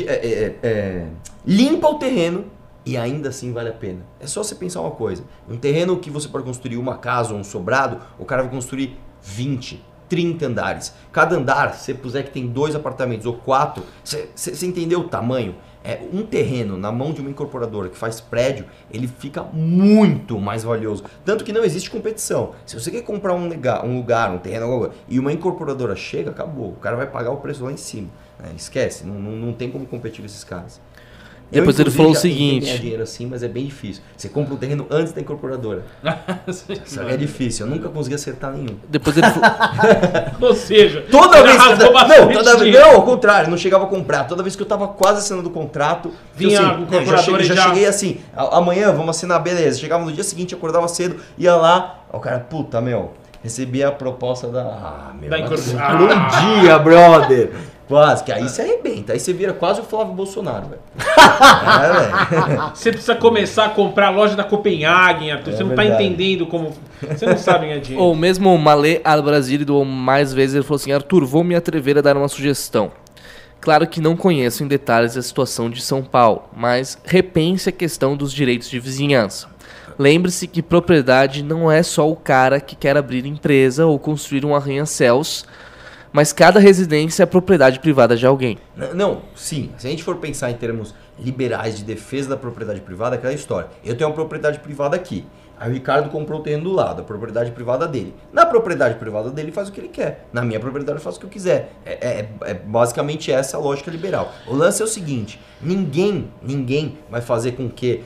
limpa o terreno e ainda assim vale a pena. É só você pensar uma coisa. Um terreno que você pode construir uma casa ou um sobrado, o cara vai construir 20, 30 andares. Cada andar, se você puser que tem 2 apartamentos ou 4, você entendeu o tamanho? Um terreno na mão de uma incorporadora que faz prédio, ele fica muito mais valioso. Tanto que não existe competição. Se você quer comprar um lugar, um terreno, e uma incorporadora chega, acabou. O cara vai pagar o preço lá em cima. Esquece, não tem como competir com esses caras. Depois ele falou o seguinte... ganhar dinheiro assim, mas é bem difícil. Você compra um terreno antes da incorporadora. Isso é difícil, eu nunca consegui acertar nenhum. Depois ele falou... Ou seja... Toda vez não, ao contrário, não chegava a comprar. Toda vez que eu tava quase assinando o contrato... Vinha a incorporadora já cheguei assim, amanhã vamos assinar, beleza. Chegava no dia seguinte, acordava cedo, ia lá... O cara, puta, recebi a proposta da incorporadora. Por um dia, brother. Quase, que aí você arrebenta. Aí você vira quase o Flávio Bolsonaro, velho. Velho. Você precisa começar a comprar a loja da Copenhagen, Arthur. Você não tá entendendo como... Você não sabe ganhar dinheiro. Ou mesmo o Malê al Brasil doou mais vezes, ele falou assim, Arthur, vou me atrever a dar uma sugestão. Claro que não conheço em detalhes a situação de São Paulo, mas repense a questão dos direitos de vizinhança. Lembre-se que propriedade não é só o cara que quer abrir empresa ou construir um arranha-céus, mas cada residência é propriedade privada de alguém. Não, sim. Se a gente for pensar em termos liberais de defesa da propriedade privada, é aquela história. Eu tenho uma propriedade privada aqui. Aí o Ricardo comprou o terreno do lado, a propriedade privada dele. Na propriedade privada dele, faz o que ele quer. Na minha propriedade, eu faço o que eu quiser. É basicamente essa a lógica liberal. O lance é o seguinte, ninguém vai fazer com que...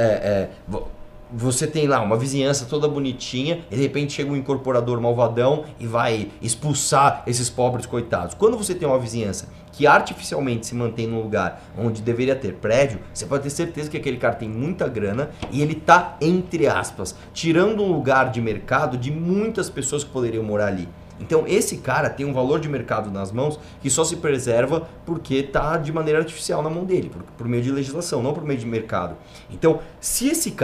Você tem lá uma vizinhança toda bonitinha e de repente chega um incorporador malvadão e vai expulsar esses pobres coitados. Quando você tem uma vizinhança que artificialmente se mantém num lugar onde deveria ter prédio, você pode ter certeza que aquele cara tem muita grana e ele tá, entre aspas, tirando um lugar de mercado de muitas pessoas que poderiam morar ali. Então esse cara tem um valor de mercado nas mãos que só se preserva porque está de maneira artificial na mão dele, por meio de legislação, não por meio de mercado. Então, se esse cara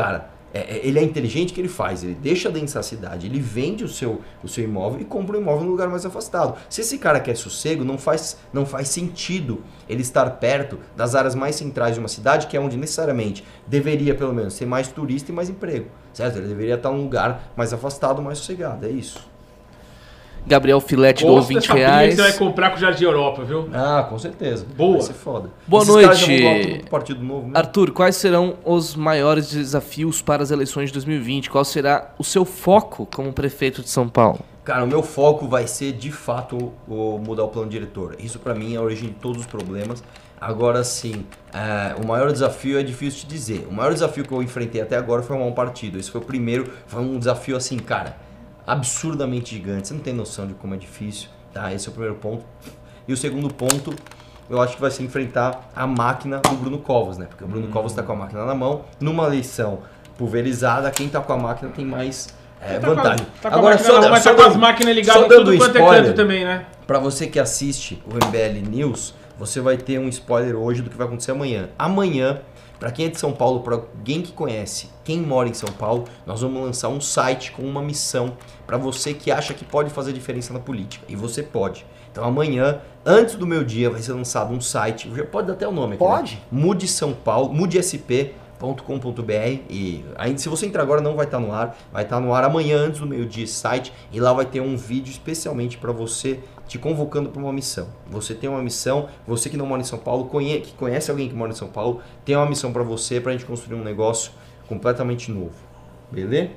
ele é inteligente, o que ele faz? Ele deixa dentro cidade, ele vende o seu imóvel e compra um imóvel no lugar mais afastado. Se esse cara quer sossego, não faz sentido ele estar perto das áreas mais centrais de uma cidade, que é onde necessariamente deveria, pelo menos, ter mais turista e mais emprego, certo? Ele deveria estar num lugar mais afastado, mais sossegado, é isso. Gabriel Filete doou 20 reais. Você vai comprar com o Jardim Europa, viu? Ah, com certeza. Boa. Vai ser foda. Boa Esses noite. caras já vão votar pro Partido Novo, né? Arthur, quais serão os maiores desafios para as eleições de 2020? Qual será o seu foco como prefeito de São Paulo? Cara, o meu foco vai ser, de fato, mudar o plano diretor. Isso, pra mim, é a origem de todos os problemas. Agora, sim, o maior desafio é difícil de dizer. O maior desafio que eu enfrentei até agora foi um partido. Esse foi o primeiro, foi um desafio assim, cara, absurdamente gigante. Você não tem noção de como é difícil, tá? Esse é o primeiro ponto. E o segundo ponto, eu acho que vai ser enfrentar a máquina do Bruno Covas, né? Porque o Bruno Covas tá com a máquina na mão. Numa eleição pulverizada, quem tá com a máquina tem mais vantagem. Agora, mas tá com as máquinas ligadas em tudo quanto é canto também, né? Pra você que assiste o MBL News, você vai ter um spoiler hoje do que vai acontecer amanhã. Amanhã, para quem é de São Paulo, para alguém que conhece, quem mora em São Paulo, nós vamos lançar um site com uma missão para você que acha que pode fazer diferença na política. E você pode. Então amanhã, antes do meu dia, vai ser lançado um site, já pode dar até o nome aqui, Pode? né? Mude São Paulo, mudesp.com.br, e ainda se você entrar agora não vai estar no ar, vai estar no ar amanhã antes do meio-dia esse site, e lá vai ter um vídeo especialmente para você, te convocando para uma missão. Você tem uma missão, você que não mora em São Paulo, que conhece alguém que mora em São Paulo, tem uma missão para você, pra gente construir um negócio completamente novo. Beleza?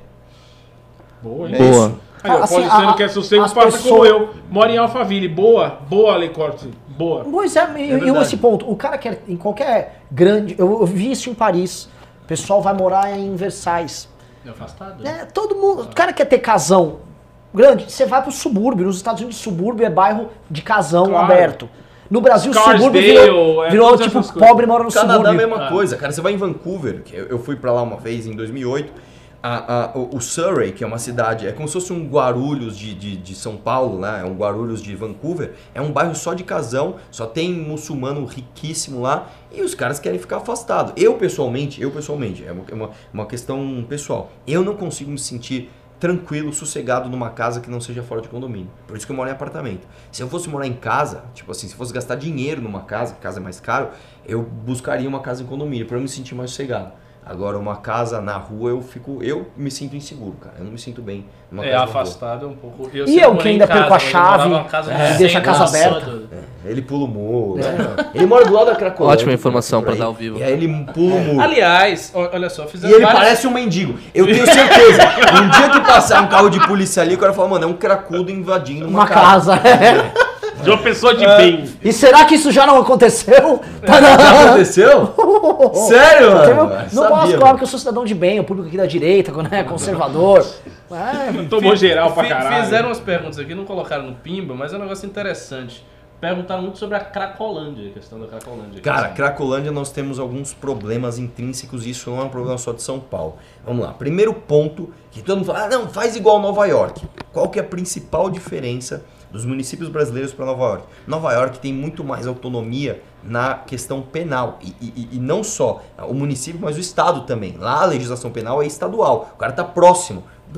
Boa, hein? É Boa. isso. Aí, ó, Assim, Paulistano quer sossego, as faça como pessoas- eu. Mora em Alphaville. Boa, Lecorte. Boa. Pois é, e verdade. esse ponto, o cara quer em qualquer grande, eu vi isso em Paris, o pessoal vai morar em Versailles, É afastado. né? Todo mundo, o cara quer ter casão grande, você vai pro subúrbio, nos Estados Unidos subúrbio é bairro de casão Claro. aberto. No Brasil Scarsdale, subúrbio virou todas tipo essas coisas. pobre mora no Canadá é a subúrbio. mesma coisa, cara. Você vai em Vancouver, que eu fui pra lá uma vez em 2008. O Surrey, que é uma cidade, é como se fosse um Guarulhos de São Paulo, né? É um Guarulhos de Vancouver. É um bairro só de casão, só tem muçulmano riquíssimo lá e os caras querem ficar afastados. Eu pessoalmente, é uma questão pessoal. Eu não consigo me sentir tranquilo, sossegado numa casa que não seja fora de condomínio. Por isso que eu moro em apartamento. Se eu fosse morar em casa, tipo assim, se fosse gastar dinheiro numa casa é mais caro, eu buscaria uma casa em condomínio para eu me sentir mais sossegado. Agora, uma casa na rua, eu me sinto inseguro, cara. Eu não me sinto bem numa casa na rua. Afastado é um pouco. E sempre eu morei que em ainda casa, perco a mas eu morava chave, numa casa de e deixa a casa centro, aberta. nossa, Ele pula o muro. Né? Ele mora do lado da Cracolândia. Ótima informação por pra aí, dar ao vivo. E aí ele pula o muro. Aliás, olha só, E fizeram ele várias- parece um mendigo. Eu tenho certeza. Um dia que passar um carro de polícia ali, o cara fala, mano, é um cracudo invadindo Uma casa. De uma pessoa de bem. E será que isso já não aconteceu? Já aconteceu? Sério, Entendeu? mano? Não posso Sabia, falar que eu sou cidadão de bem, o público aqui da direita, né, conservador. Tomou geral pra caralho. Fizeram umas perguntas aqui, não colocaram no Pimba, mas é um negócio interessante. Perguntaram muito sobre a Cracolândia, a questão da Cracolândia. Cara, Cracolândia nós temos alguns problemas intrínsecos e isso não é um problema só de São Paulo. Vamos lá, primeiro ponto, que todo mundo fala, não, faz igual Nova York. Qual que é a principal diferença dos municípios brasileiros para Nova York? Nova York tem muito mais autonomia na questão penal, e não só o município, mas o estado também. Lá a legislação penal é estadual, o cara tá próximo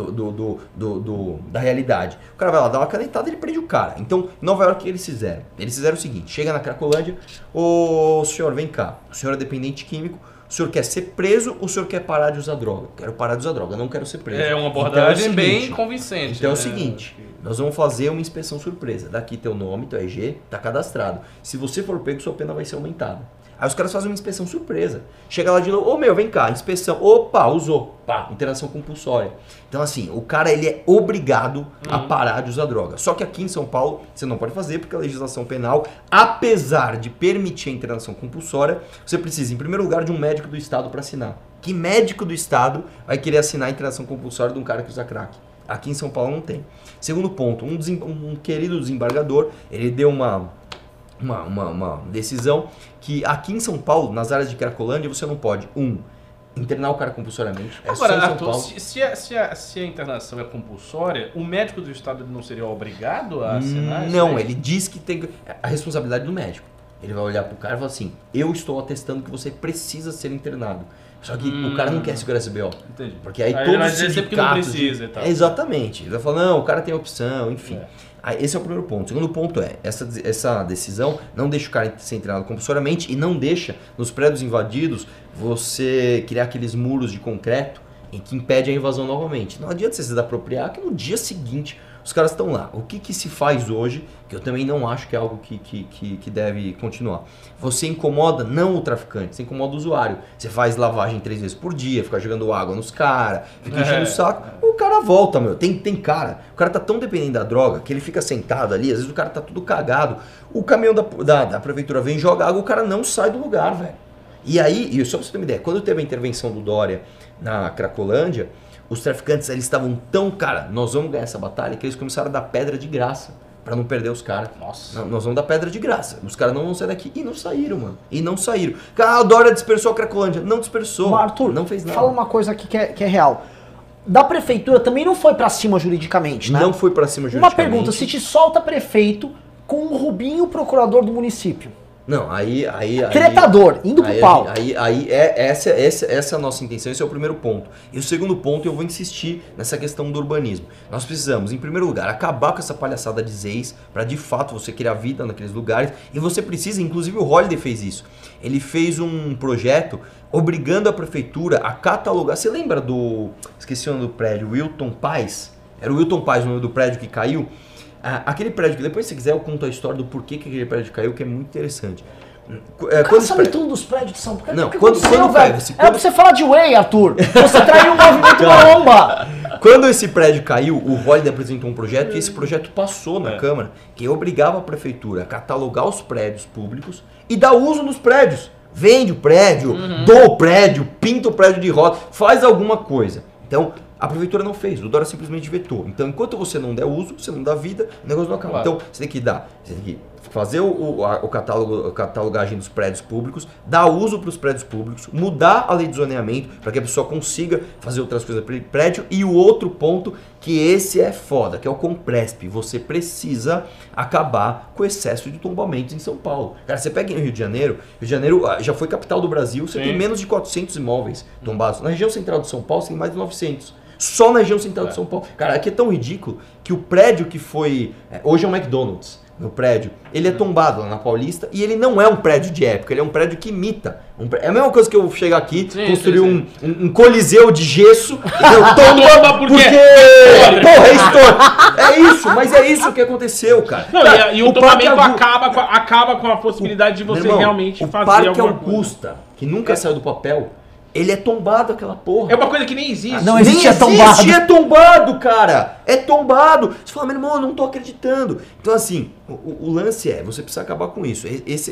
da realidade. O cara vai lá, dá uma canetada e ele prende o cara. Então, em Nova York, o que eles fizeram? Eles fizeram o seguinte, chega na Cracolândia, ô senhor, vem cá, o senhor é dependente químico, o senhor quer ser preso ou o senhor quer parar de usar droga? Quero parar de usar droga, não quero ser preso. É uma Então, abordagem o bem seguinte, convincente. Então é o né? seguinte, nós vamos fazer uma inspeção surpresa. Daqui teu nome, teu RG, tá cadastrado. Se você for pego, sua pena vai ser aumentada. Aí os caras fazem uma inspeção surpresa. Chega lá de novo, ô meu, vem cá, inspeção. Opa, usou. Pá, internação compulsória. Então assim, o cara ele é obrigado a parar de usar droga. Só que aqui em São Paulo você não pode fazer porque a legislação penal, apesar de permitir a internação compulsória, você precisa em primeiro lugar de um médico do estado para assinar. Que médico do estado vai querer assinar a internação compulsória de um cara que usa crack? Aqui em São Paulo não tem. Segundo ponto, um querido desembargador, ele deu uma decisão que aqui em São Paulo, nas áreas de Cracolândia, você não pode, internar o cara compulsoriamente. É Agora, só em São Arthur, Paulo. se a internação é compulsória, o médico do estado não seria obrigado a assinar isso Não, aí? ele diz que tem a responsabilidade do médico. Ele vai olhar pro cara e falar assim, eu estou atestando que você precisa ser internado. Só que o cara não quer segurar esse BO. Entendi. Porque aí Ele todos vai os dizer sempre que não sindicatos... precisa e tal. Exatamente. Ele vai falar, não, o cara tem opção, enfim. Aí, esse é o primeiro ponto. O segundo ponto é, essa decisão não deixa o cara ser treinado compulsoriamente e não deixa, nos prédios invadidos, você criar aqueles muros de concreto em que impede a invasão novamente. Não adianta você se desapropriar que no dia seguinte os caras estão lá. O que se faz hoje, que eu também não acho que é algo que deve continuar. Você incomoda não o traficante, você incomoda o usuário. Você faz lavagem 3 vezes por dia, fica jogando água nos caras, fica enchendo o saco. O cara volta, meu. Tem cara. O cara tá tão dependente da droga que ele fica sentado ali, às vezes o cara tá tudo cagado. O caminhão da prefeitura vem, joga água, o cara não sai do lugar, velho. E aí, só pra você ter uma ideia, quando teve a intervenção do Dória na Cracolândia, os traficantes, eles estavam tão, cara, nós vamos ganhar essa batalha, que eles começaram a dar pedra de graça, pra não perder os caras. Nossa. Nós vamos dar pedra de graça, os caras não vão sair daqui. E não saíram, mano. E não saíram. Ah, o Dória dispersou a Cracolândia. Não dispersou. Mas, Arthur, não fez nada. fala uma coisa aqui que é real. Da prefeitura também não foi pra cima juridicamente, né? Não foi pra cima Uma juridicamente. pergunta, se te solta prefeito com o Rubinho, procurador do município. Não, aí Tretador, indo pro pau. Essa é a nossa intenção, esse é o primeiro ponto. E o segundo ponto, eu vou insistir nessa questão do urbanismo. Nós precisamos, em primeiro lugar, acabar com essa palhaçada de zeis, para de fato você criar vida naqueles lugares. E você precisa, inclusive o Holliday fez isso. Ele fez um projeto obrigando a prefeitura a catalogar. Você lembra do... Esqueci o nome do prédio, Wilton Paz? Era o Wilton Paz, o nome do prédio que caiu. Aquele prédio que depois, se quiser, eu conto a história do porquê que aquele prédio caiu, que é muito interessante. Quando sabe tudo dos prédios de São Paulo. Não, quando velho, era pra você falar de Way, Arthur. Você traiu o movimento Maromba. Quando esse prédio caiu, o Holliday apresentou um projeto e esse projeto passou na Câmara, que obrigava a prefeitura a catalogar os prédios públicos e dar uso nos prédios. Vende o prédio, doa o prédio, pinta o prédio de rosa, faz alguma coisa. Então, a prefeitura não fez, o Dória simplesmente vetou. Então, enquanto você não der uso, você não dá vida, o negócio não acaba. Claro. Então, você tem que fazer a catalogagem dos prédios públicos, dar uso para os prédios públicos, mudar a lei de zoneamento para que a pessoa consiga fazer outras coisas para o prédio. E o outro ponto, que esse é foda, que é o Compresp. Você precisa acabar com o excesso de tombamentos em São Paulo. Cara, você pega em Rio de Janeiro já foi capital do Brasil, você tem menos de 400 imóveis tombados. Na região central de São Paulo, você tem mais de 900. Só na região central de São Paulo. Cara, aqui é tão ridículo que o prédio que foi... hoje é um McDonald's no prédio. Ele é tombado lá na Paulista e ele não é um prédio de época, ele é um prédio que imita. É a mesma coisa que eu chegar aqui, construir um coliseu de gesso e eu tombo porque... Porra, é história. É isso, mas é isso que aconteceu, cara. Não, cara, e o tombamento acaba com a possibilidade de você realmente fazer alguma coisa. O alguma Parque Augusta, que nunca saiu do papel, ele é tombado, aquela porra. É uma coisa que nem existe. Não existia tombado. É tombado, cara. É tombado. Você fala, meu irmão, eu não tô acreditando. Então, assim, o lance é, você precisa acabar com isso.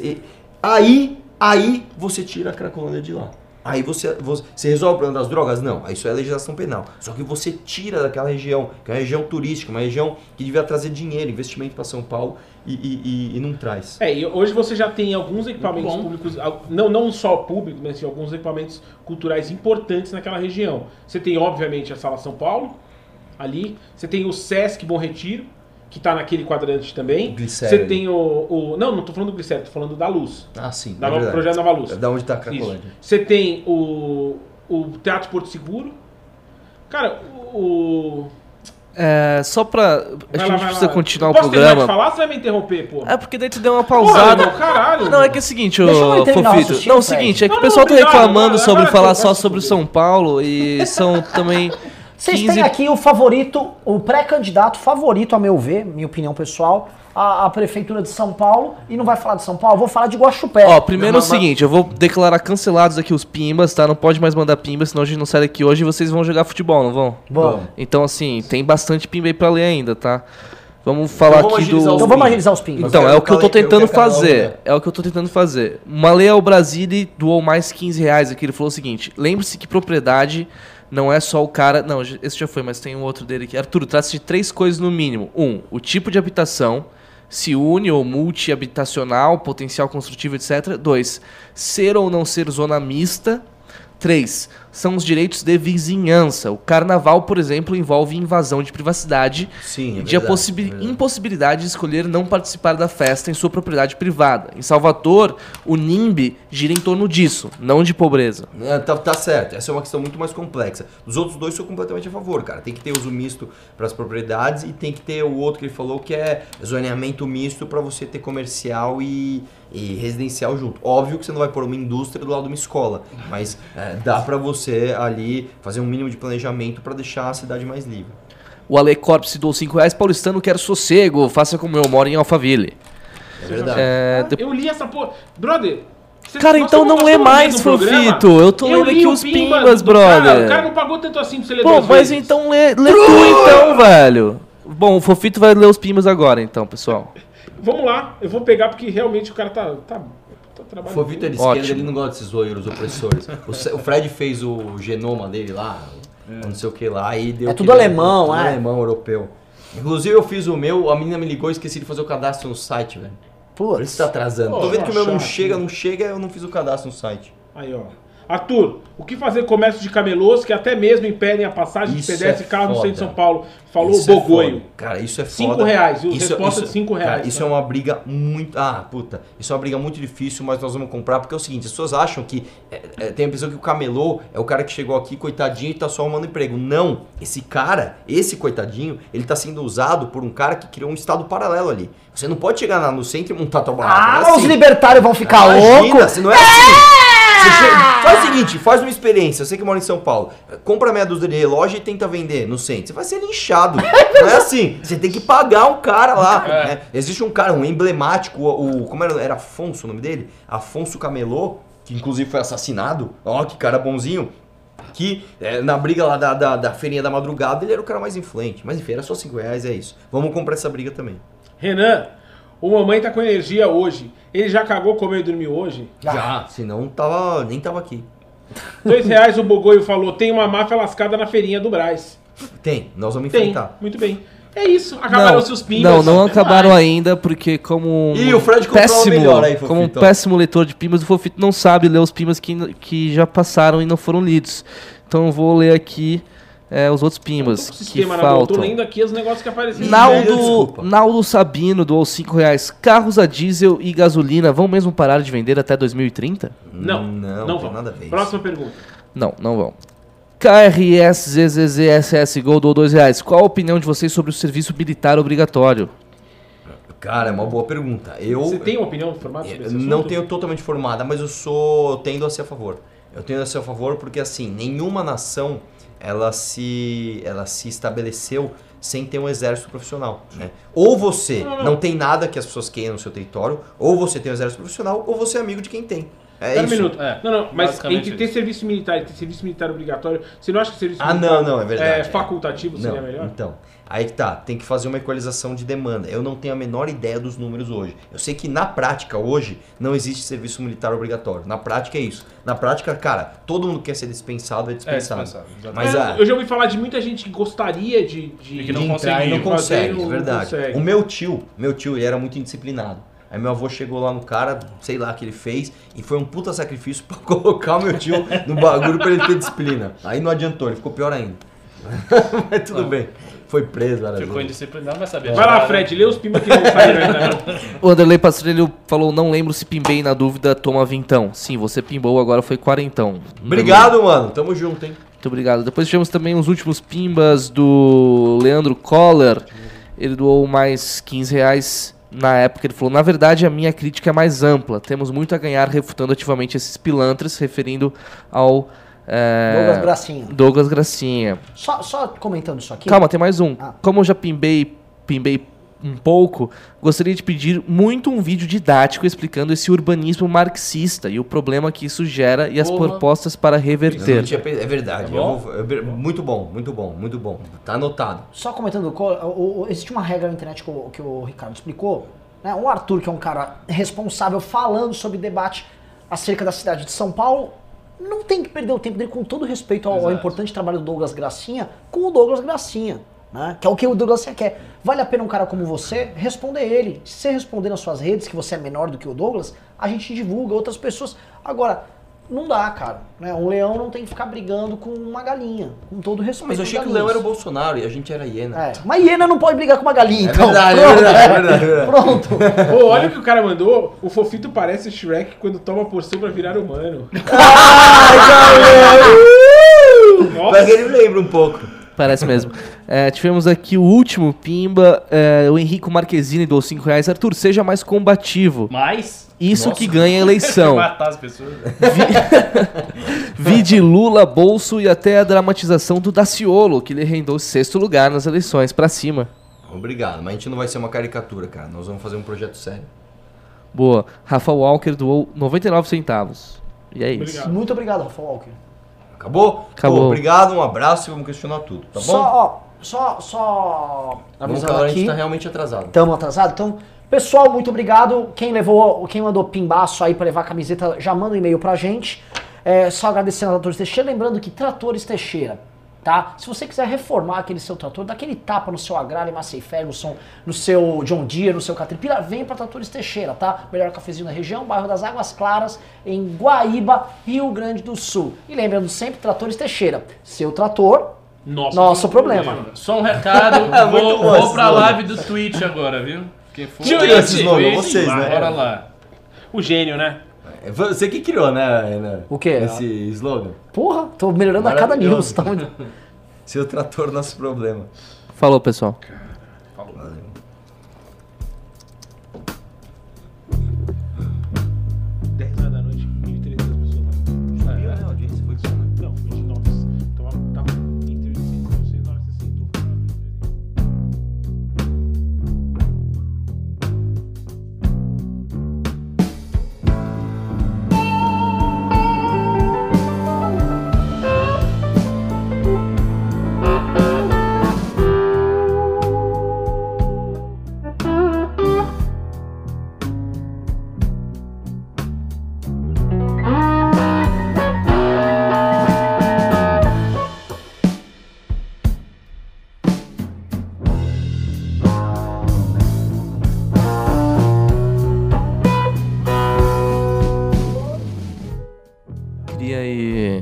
Aí você tira a Cracolândia de lá. Aí você resolve o problema das drogas? Não, isso é legislação penal. Só que você tira daquela região, que é uma região turística, uma região que devia trazer dinheiro, investimento para São Paulo e não traz. E hoje você já tem alguns equipamentos públicos, não só públicos, mas assim, alguns equipamentos culturais importantes naquela região. Você tem, obviamente, a Sala São Paulo, ali. Você tem o Sesc Bom Retiro, que está naquele quadrante também. Glicério. Você tem Não estou falando do Glicério, estou falando da Luz. Ah, sim. Do projeto Nova Luz. Da onde está a Cracolândia. Você tem o Teatro Porto Seguro. Cara, só pra... A gente precisa continuar o Posso terminar programa. de falar ou você vai me interromper, pô? É porque daí tu deu uma pausada. Porra, caralho. Não, é que é o seguinte, Deixa eu terminar o Fofito. raciocínio, Não, é o Fred. seguinte, é que Não, o pessoal tá obrigado, reclamando agora sobre vai falar se só fuder. sobre São Paulo e são também... Vocês 15... têm aqui o favorito, o pré-candidato favorito, a meu ver, minha opinião pessoal, a Prefeitura de São Paulo. E não vai falar de São Paulo, vou falar de Guaxupé. Ó, primeiro é o seguinte, eu vou declarar cancelados aqui os pimbas, tá? Não pode mais mandar pimba, senão a gente não sai daqui hoje e vocês vão jogar futebol, não vão? Vamos. Então, assim, tem bastante pimba aí pra ler ainda, tá? Vamos falar Então vamos aqui do... agilizar os Então vamos agilizar os pimbas. Então, é o que eu tô Eu quero tentando cada um, fazer. né? É o que eu tô tentando fazer. Maleia Brasile doou mais R$15 aqui. Ele falou o seguinte: lembre-se que propriedade não é só o cara. Não, esse já foi, mas tem um outro dele aqui. Arthur, trata-se de 3 coisas no mínimo: 1. O tipo de habitação, se une ou multi-habitacional, potencial construtivo, etc. 2. Ser ou não ser zona mista. 3. São os direitos de vizinhança. O carnaval, por exemplo, envolve invasão de privacidade Sim, e de impossibilidade de escolher não participar da festa em sua propriedade privada. Em Salvador, o NIMBY gira em torno disso, não de pobreza. Tá certo, essa é uma questão muito mais complexa. Os outros dois sou completamente a favor, cara. Tem que ter uso misto para as propriedades e tem que ter o outro que ele falou, que é zoneamento misto para você ter comercial e residencial junto. Óbvio que você não vai pôr uma indústria do lado de uma escola, mas dá para você ali fazer um mínimo de planejamento para deixar a cidade mais livre. O Ale Corp se doou R$5. Paulistano quer sossego, faça como eu moro em Alphaville. É verdade. Eu li essa porra. Brother... Cara, então não lê mais, Fofito. Eu tô lendo aqui os Pimbas, brother. O cara não pagou tanto assim pra você ler Pô, mas então lê tu então, velho. Bom, o Fofito vai ler os Pimbas agora, então, pessoal. Vamos lá, eu vou pegar porque realmente o cara tá trabalhando. O Fofito é de esquerda, ele não gosta desses zoeiros opressores. O Fred fez o genoma dele lá, não sei o que lá, e deu... É tudo alemão, tudo alemão, europeu. Inclusive eu fiz o meu, a menina me ligou e esqueci de fazer o cadastro no site, velho. Por isso tá atrasando. Tô vendo que o meu não chega, eu não fiz o cadastro no site. Aí, ó. Arthur, o que fazer comércio de camelôs que até mesmo impedem a passagem de pedestre e carro no centro de São Paulo? Falou o Bogoio. Cara, isso é foda. R$5, viu? Resposta de R$5. Cara, isso é uma briga muito... Isso é uma briga muito difícil, mas nós vamos comprar, porque é o seguinte, as pessoas acham que... tem a impressão que o camelô é o cara que chegou aqui, coitadinho, e tá só arrumando emprego. Não! Esse coitadinho, ele tá sendo usado por um cara que criou um estado paralelo ali. Você não pode chegar no centro e montar tua barraca. Os libertários vão ficar loucos! Se não é assim... Faz o seguinte, faz uma experiência, você que mora em São Paulo, compra meia dúzia de relógio e tenta vender no centro. Você vai ser linchado. Não é assim. Você tem que pagar um cara lá. Né? Existe um cara, um emblemático, como era Afonso o nome dele? Afonso Camelô, que inclusive foi assassinado. Ó, que cara bonzinho. Que na briga lá da feirinha da madrugada, ele era o cara mais influente. Mas enfim, era só R$5, é isso. Vamos comprar essa briga também. Renan, o mamãe tá com energia hoje. Ele já cagou, comeu e dormiu hoje? Já, senão nem tava aqui. R$2 o Bogoio falou, tem uma máfia lascada na feirinha do Brás. Tem, nós vamos enfrentar. Muito bem. É isso, acabaram-se os Pimbas. Não acabaram ainda, porque como o Fred comprou melhor aí, Fofito. Como um péssimo leitor de Pimbas, o Fofito não sabe ler os Pimbas que já passaram e não foram lidos. Então eu vou ler aqui os outros Pimbas que faltam. Eu tô lendo aqui os negócios que apareceram. Naldo Sabino doou R$5. Carros a diesel e gasolina vão mesmo parar de vender até 2030? Não vão. Nada a ver. Próxima pergunta. Não vão. KRSZZSS Gol doou R$2. Qual a opinião de vocês sobre o serviço militar obrigatório? Cara, é uma boa pergunta. Você tem uma opinião formada sobre esse assunto? Não tenho totalmente formada, mas eu tendo a ser a favor. Eu tendo a ser a favor porque, assim, nenhuma nação ela se estabeleceu sem ter um exército profissional, né? Ou você não tem nada que as pessoas queiram no seu território, ou você tem um exército profissional, ou você é amigo de quem tem. Um minuto. Mas entre ter serviço militar e ter serviço militar obrigatório, você não acha que serviço militar não, é verdade. Facultativo seria melhor? Então, aí que tá, tem que fazer uma equalização de demanda. Eu não tenho a menor ideia dos números hoje. Eu sei que na prática hoje não existe serviço militar obrigatório. Na prática é isso. Na prática, cara, todo mundo que quer ser dispensado é dispensado. Mas eu já ouvi falar de muita gente que gostaria de que não entrar e não consegue, é verdade. Consegue. O meu tio, ele era muito indisciplinado. Aí meu avô chegou lá no cara, sei lá o que ele fez, e foi um puta sacrifício pra colocar o meu tio no bagulho pra ele ter disciplina. Aí não adiantou, ele ficou pior ainda. Mas tudo bem. Foi preso. Ficou indisciplinado, vai saber. Vai lá, Fred, lê os pimbas que não saíram ainda. O Anderlei Pastrello falou, não lembro se pimbei, na dúvida, toma vintão. Sim, você pimbou, agora foi quarentão. Obrigado, mano. Tamo junto, hein. Muito obrigado. Depois tivemos também os últimos pimbas do Leandro Koller. Ele doou mais R$15. Na época ele falou, na verdade a minha crítica é mais ampla. Temos muito a ganhar refutando ativamente esses pilantras, referindo ao... Douglas Gracinha. Só comentando isso aqui. Calma, tem mais um. Como eu já pimbei um pouco, gostaria de pedir muito um vídeo didático explicando esse urbanismo marxista e o problema que isso gera e as propostas para reverter. É verdade. Muito bom. Tá anotado. Só comentando, existe uma regra na internet que o Ricardo explicou, né? O Arthur, que é um cara responsável falando sobre debate acerca da cidade de São Paulo, não tem que perder o tempo dele, com todo respeito ao importante trabalho do Douglas Gracinha, com o Douglas Gracinha, né? Que é o que o Douglas Gracinha quer. Vale a pena um cara como você responder ele. Se você responder nas suas redes que você é menor do que o Douglas, a gente divulga outras pessoas. Agora, não dá, cara. Né? Um leão não tem que ficar brigando com uma galinha, com todo respeito. Mas eu achei que o leão era o Bolsonaro e a gente era hiena. É, uma hiena não pode brigar com uma galinha, então. Verdade, Pronto, verdade. Pronto. Pô, olha o que o cara mandou. O Fofito parece o Shrek quando toma a porção pra virar humano. Mas ele lembra um pouco. Parece mesmo. Tivemos aqui o último Pimba, o Henrico Marquezine doou R$5. Arthur, seja mais combativo. Mas... Isso Nossa. que ganha a eleição. Matar as pessoas. Vi de Lula, Bolso e até a dramatização do Daciolo, que lhe rendeu 6º lugar nas eleições. Pra cima. Obrigado, mas a gente não vai ser uma caricatura, cara. Nós vamos fazer um projeto sério. Boa. Rafa Walker doou 99 centavos. E é isso. Obrigado. Muito obrigado, Rafa Walker. Acabou? Acabou. Pô, obrigado, um abraço e vamos questionar tudo, tá bom? Só Vamos avisando falar, a gente aqui. tá realmente atrasado. Estamos atrasados? Então, pessoal, muito obrigado. Quem mandou pimbaço aí pra levar a camiseta, já manda um e-mail pra gente. Só agradecendo a Tratores Teixeira. Lembrando que Tratores Teixeira, tá? Se você quiser reformar aquele seu trator, dá aquele tapa no seu Agrale, Massey Ferguson, no seu John Deere, no seu Caterpillar, vem pra Tratores Teixeira, tá? Melhor cafezinho da região, bairro das Águas Claras, em Guaíba, Rio Grande do Sul. E lembrando sempre, Tratores Teixeira. Seu trator, nosso problema. Só um recado, Muito bom vou esse pra nome. live do Twitch agora, viu? Quem for... Quem criou esses nomes? Vocês, né? Bora lá. O gênio, né? Você que criou, né, Renan? O quê? Esse slogan. Porra, tô melhorando a cada Maravilhoso. news. Tá muito... Seu trator, nosso problema. Falou, pessoal. Valeu. 10 horas da noite, 1.300 pessoas lá. A audiência foi isso, né? Não, 29. Tava entre 800 e 960. Queria aí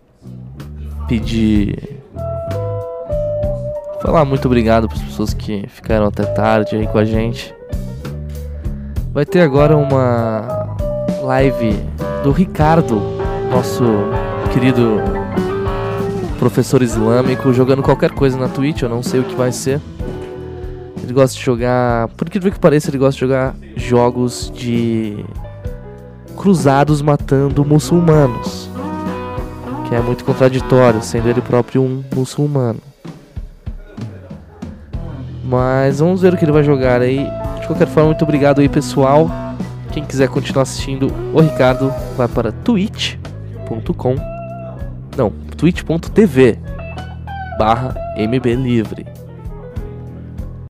pedir... Falar muito obrigado para as pessoas que ficaram até tarde aí com a gente. Vai ter agora uma live do Ricardo, nosso querido professor islâmico, jogando qualquer coisa na Twitch, eu não sei o que vai ser. Ele gosta de jogar, por incrível que pareça, ele gosta de jogar jogos de cruzados matando muçulmanos, que é muito contraditório, sendo ele próprio um muçulmano. Mas vamos ver o que ele vai jogar aí. De qualquer forma, muito obrigado aí, pessoal. Quem quiser continuar assistindo o Ricardo, vai para twitch.tv/mblivre.